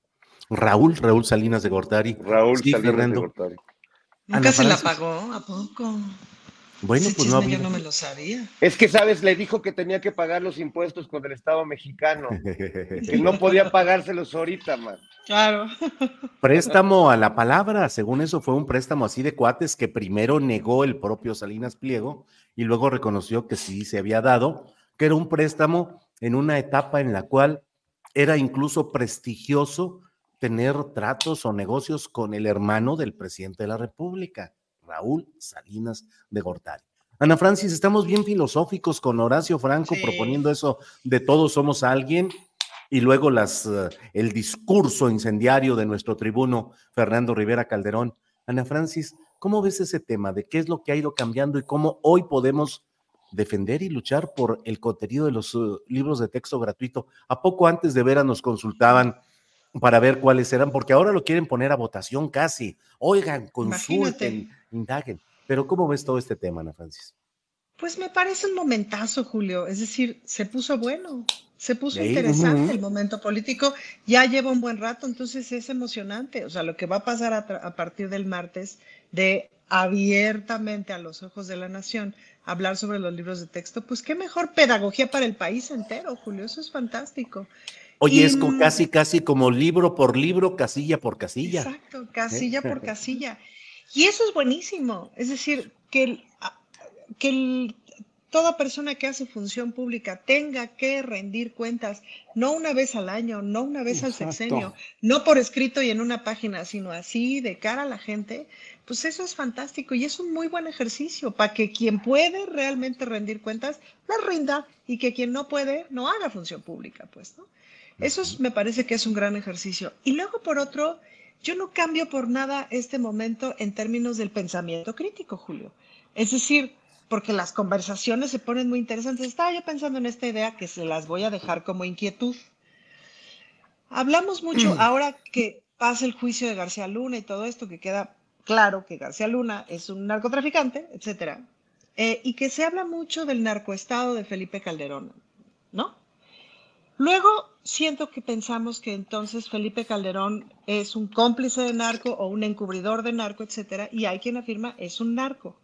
Raúl Salinas de Gortari. Raúl Sí, Salinas Fernando. de Gortari. Nunca se la pagó, ¿a poco? Bueno, Ese pues chisme no yo no me lo sabía. Es que, ¿sabes? Le dijo que tenía que pagar los impuestos con el Estado mexicano, que no podía pagárselos ahorita, man. Claro. Préstamo a la palabra, según eso fue un préstamo así de cuates que primero negó el propio Salinas Pliego y luego reconoció que sí se había dado, que era un préstamo en una etapa en la cual era incluso prestigioso tener tratos o negocios con el hermano del presidente de la República, Raúl Salinas de Gortari. Ana Francis, estamos bien filosóficos con Horacio Franco, sí, proponiendo eso de todos somos alguien, y luego el discurso incendiario de nuestro tribuno Fernando Rivera Calderón. Ana Francis, ¿cómo ves ese tema de qué es lo que ha ido cambiando y cómo hoy podemos defender y luchar por el contenido de los libros de texto gratuito? ¿A poco antes de veras nos consultaban para ver cuáles eran? Porque ahora lo quieren poner a votación casi. Oigan, consulten, imagínate, indaguen. Pero ¿cómo ves todo este tema, Ana Francis? Pues me parece un momentazo, Julio. Es decir, se puso bueno, se puso interesante el momento político. Ya lleva un buen rato, entonces es emocionante. O sea, lo que va a pasar a partir del martes, de abiertamente a los ojos de la nación hablar sobre los libros de texto, pues qué mejor pedagogía para el país entero, Julio. Eso es fantástico. Oye, es casi como libro por libro, casilla por casilla. Exacto, casilla por casilla. Y eso es buenísimo. Es decir, toda persona que hace función pública tenga que rendir cuentas, no una vez al año, no una vez al sexenio, no por escrito y en una página, sino así de cara a la gente, pues eso es fantástico y es un muy buen ejercicio para que quien puede realmente rendir cuentas, las rinda, y que quien no puede, no haga función pública, pues, ¿no? Eso me parece que es un gran ejercicio. Y luego, por otro, yo no cambio por nada este momento en términos del pensamiento crítico, Julio. Es decir, porque las conversaciones se ponen muy interesantes. Estaba yo pensando en esta idea que se las voy a dejar como inquietud. Hablamos mucho, ahora que pasa el juicio de García Luna y todo esto, que queda claro que García Luna es un narcotraficante, etcétera, y que se habla mucho del narcoestado de Felipe Calderón, ¿no? Luego siento que pensamos que entonces Felipe Calderón es un cómplice de narco o un encubridor de narco, etcétera, y hay quien afirma es un narco.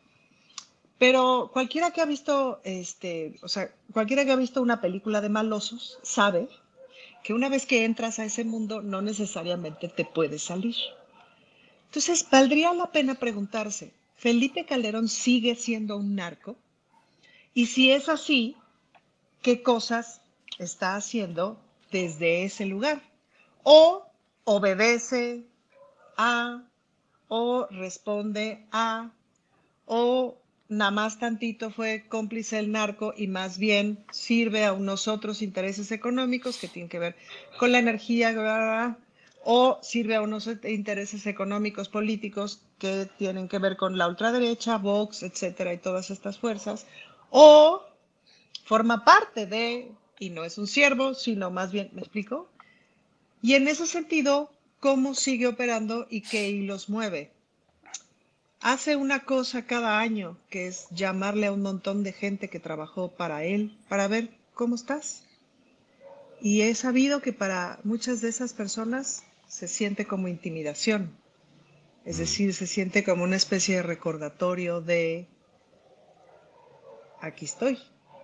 Pero cualquiera que ha visto, cualquiera que ha visto una película de malosos sabe que una vez que entras a ese mundo no necesariamente te puedes salir. Entonces, valdría la pena preguntarse, ¿Felipe Calderón sigue siendo un narco? Y si es así, ¿qué cosas está haciendo desde ese lugar? O obedece a, o responde a, o nada más tantito fue cómplice del narco y más bien sirve a unos otros intereses económicos que tienen que ver con la energía, bla, bla, bla, o sirve a unos intereses económicos políticos que tienen que ver con la ultraderecha, Vox, etcétera, y todas estas fuerzas, o forma parte de, y no es un siervo, sino más bien, ¿me explico? Y en ese sentido, ¿cómo sigue operando y qué hilos mueve? Hace una cosa cada año, que es llamarle a un montón de gente que trabajó para él, para ver cómo estás. Y he sabido que para muchas de esas personas se siente como intimidación. Es decir, se siente como una especie de recordatorio de aquí estoy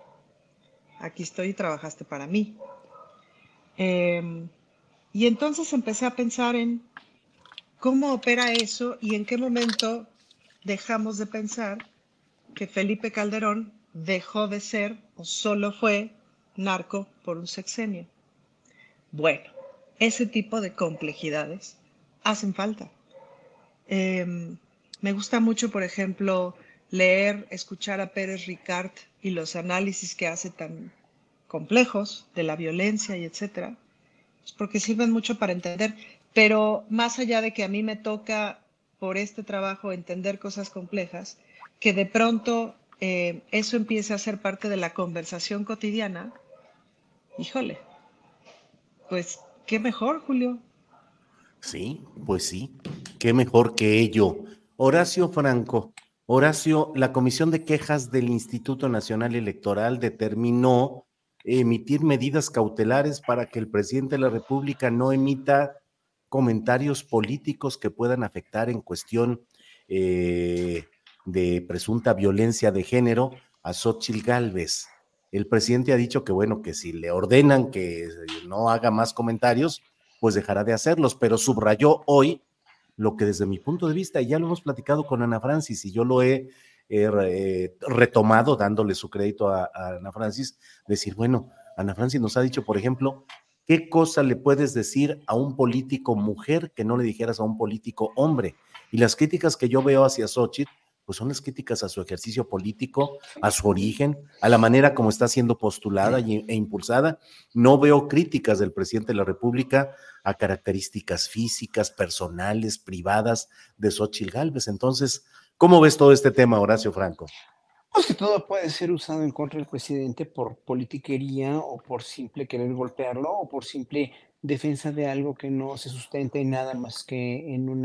y trabajaste para mí. Y entonces empecé a pensar en cómo opera eso y en qué momento dejamos de pensar que Felipe Calderón dejó de ser o solo fue narco por un sexenio. Bueno, ese tipo de complejidades hacen falta. Me gusta mucho, por ejemplo, leer, escuchar a Pérez Ricard y los análisis que hace tan complejos de la violencia y etcétera, porque sirven mucho para entender. Pero más allá de que a mí me toca por este trabajo entender cosas complejas, que de pronto eso empiece a ser parte de la conversación cotidiana, híjole, pues qué mejor, Julio. Sí, pues sí, qué mejor que ello. Horacio Franco, Horacio, la Comisión de Quejas del Instituto Nacional Electoral determinó emitir medidas cautelares para que el presidente de la República no emita comentarios políticos que puedan afectar en cuestión de presunta violencia de género a Xóchitl Gálvez. El presidente ha dicho que bueno, que si le ordenan que no haga más comentarios, pues dejará de hacerlos, pero subrayó hoy lo que desde mi punto de vista, y ya lo hemos platicado con Ana Francis, y yo lo he retomado dándole su crédito a Ana Francis, decir, bueno, Ana Francis nos ha dicho, por ejemplo, ¿qué cosa le puedes decir a un político mujer que no le dijeras a un político hombre? Y las críticas que yo veo hacia Xóchitl, pues son las críticas a su ejercicio político, a su origen, a la manera como está siendo postulada e impulsada. No veo críticas del presidente de la República a características físicas, personales, privadas de Xóchitl Gálvez. Entonces, ¿cómo ves todo este tema, Horacio Franco? Pues que todo puede ser usado en contra del presidente por politiquería o por simple querer golpearlo o por simple defensa de algo que no se sustenta en nada más que en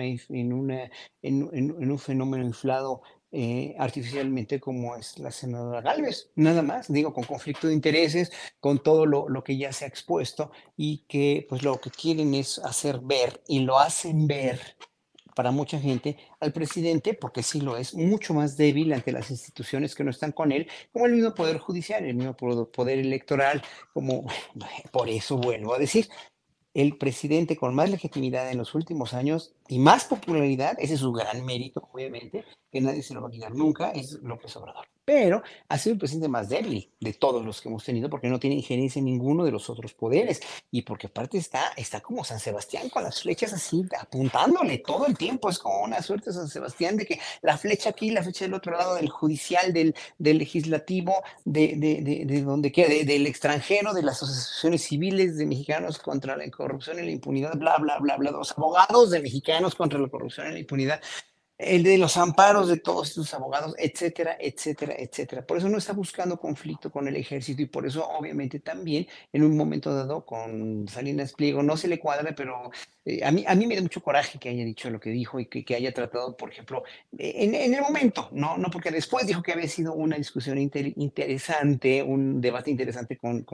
un fenómeno inflado artificialmente como es la senadora Gálvez, nada más, digo, con conflicto de intereses, con todo lo que ya se ha expuesto y que pues lo que quieren es hacer ver y lo hacen ver para mucha gente al presidente, porque sí lo es, mucho más débil ante las instituciones que no están con él, como el mismo Poder Judicial, el mismo Poder Electoral, como por eso vuelvo a decir, el presidente con más legitimidad en los últimos años y más popularidad, ese es su gran mérito, obviamente, que nadie se lo va a quitar nunca, es López Obrador. Pero ha sido el presidente más débil de todos los que hemos tenido porque no tiene injerencia en ninguno de los otros poderes y porque aparte está como San Sebastián con las flechas así apuntándole todo el tiempo. Es como una suerte de San Sebastián de que la flecha aquí, la flecha del otro lado, del judicial, del legislativo, de donde queda, del extranjero, de las asociaciones civiles de mexicanos contra la corrupción y la impunidad, bla, bla, bla, bla, los abogados de mexicanos contra la corrupción y la impunidad, el de los amparos de todos estos abogados, etcétera, etcétera, etcétera. Por eso no está buscando conflicto con el ejército y por eso obviamente también en un momento dado con Salinas Pliego no se le cuadra, pero a mí me da mucho coraje que haya dicho lo que dijo y que haya tratado, por ejemplo, en el momento, no porque después dijo que había sido una discusión interesante, un debate interesante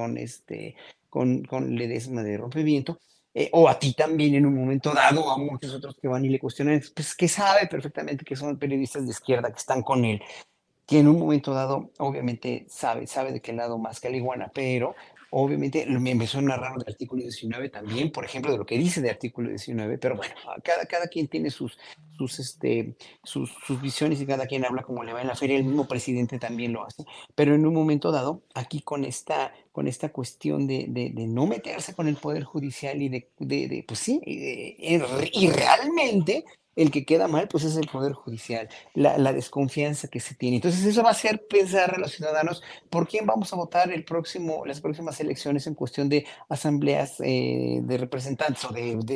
con Ledesma de Rompimiento, o a ti también en un momento dado, a muchos otros que van y le cuestionan, pues que sabe perfectamente que son periodistas de izquierda que están con él, que en un momento dado obviamente sabe de qué lado más que la iguana, pero obviamente me suena raro del artículo 19 también, por ejemplo, de lo que dice de artículo 19, pero bueno, cada quien tiene sus visiones y cada quien habla como le va en la feria, el mismo presidente también lo hace, pero en un momento dado, aquí con esta cuestión de no meterse con el Poder Judicial y pues sí, y realmente el que queda mal, pues es el Poder Judicial, la desconfianza que se tiene. Entonces eso va a hacer pensar a los ciudadanos por quién vamos a votar las próximas elecciones en cuestión de asambleas de representantes o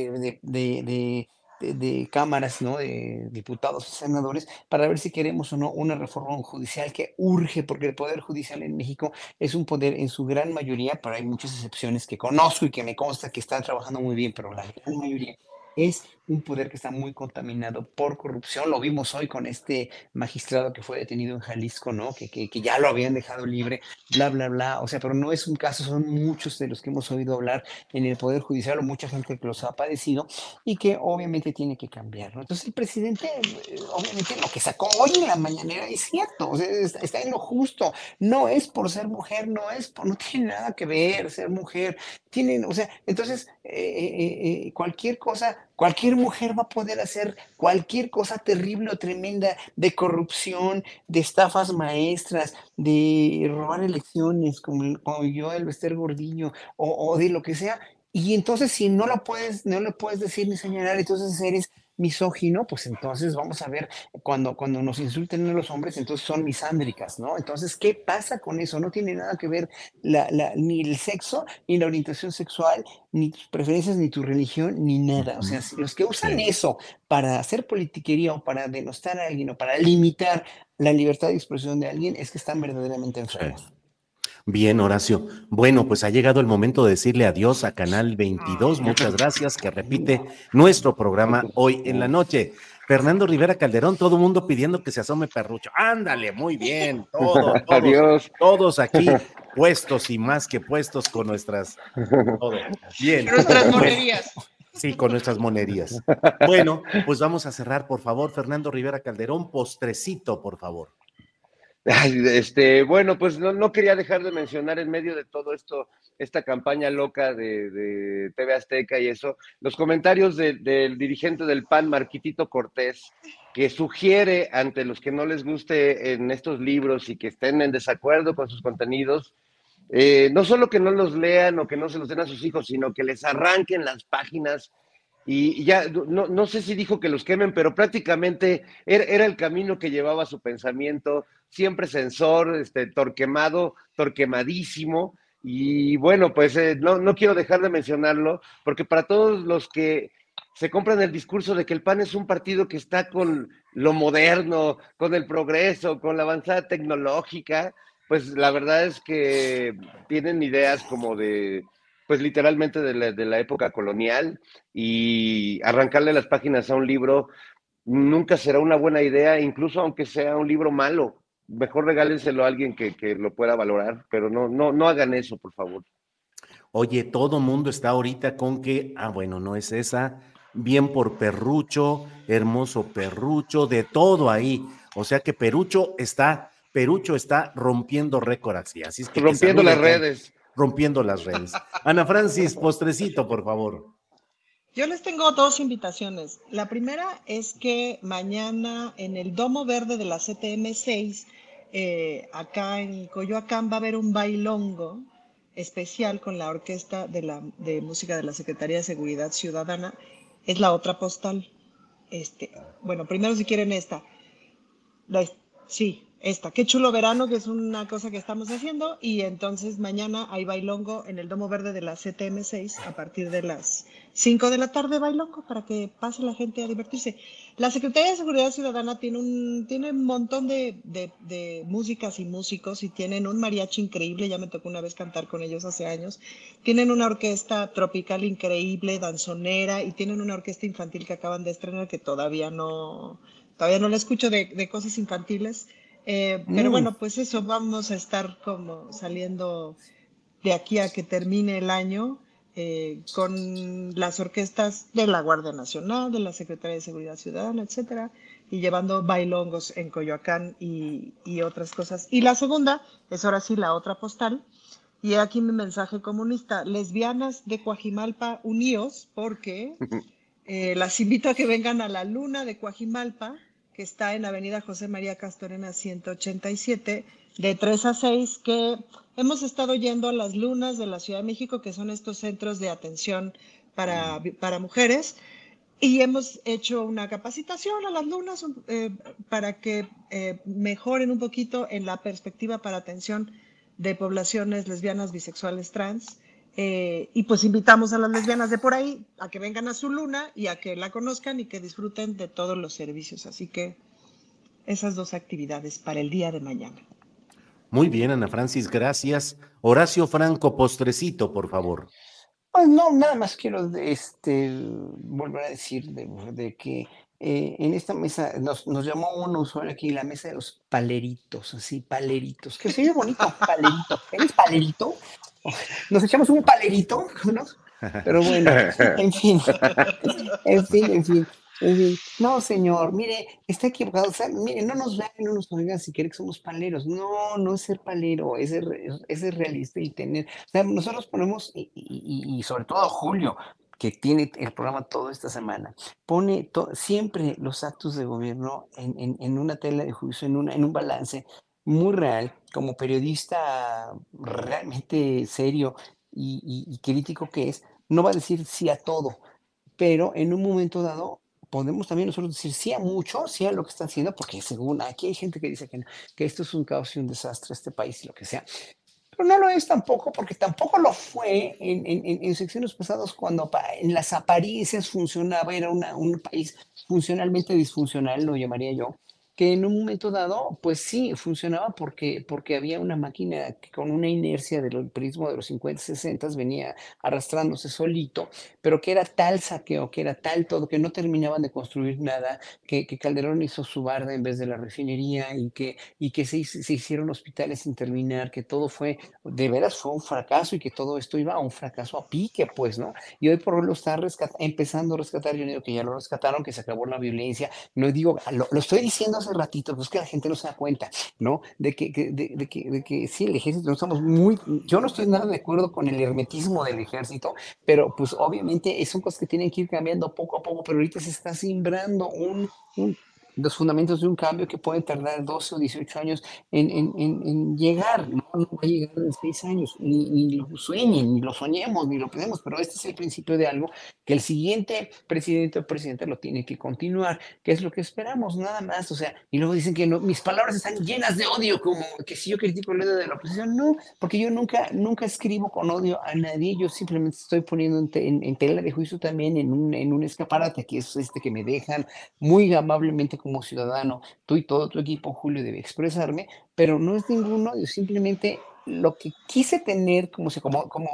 de cámaras, ¿no? De diputados y senadores, para ver si queremos o no una reforma judicial que urge, porque el Poder Judicial en México es un poder en su gran mayoría, pero hay muchas excepciones que conozco y que me consta que están trabajando muy bien, pero la gran mayoría es un poder que está muy contaminado por corrupción. Lo vimos hoy con este magistrado que fue detenido en Jalisco, ¿no? Que ya lo habían dejado libre, bla, bla, bla. O sea, pero no es un caso, son muchos de los que hemos oído hablar en el Poder Judicial, o mucha gente que los ha padecido y que obviamente tiene que cambiar, ¿no? Entonces el presidente, obviamente lo que sacó hoy en la mañanera es cierto, o sea, está en lo justo. No es por ser mujer, no tiene nada que ver ser mujer. Tienen, o sea, entonces cualquier cosa, cualquier mujer va a poder hacer cualquier cosa terrible o tremenda de corrupción, de estafas maestras, de robar elecciones, como yo, el Bester Gordillo, o de lo que sea. Y entonces, si no le puedes decir ni señalar, entonces eres misógino, pues entonces vamos a ver, cuando nos insulten a los hombres, entonces son misándricas, ¿no? Entonces, ¿qué pasa con eso? No tiene nada que ver ni el sexo, ni la orientación sexual, ni tus preferencias, ni tu religión, ni nada. O sea, si los que usan eso para hacer politiquería o para denostar a alguien o para limitar la libertad de expresión de alguien, es que están verdaderamente enfermos. Bien, Horacio. Bueno, pues ha llegado el momento de decirle adiós a Canal 22. Muchas gracias, que repite nuestro programa hoy en la noche. Fernando Rivera Calderón, todo el mundo pidiendo que se asome Perrucho. Ándale, muy bien, Adiós. Todos aquí puestos y más que puestos con nuestras... Todo. Bien. Nuestras monerías. Sí, con nuestras monerías. Bueno, pues vamos a cerrar, por favor, Fernando Rivera Calderón, postrecito, por favor. Bueno, pues no quería dejar de mencionar en medio de todo esto, esta campaña loca de TV Azteca y eso, los comentarios del dirigente del PAN, Marquitito Cortés, que sugiere ante los que no les guste en estos libros y que estén en desacuerdo con sus contenidos, no solo que no los lean o que no se los den a sus hijos, sino que les arranquen las páginas. Y ya, no sé si dijo que los quemen, pero prácticamente era el camino que llevaba su pensamiento, siempre censor, torquemadísimo, y bueno, pues no quiero dejar de mencionarlo, porque para todos los que se compran el discurso de que el PAN es un partido que está con lo moderno, con el progreso, con la avanzada tecnológica, pues la verdad es que tienen ideas como de... pues literalmente de la época colonial, y arrancarle las páginas a un libro nunca será una buena idea, incluso aunque sea un libro malo. Mejor regálenselo a alguien que lo pueda valorar, pero no hagan eso, por favor. Oye, todo mundo está ahorita con que, bueno, no es esa, bien por Perrucho, hermoso Perrucho, de todo ahí. O sea que Perucho está rompiendo récords, así es que rompiendo las redes. Rompiendo las redes. Ana Francis, postrecito, por favor. Yo les tengo dos invitaciones. La primera es que mañana en el Domo Verde de la CTM 6, acá en Coyoacán, va a haber un bailongo especial con la orquesta de música de la Secretaría de Seguridad Ciudadana. Es la otra postal. Bueno, primero si quieren esta. Sí. Qué chulo verano, que es una cosa que estamos haciendo, y entonces mañana hay bailongo en el Domo Verde de la CTM 6 a partir de las 5 de la tarde, bailongo, para que pase la gente a divertirse. La Secretaría de Seguridad Ciudadana tiene un montón de músicas y músicos, y tienen un mariachi increíble, ya me tocó una vez cantar con ellos hace años, tienen una orquesta tropical increíble, danzonera, y tienen una orquesta infantil que acaban de estrenar, que todavía no la escucho de cosas infantiles. Pero bueno, pues eso, vamos a estar como saliendo de aquí a que termine el año con las orquestas de la Guardia Nacional, de la Secretaría de Seguridad Ciudadana, etcétera, y llevando bailongos en Coyoacán y otras cosas. Y la segunda es ahora sí la otra postal, y aquí mi mensaje comunista: lesbianas de Coajimalpa, uníos, porque las invito a que vengan a la Luna de Coajimalpa, que está en Avenida José María Castorena 187, de 3 a 6, que hemos estado yendo a las lunas de la Ciudad de México, que son estos centros de atención para mujeres, y hemos hecho una capacitación a las lunas para que mejoren un poquito en la perspectiva para atención de poblaciones lesbianas, bisexuales, trans. Y pues invitamos a las lesbianas de por ahí a que vengan a su luna y a que la conozcan y que disfruten de todos los servicios. Así que esas dos actividades para el día de mañana. Muy bien, Ana Francis, gracias. Horacio Franco, postrecito, por favor. Pues no, nada más quiero volver a decir de que en esta mesa nos llamó un usuario aquí, la mesa de los paleritos, así, paleritos, que se oye bonito, palerito. ¿Eres palerito? Nos echamos un palerito, ¿no? Pero bueno, en fin, en fin. No, señor, mire, está equivocado. O sea, mire, no nos vean, no nos oigan si quiere que somos paleros. No, no es ser palero, es ser realista y tener. O sea, nosotros ponemos, y sobre todo Julio, que tiene el programa toda esta semana, pone siempre los actos de gobierno en una tela de juicio, en un balance muy real, como periodista realmente serio y crítico que es, no va a decir sí a todo, pero en un momento dado podemos también nosotros decir sí a mucho, sí a lo que está haciendo, porque según aquí hay gente que dice que, no, que esto es un caos y un desastre, este país y lo que sea. Pero no lo es tampoco, porque tampoco lo fue en secciones pasadas cuando en las apariencias funcionaba, era un país funcionalmente disfuncional, lo llamaría yo, que en un momento dado, pues sí, funcionaba porque había una máquina que con una inercia del prismo de los 50, 60 venía arrastrándose solito, pero que era tal saqueo, que era tal todo, que no terminaban de construir nada, que Calderón hizo su barda en vez de la refinería y que se hicieron hospitales sin terminar, que todo fue, de veras fue un fracaso y que todo esto iba a un fracaso a pique, pues, ¿no? Y hoy por hoy lo está empezando a rescatar, yo digo que ya lo rescataron, que se acabó la violencia, no digo, lo estoy diciendo hace ratito, pues que la gente no se da cuenta, ¿no? De que sí, el ejército, no estamos yo no estoy nada de acuerdo con el hermetismo del ejército, pero pues obviamente son cosas que tienen que ir cambiando poco a poco, pero ahorita se está sembrando los fundamentos de un cambio que puede tardar 12 o 18 años en llegar, no va a llegar en 6 años, ni lo sueñen, ni lo soñemos, ni lo pedimos, pero este es el principio de algo que el siguiente presidente o presidenta lo tiene que continuar, que es lo que esperamos, nada más, o sea, y luego dicen que no, mis palabras están llenas de odio, como que si yo critico el odio de la oposición, no, porque yo nunca escribo con odio a nadie, yo simplemente estoy poniendo en tela de juicio también en un escaparate, que es que me dejan muy amablemente como ciudadano, tú y todo tu equipo, Julio, debe expresarme, pero no es ningún odio, simplemente lo que quise tener, como se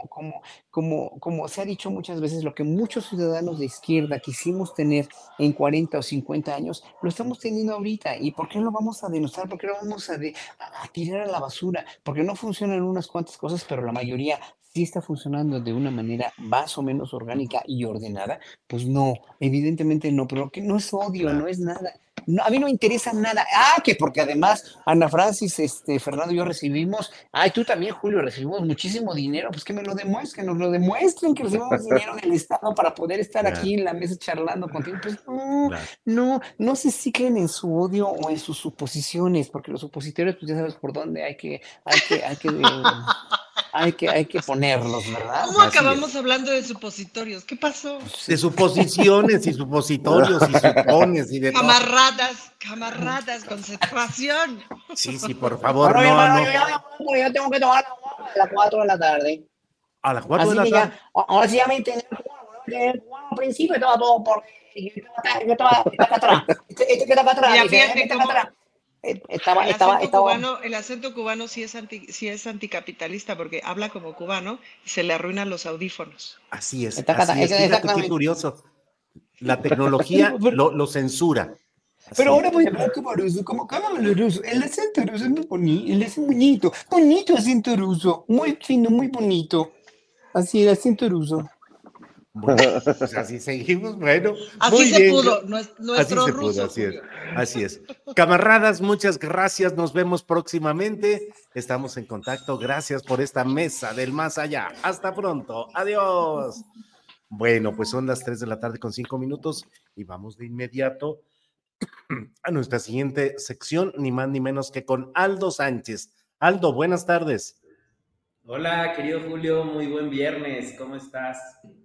ha dicho muchas veces, lo que muchos ciudadanos de izquierda quisimos tener en 40 o 50 años, lo estamos teniendo ahorita. ¿Y por qué lo vamos a denostar? ¿Por qué lo vamos a tirar a la basura? Porque no funcionan unas cuantas cosas, pero la mayoría sí está funcionando de una manera más o menos orgánica y ordenada. Pues no, evidentemente no, pero que no es odio, no es nada. No, a mí no me interesa nada. Que porque además Ana Francis, Fernando y yo recibimos, tú también, Julio, recibimos muchísimo dinero, pues que me lo demuestren, nos lo demuestren que recibimos dinero del Estado para poder estar aquí en la mesa charlando contigo. Pues no se ciclen en su odio o en sus suposiciones, porque los supositorios, pues ya sabes por dónde hay que ponerlos, ¿verdad? ¿Cómo acabamos hablando de supositorios? ¿Qué pasó? De suposiciones y supositorios y supones y de todo. Camaradas, concentración. Sí, por favor, Yo tengo que tomar a las 4 de la tarde. ¿A las 4 de la tarde? Ahora sí ya me entendí. Al principio estaba todo por... Yo estaba acá atrás. Este que está acá atrás. Mira, fíjate cómo el acento cubano sí es anticapitalista porque habla como cubano y se le arruinan los audífonos. Así es. Fíjate qué curioso. La tecnología lo censura. Pero ahora voy a hablar como ruso, como ruso. El acento ruso es muy bonito, bonito acento ruso, muy fino, muy bonito. Así, el acento ruso. Bueno, pues así seguimos, bueno. Así muy se bien. pudo, nuestro ruso. Así es. Camaradas, muchas gracias, nos vemos próximamente. Estamos en contacto, gracias por esta mesa del más allá. Hasta pronto, adiós. Bueno, pues son las 3 de la tarde con 5 minutos y vamos de inmediato a nuestra siguiente sección, ni más ni menos que con Aldo Sánchez. Aldo, buenas tardes. Hola, querido Julio, muy buen viernes, ¿cómo estás?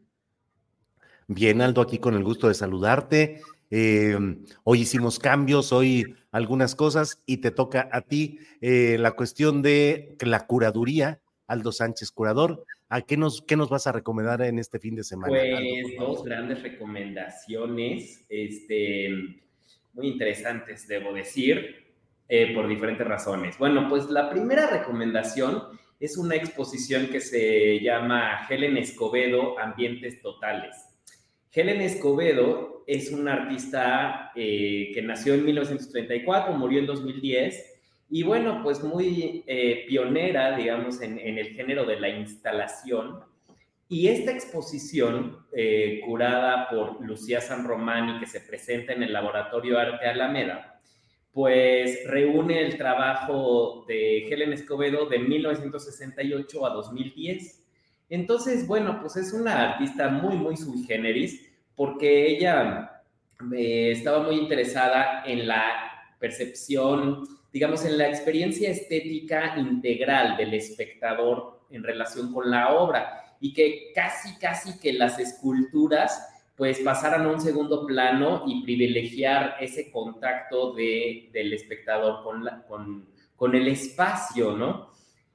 Bien, Aldo, aquí con el gusto de saludarte. Hoy hicimos cambios, hoy algunas cosas y te toca a ti la cuestión de la curaduría. Aldo Sánchez, curador, ¿qué nos vas a recomendar en este fin de semana? Pues Aldo, dos grandes recomendaciones, muy interesantes, debo decir, por diferentes razones. Bueno, pues la primera recomendación es una exposición que se llama Helen Escobedo, Ambientes Totales. Helen Escobedo es una artista que nació en 1934, murió en 2010, y bueno, pues muy pionera, digamos, en el género de la instalación. Y esta exposición, curada por Lucía San Román y que se presenta en el Laboratorio Arte Alameda, pues reúne el trabajo de Helen Escobedo de 1968 a 2010. Entonces, bueno, pues es una artista muy, muy sui generis, porque ella estaba muy interesada en la percepción, digamos, en la experiencia estética integral del espectador en relación con la obra, y que casi que las esculturas pues pasaran a un segundo plano y privilegiar ese contacto del espectador con el espacio, ¿no?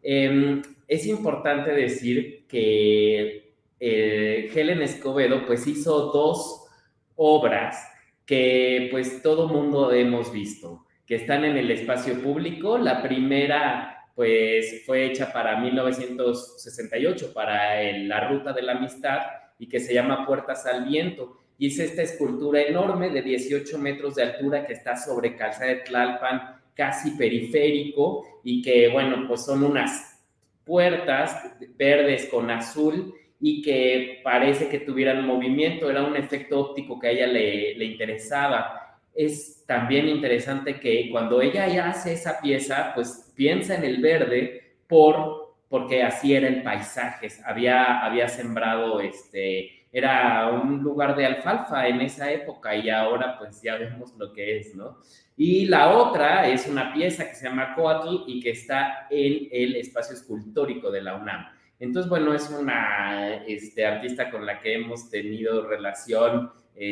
Es importante decir que Helen Escobedo pues hizo 2 obras que pues todo mundo hemos visto, que están en el espacio público. La primera pues fue hecha para 1968, para la Ruta de la Amistad, y que se llama Puertas al Viento. Y es esta escultura enorme de 18 metros de altura que está sobre Calzada de Tlalpan, casi periférico, y que, bueno, pues son unas puertas verdes con azul y que parece que tuvieran movimiento. Era un efecto óptico que a ella le interesaba. Es también interesante que cuando ella ya hace esa pieza, pues piensa en el verde porque así era el paisaje. Había sembrado, era un lugar de alfalfa en esa época, y ahora pues ya vemos lo que es, ¿no? Y la otra es una pieza que se llama Coatl y que está en el espacio escultórico de la UNAM. Entonces, bueno, es una artista con la que hemos tenido relación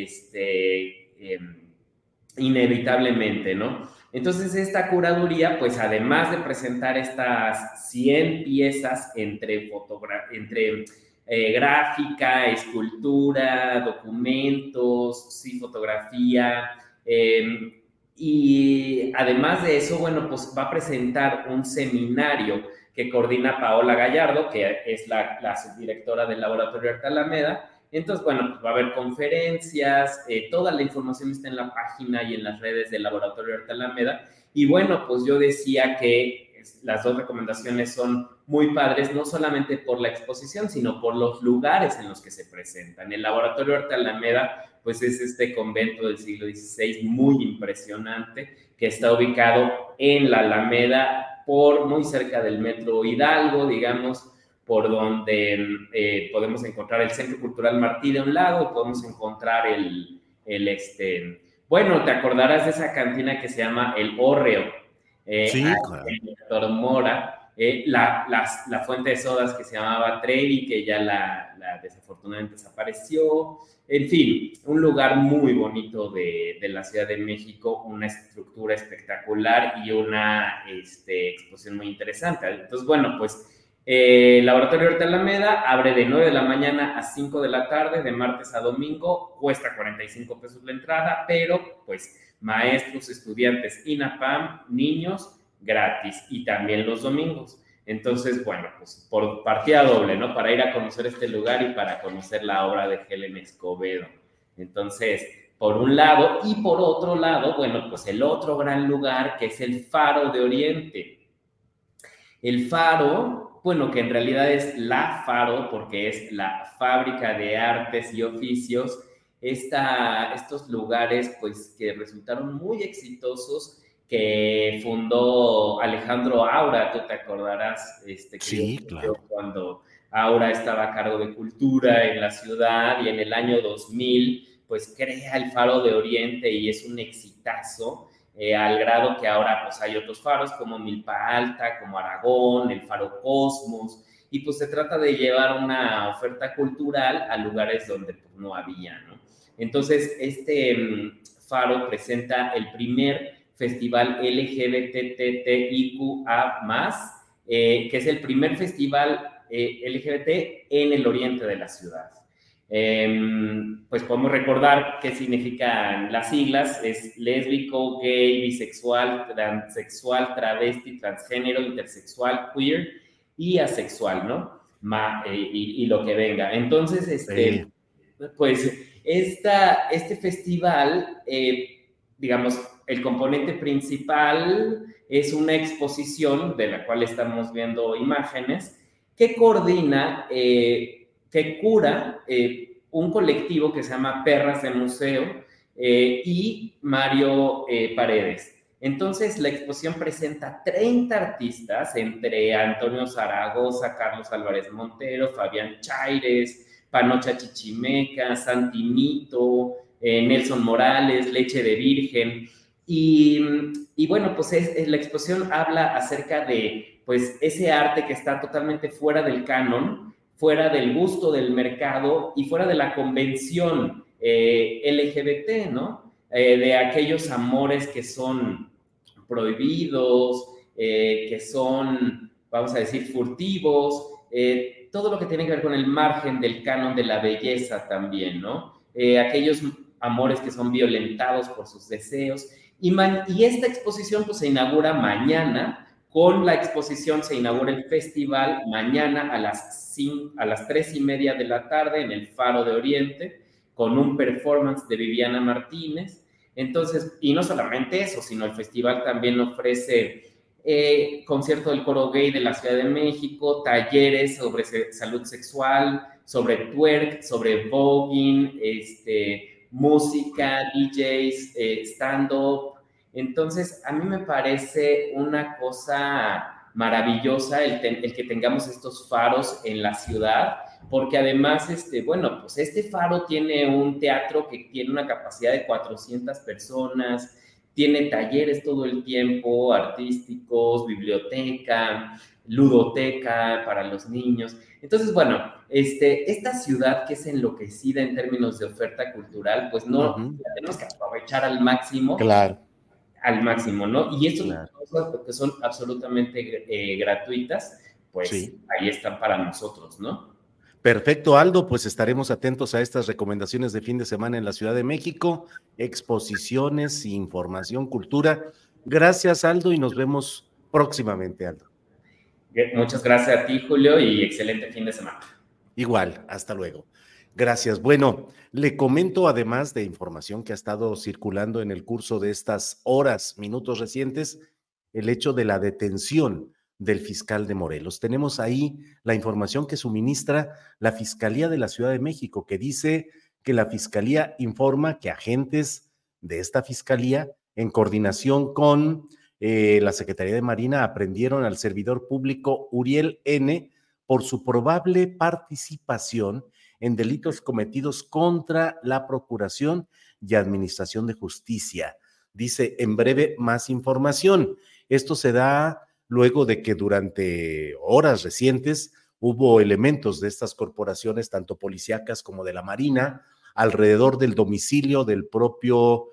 inevitablemente, ¿no? Entonces, esta curaduría, pues además de presentar estas 100 piezas entre gráfica, escultura, documentos, sí, fotografía, y además de eso, bueno, pues va a presentar un seminario que coordina Paola Gallardo, que es la subdirectora del Laboratorio Arte Alameda. Entonces, bueno, pues va a haber conferencias, toda la información está en la página y en las redes del Laboratorio Arte Alameda. Y bueno, pues yo decía que las 2 recomendaciones son muy padres, no solamente por la exposición, sino por los lugares en los que se presentan. El Laboratorio Arte Alameda, pues es este convento del siglo XVI muy impresionante, que está ubicado en la Alameda, muy cerca del Metro Hidalgo, digamos, por donde podemos encontrar el Centro Cultural Martí de un lado, y podemos encontrar bueno, te acordarás de esa cantina que se llama El Hórreo, sí, claro. En Doctor Mora, la fuente de sodas que se llamaba Trevi, que ya la desafortunadamente desapareció. En fin, un lugar muy bonito de la Ciudad de México, una estructura espectacular y una exposición muy interesante. Entonces, bueno, pues el Laboratorio Arte Alameda abre de 9 de la mañana a 5 de la tarde, de martes a domingo, cuesta 45 pesos la entrada, pero pues maestros, estudiantes, INAPAM, niños, gratis, y también los domingos. Entonces, bueno, pues por partida doble, ¿no? Para ir a conocer este lugar y para conocer la obra de Helen Escobedo. Entonces, por un lado, y por otro lado, bueno, pues el otro gran lugar, que es el Faro de Oriente. El Faro, bueno, que en realidad es la Faro, porque es la fábrica de artes y oficios, estos lugares, pues, que resultaron muy exitosos, que fundó Alejandro Aura. Tú te acordarás, sí, claro, cuando Aura estaba a cargo de cultura en la ciudad, y en el año 2000, pues crea el Faro de Oriente, y es un exitazo, al grado que ahora pues hay otros faros como Milpa Alta, como Aragón, el Faro Cosmos, y pues se trata de llevar una oferta cultural a lugares donde pues, no había, ¿no? Entonces, este faro presenta el primer festival LGBTTIQA+, que es el primer festival LGBT en el oriente de la ciudad. Pues podemos recordar qué significan las siglas: es lésbico, gay, bisexual, transexual, travesti, transgénero, intersexual, queer. y asexual, ¿no? Y lo que venga. Entonces, pues este festival, digamos, el componente principal es una exposición de la cual estamos viendo imágenes que coordina, que cura un colectivo que se llama Perras de Museo y Mario Paredes. Entonces, la exposición presenta 30 artistas, entre Antonio Zaragoza, Carlos Álvarez Montero, Fabián Chaires, Panocha Chichimeca, Santi Mito, Nelson Morales, Leche de Virgen. Y bueno, pues la exposición habla acerca de pues, ese arte que está totalmente fuera del canon, fuera del gusto del mercado y fuera de la convención LGBT, ¿no? De aquellos amores que son prohibidos, que son, vamos a decir, furtivos, todo lo que tiene que ver con el margen del canon de la belleza también, ¿no? Aquellos amores que son violentados por sus deseos. Y esta exposición pues, se inaugura mañana. Con la exposición se inaugura el festival mañana a las 3:30 de la tarde en el Faro de Oriente, con un performance de Viviana Martínez. Entonces, y no solamente eso, sino el festival también ofrece concierto del coro gay de la Ciudad de México, talleres sobre salud sexual, sobre twerk, sobre voguing, música, DJs, stand-up. Entonces, a mí me parece una cosa maravillosa el que tengamos estos faros en la ciudad, porque además, bueno, pues este faro tiene un teatro que tiene una capacidad de 400 personas, tiene talleres todo el tiempo, artísticos, biblioteca, ludoteca para los niños. Entonces, bueno, esta ciudad que es enloquecida en términos de oferta cultural, pues no, la tenemos que aprovechar al máximo. Claro. Al máximo, ¿no? Y estas cosas, porque son absolutamente gratuitas, pues sí, ahí están para nosotros, ¿no? Perfecto, Aldo, pues estaremos atentos a estas recomendaciones de fin de semana en la Ciudad de México, exposiciones, información, cultura. Gracias, Aldo, y nos vemos próximamente, Aldo. Muchas gracias a ti, Julio, y excelente fin de semana. Igual, hasta luego. Gracias. Bueno, le comento además de información que ha estado circulando en el curso de estas horas, minutos recientes, el hecho de la detención del fiscal de Morelos. Tenemos ahí la información que suministra la Fiscalía de la Ciudad de México, que dice que la Fiscalía informa que agentes de esta Fiscalía, en coordinación con la Secretaría de Marina, aprendieron al servidor público Uriel N. por su probable participación en delitos cometidos contra la Procuración y Administración de Justicia. Dice, en breve, más información. Esto se da luego de que durante horas recientes hubo elementos de estas corporaciones, tanto policíacas como de la Marina, alrededor del domicilio del propio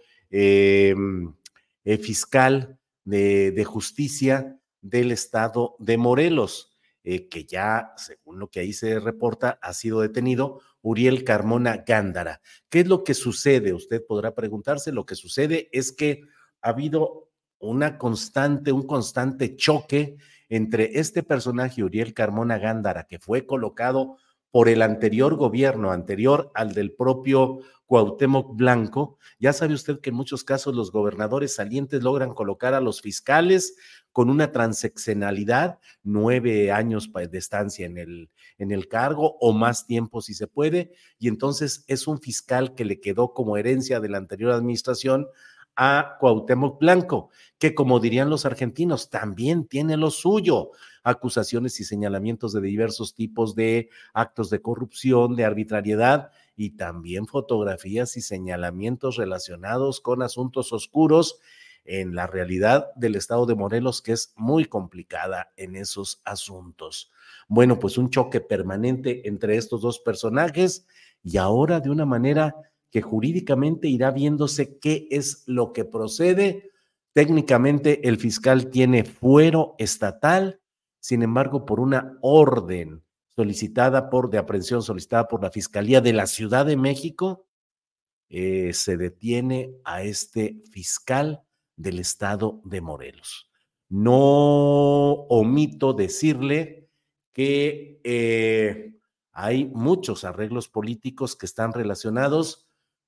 fiscal de justicia del estado de Morelos. Que ya, según lo que ahí se reporta, ha sido detenido Uriel Carmona Gándara. ¿Qué es lo que sucede? Usted podrá preguntarse. Lo que sucede es que ha habido un constante choque entre este personaje, Uriel Carmona Gándara, que fue colocado por el anterior gobierno, anterior al del propio Cuauhtémoc Blanco. Ya sabe usted que en muchos casos los gobernadores salientes logran colocar a los fiscales con una transeccionalidad, 9 años de estancia en el cargo o más tiempo si se puede, y entonces es un fiscal que le quedó como herencia de la anterior administración a Cuauhtémoc Blanco, que como dirían los argentinos, también tiene lo suyo, acusaciones y señalamientos de diversos tipos de actos de corrupción, de arbitrariedad y también fotografías y señalamientos relacionados con asuntos oscuros en la realidad del estado de Morelos, que es muy complicada en esos asuntos. Bueno, pues un choque permanente entre estos dos personajes y ahora de una manera que jurídicamente irá viéndose qué es lo que procede. Técnicamente el fiscal tiene fuero estatal, sin embargo, por una orden de aprehensión solicitada por la Fiscalía de la Ciudad de México, se detiene a este fiscal del estado de Morelos. No omito decirle que hay muchos arreglos políticos que están relacionados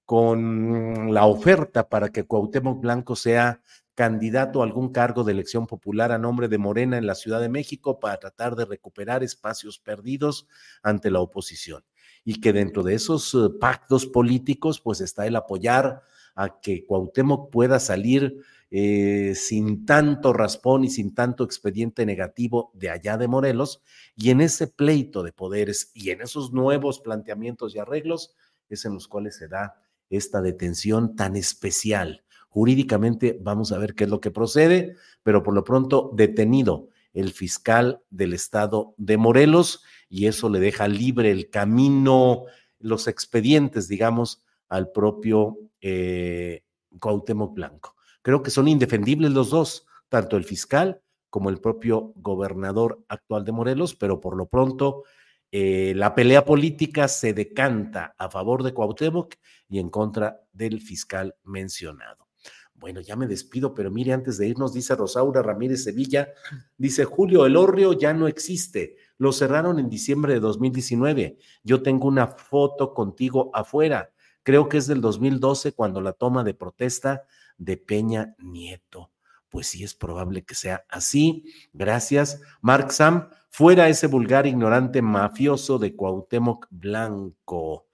con la oferta para que Cuauhtémoc Blanco sea candidato a algún cargo de elección popular a nombre de Morena en la Ciudad de México para tratar de recuperar espacios perdidos ante la oposición. Y que dentro de esos pactos políticos, pues está el apoyar a que Cuauhtémoc pueda salir sin tanto raspón y sin tanto expediente negativo de allá de Morelos, y en ese pleito de poderes y en esos nuevos planteamientos y arreglos es en los cuales se da esta detención tan especial. Jurídicamente vamos a ver qué es lo que procede, pero por lo pronto detenido el fiscal del estado de Morelos, y eso le deja libre el camino, los expedientes, digamos, al propio Cuauhtémoc Blanco. Creo que son indefendibles los dos, tanto el fiscal como el propio gobernador actual de Morelos, pero por lo pronto la pelea política se decanta a favor de Cuauhtémoc y en contra del fiscal mencionado. Bueno, ya me despido, pero mire, antes de irnos, dice Rosaura Ramírez Sevilla, dice Julio, el hórreo ya no existe, lo cerraron en diciembre de 2019, yo tengo una foto contigo afuera, creo que es del 2012 cuando la toma de protesta de Peña Nieto. Pues sí, es probable que sea así. Gracias. Mark Sam, fuera ese vulgar ignorante mafioso de Cuauhtémoc Blanco.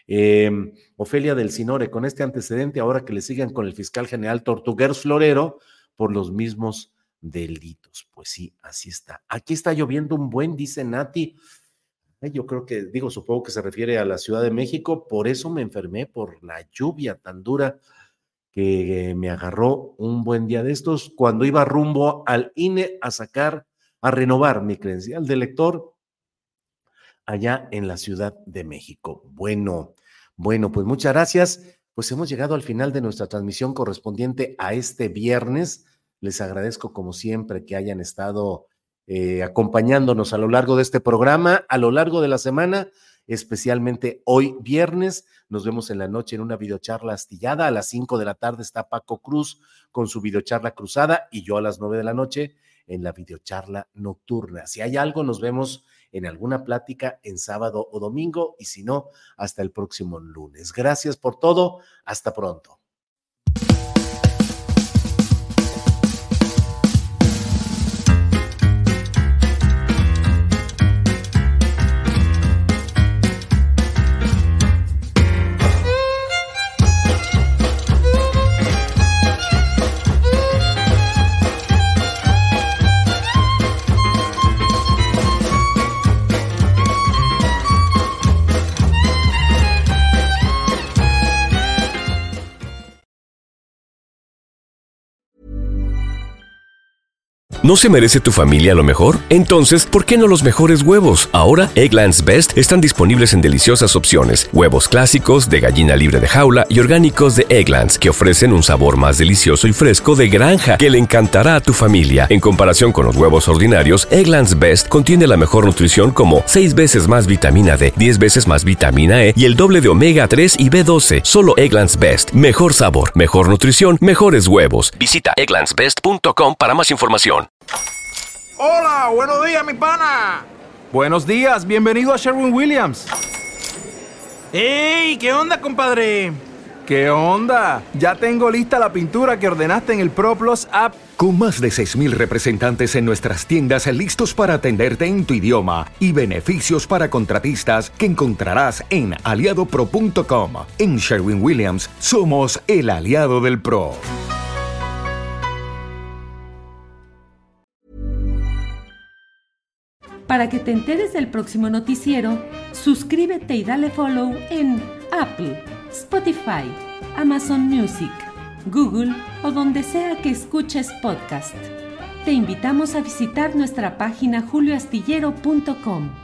Ofelia del Sinore, con este antecedente, ahora que le sigan con el fiscal general Tortugueros Florero por los mismos delitos. Pues sí, así está. Aquí está lloviendo un buen, dice Nati. Yo creo que, supongo que se refiere a la Ciudad de México, por eso me enfermé, por la lluvia tan dura que me agarró un buen día de estos, cuando iba rumbo al INE a renovar mi credencial de elector allá en la Ciudad de México. Bueno, pues muchas gracias. Pues hemos llegado al final de nuestra transmisión correspondiente a este viernes. Les agradezco como siempre que hayan estado acompañándonos a lo largo de este programa, a lo largo de la semana, especialmente hoy viernes. Nos vemos en la noche en una videocharla astillada. A las 5 de la tarde está Paco Cruz con su videocharla cruzada y yo a las 9 de la noche en la videocharla nocturna. Si hay algo, nos vemos en alguna plática en sábado o domingo, y si no, hasta el próximo lunes. Gracias por todo. Hasta pronto. ¿No se merece tu familia lo mejor? Entonces, ¿por qué no los mejores huevos? Ahora, Eggland's Best están disponibles en deliciosas opciones. Huevos clásicos, de gallina libre de jaula y orgánicos de Eggland's, que ofrecen un sabor más delicioso y fresco de granja que le encantará a tu familia. En comparación con los huevos ordinarios, Eggland's Best contiene la mejor nutrición como 6 veces más vitamina D, 10 veces más vitamina E y el doble de omega 3 y B12. Solo Eggland's Best. Mejor sabor, mejor nutrición, mejores huevos. Visita egglandsbest.com para más información. Hola, buenos días, mi pana. Buenos días, bienvenido a Sherwin-Williams. ¡Ey! ¿Qué onda, compadre? ¿Qué onda? Ya tengo lista la pintura que ordenaste en el ProPlus app. Con más de 6,000 representantes en nuestras tiendas listos para atenderte en tu idioma y beneficios para contratistas que encontrarás en aliadopro.com. En Sherwin-Williams somos el aliado del pro. Para que te enteres del próximo noticiero, suscríbete y dale follow en Apple, Spotify, Amazon Music, Google o donde sea que escuches podcast. Te invitamos a visitar nuestra página julioastillero.com.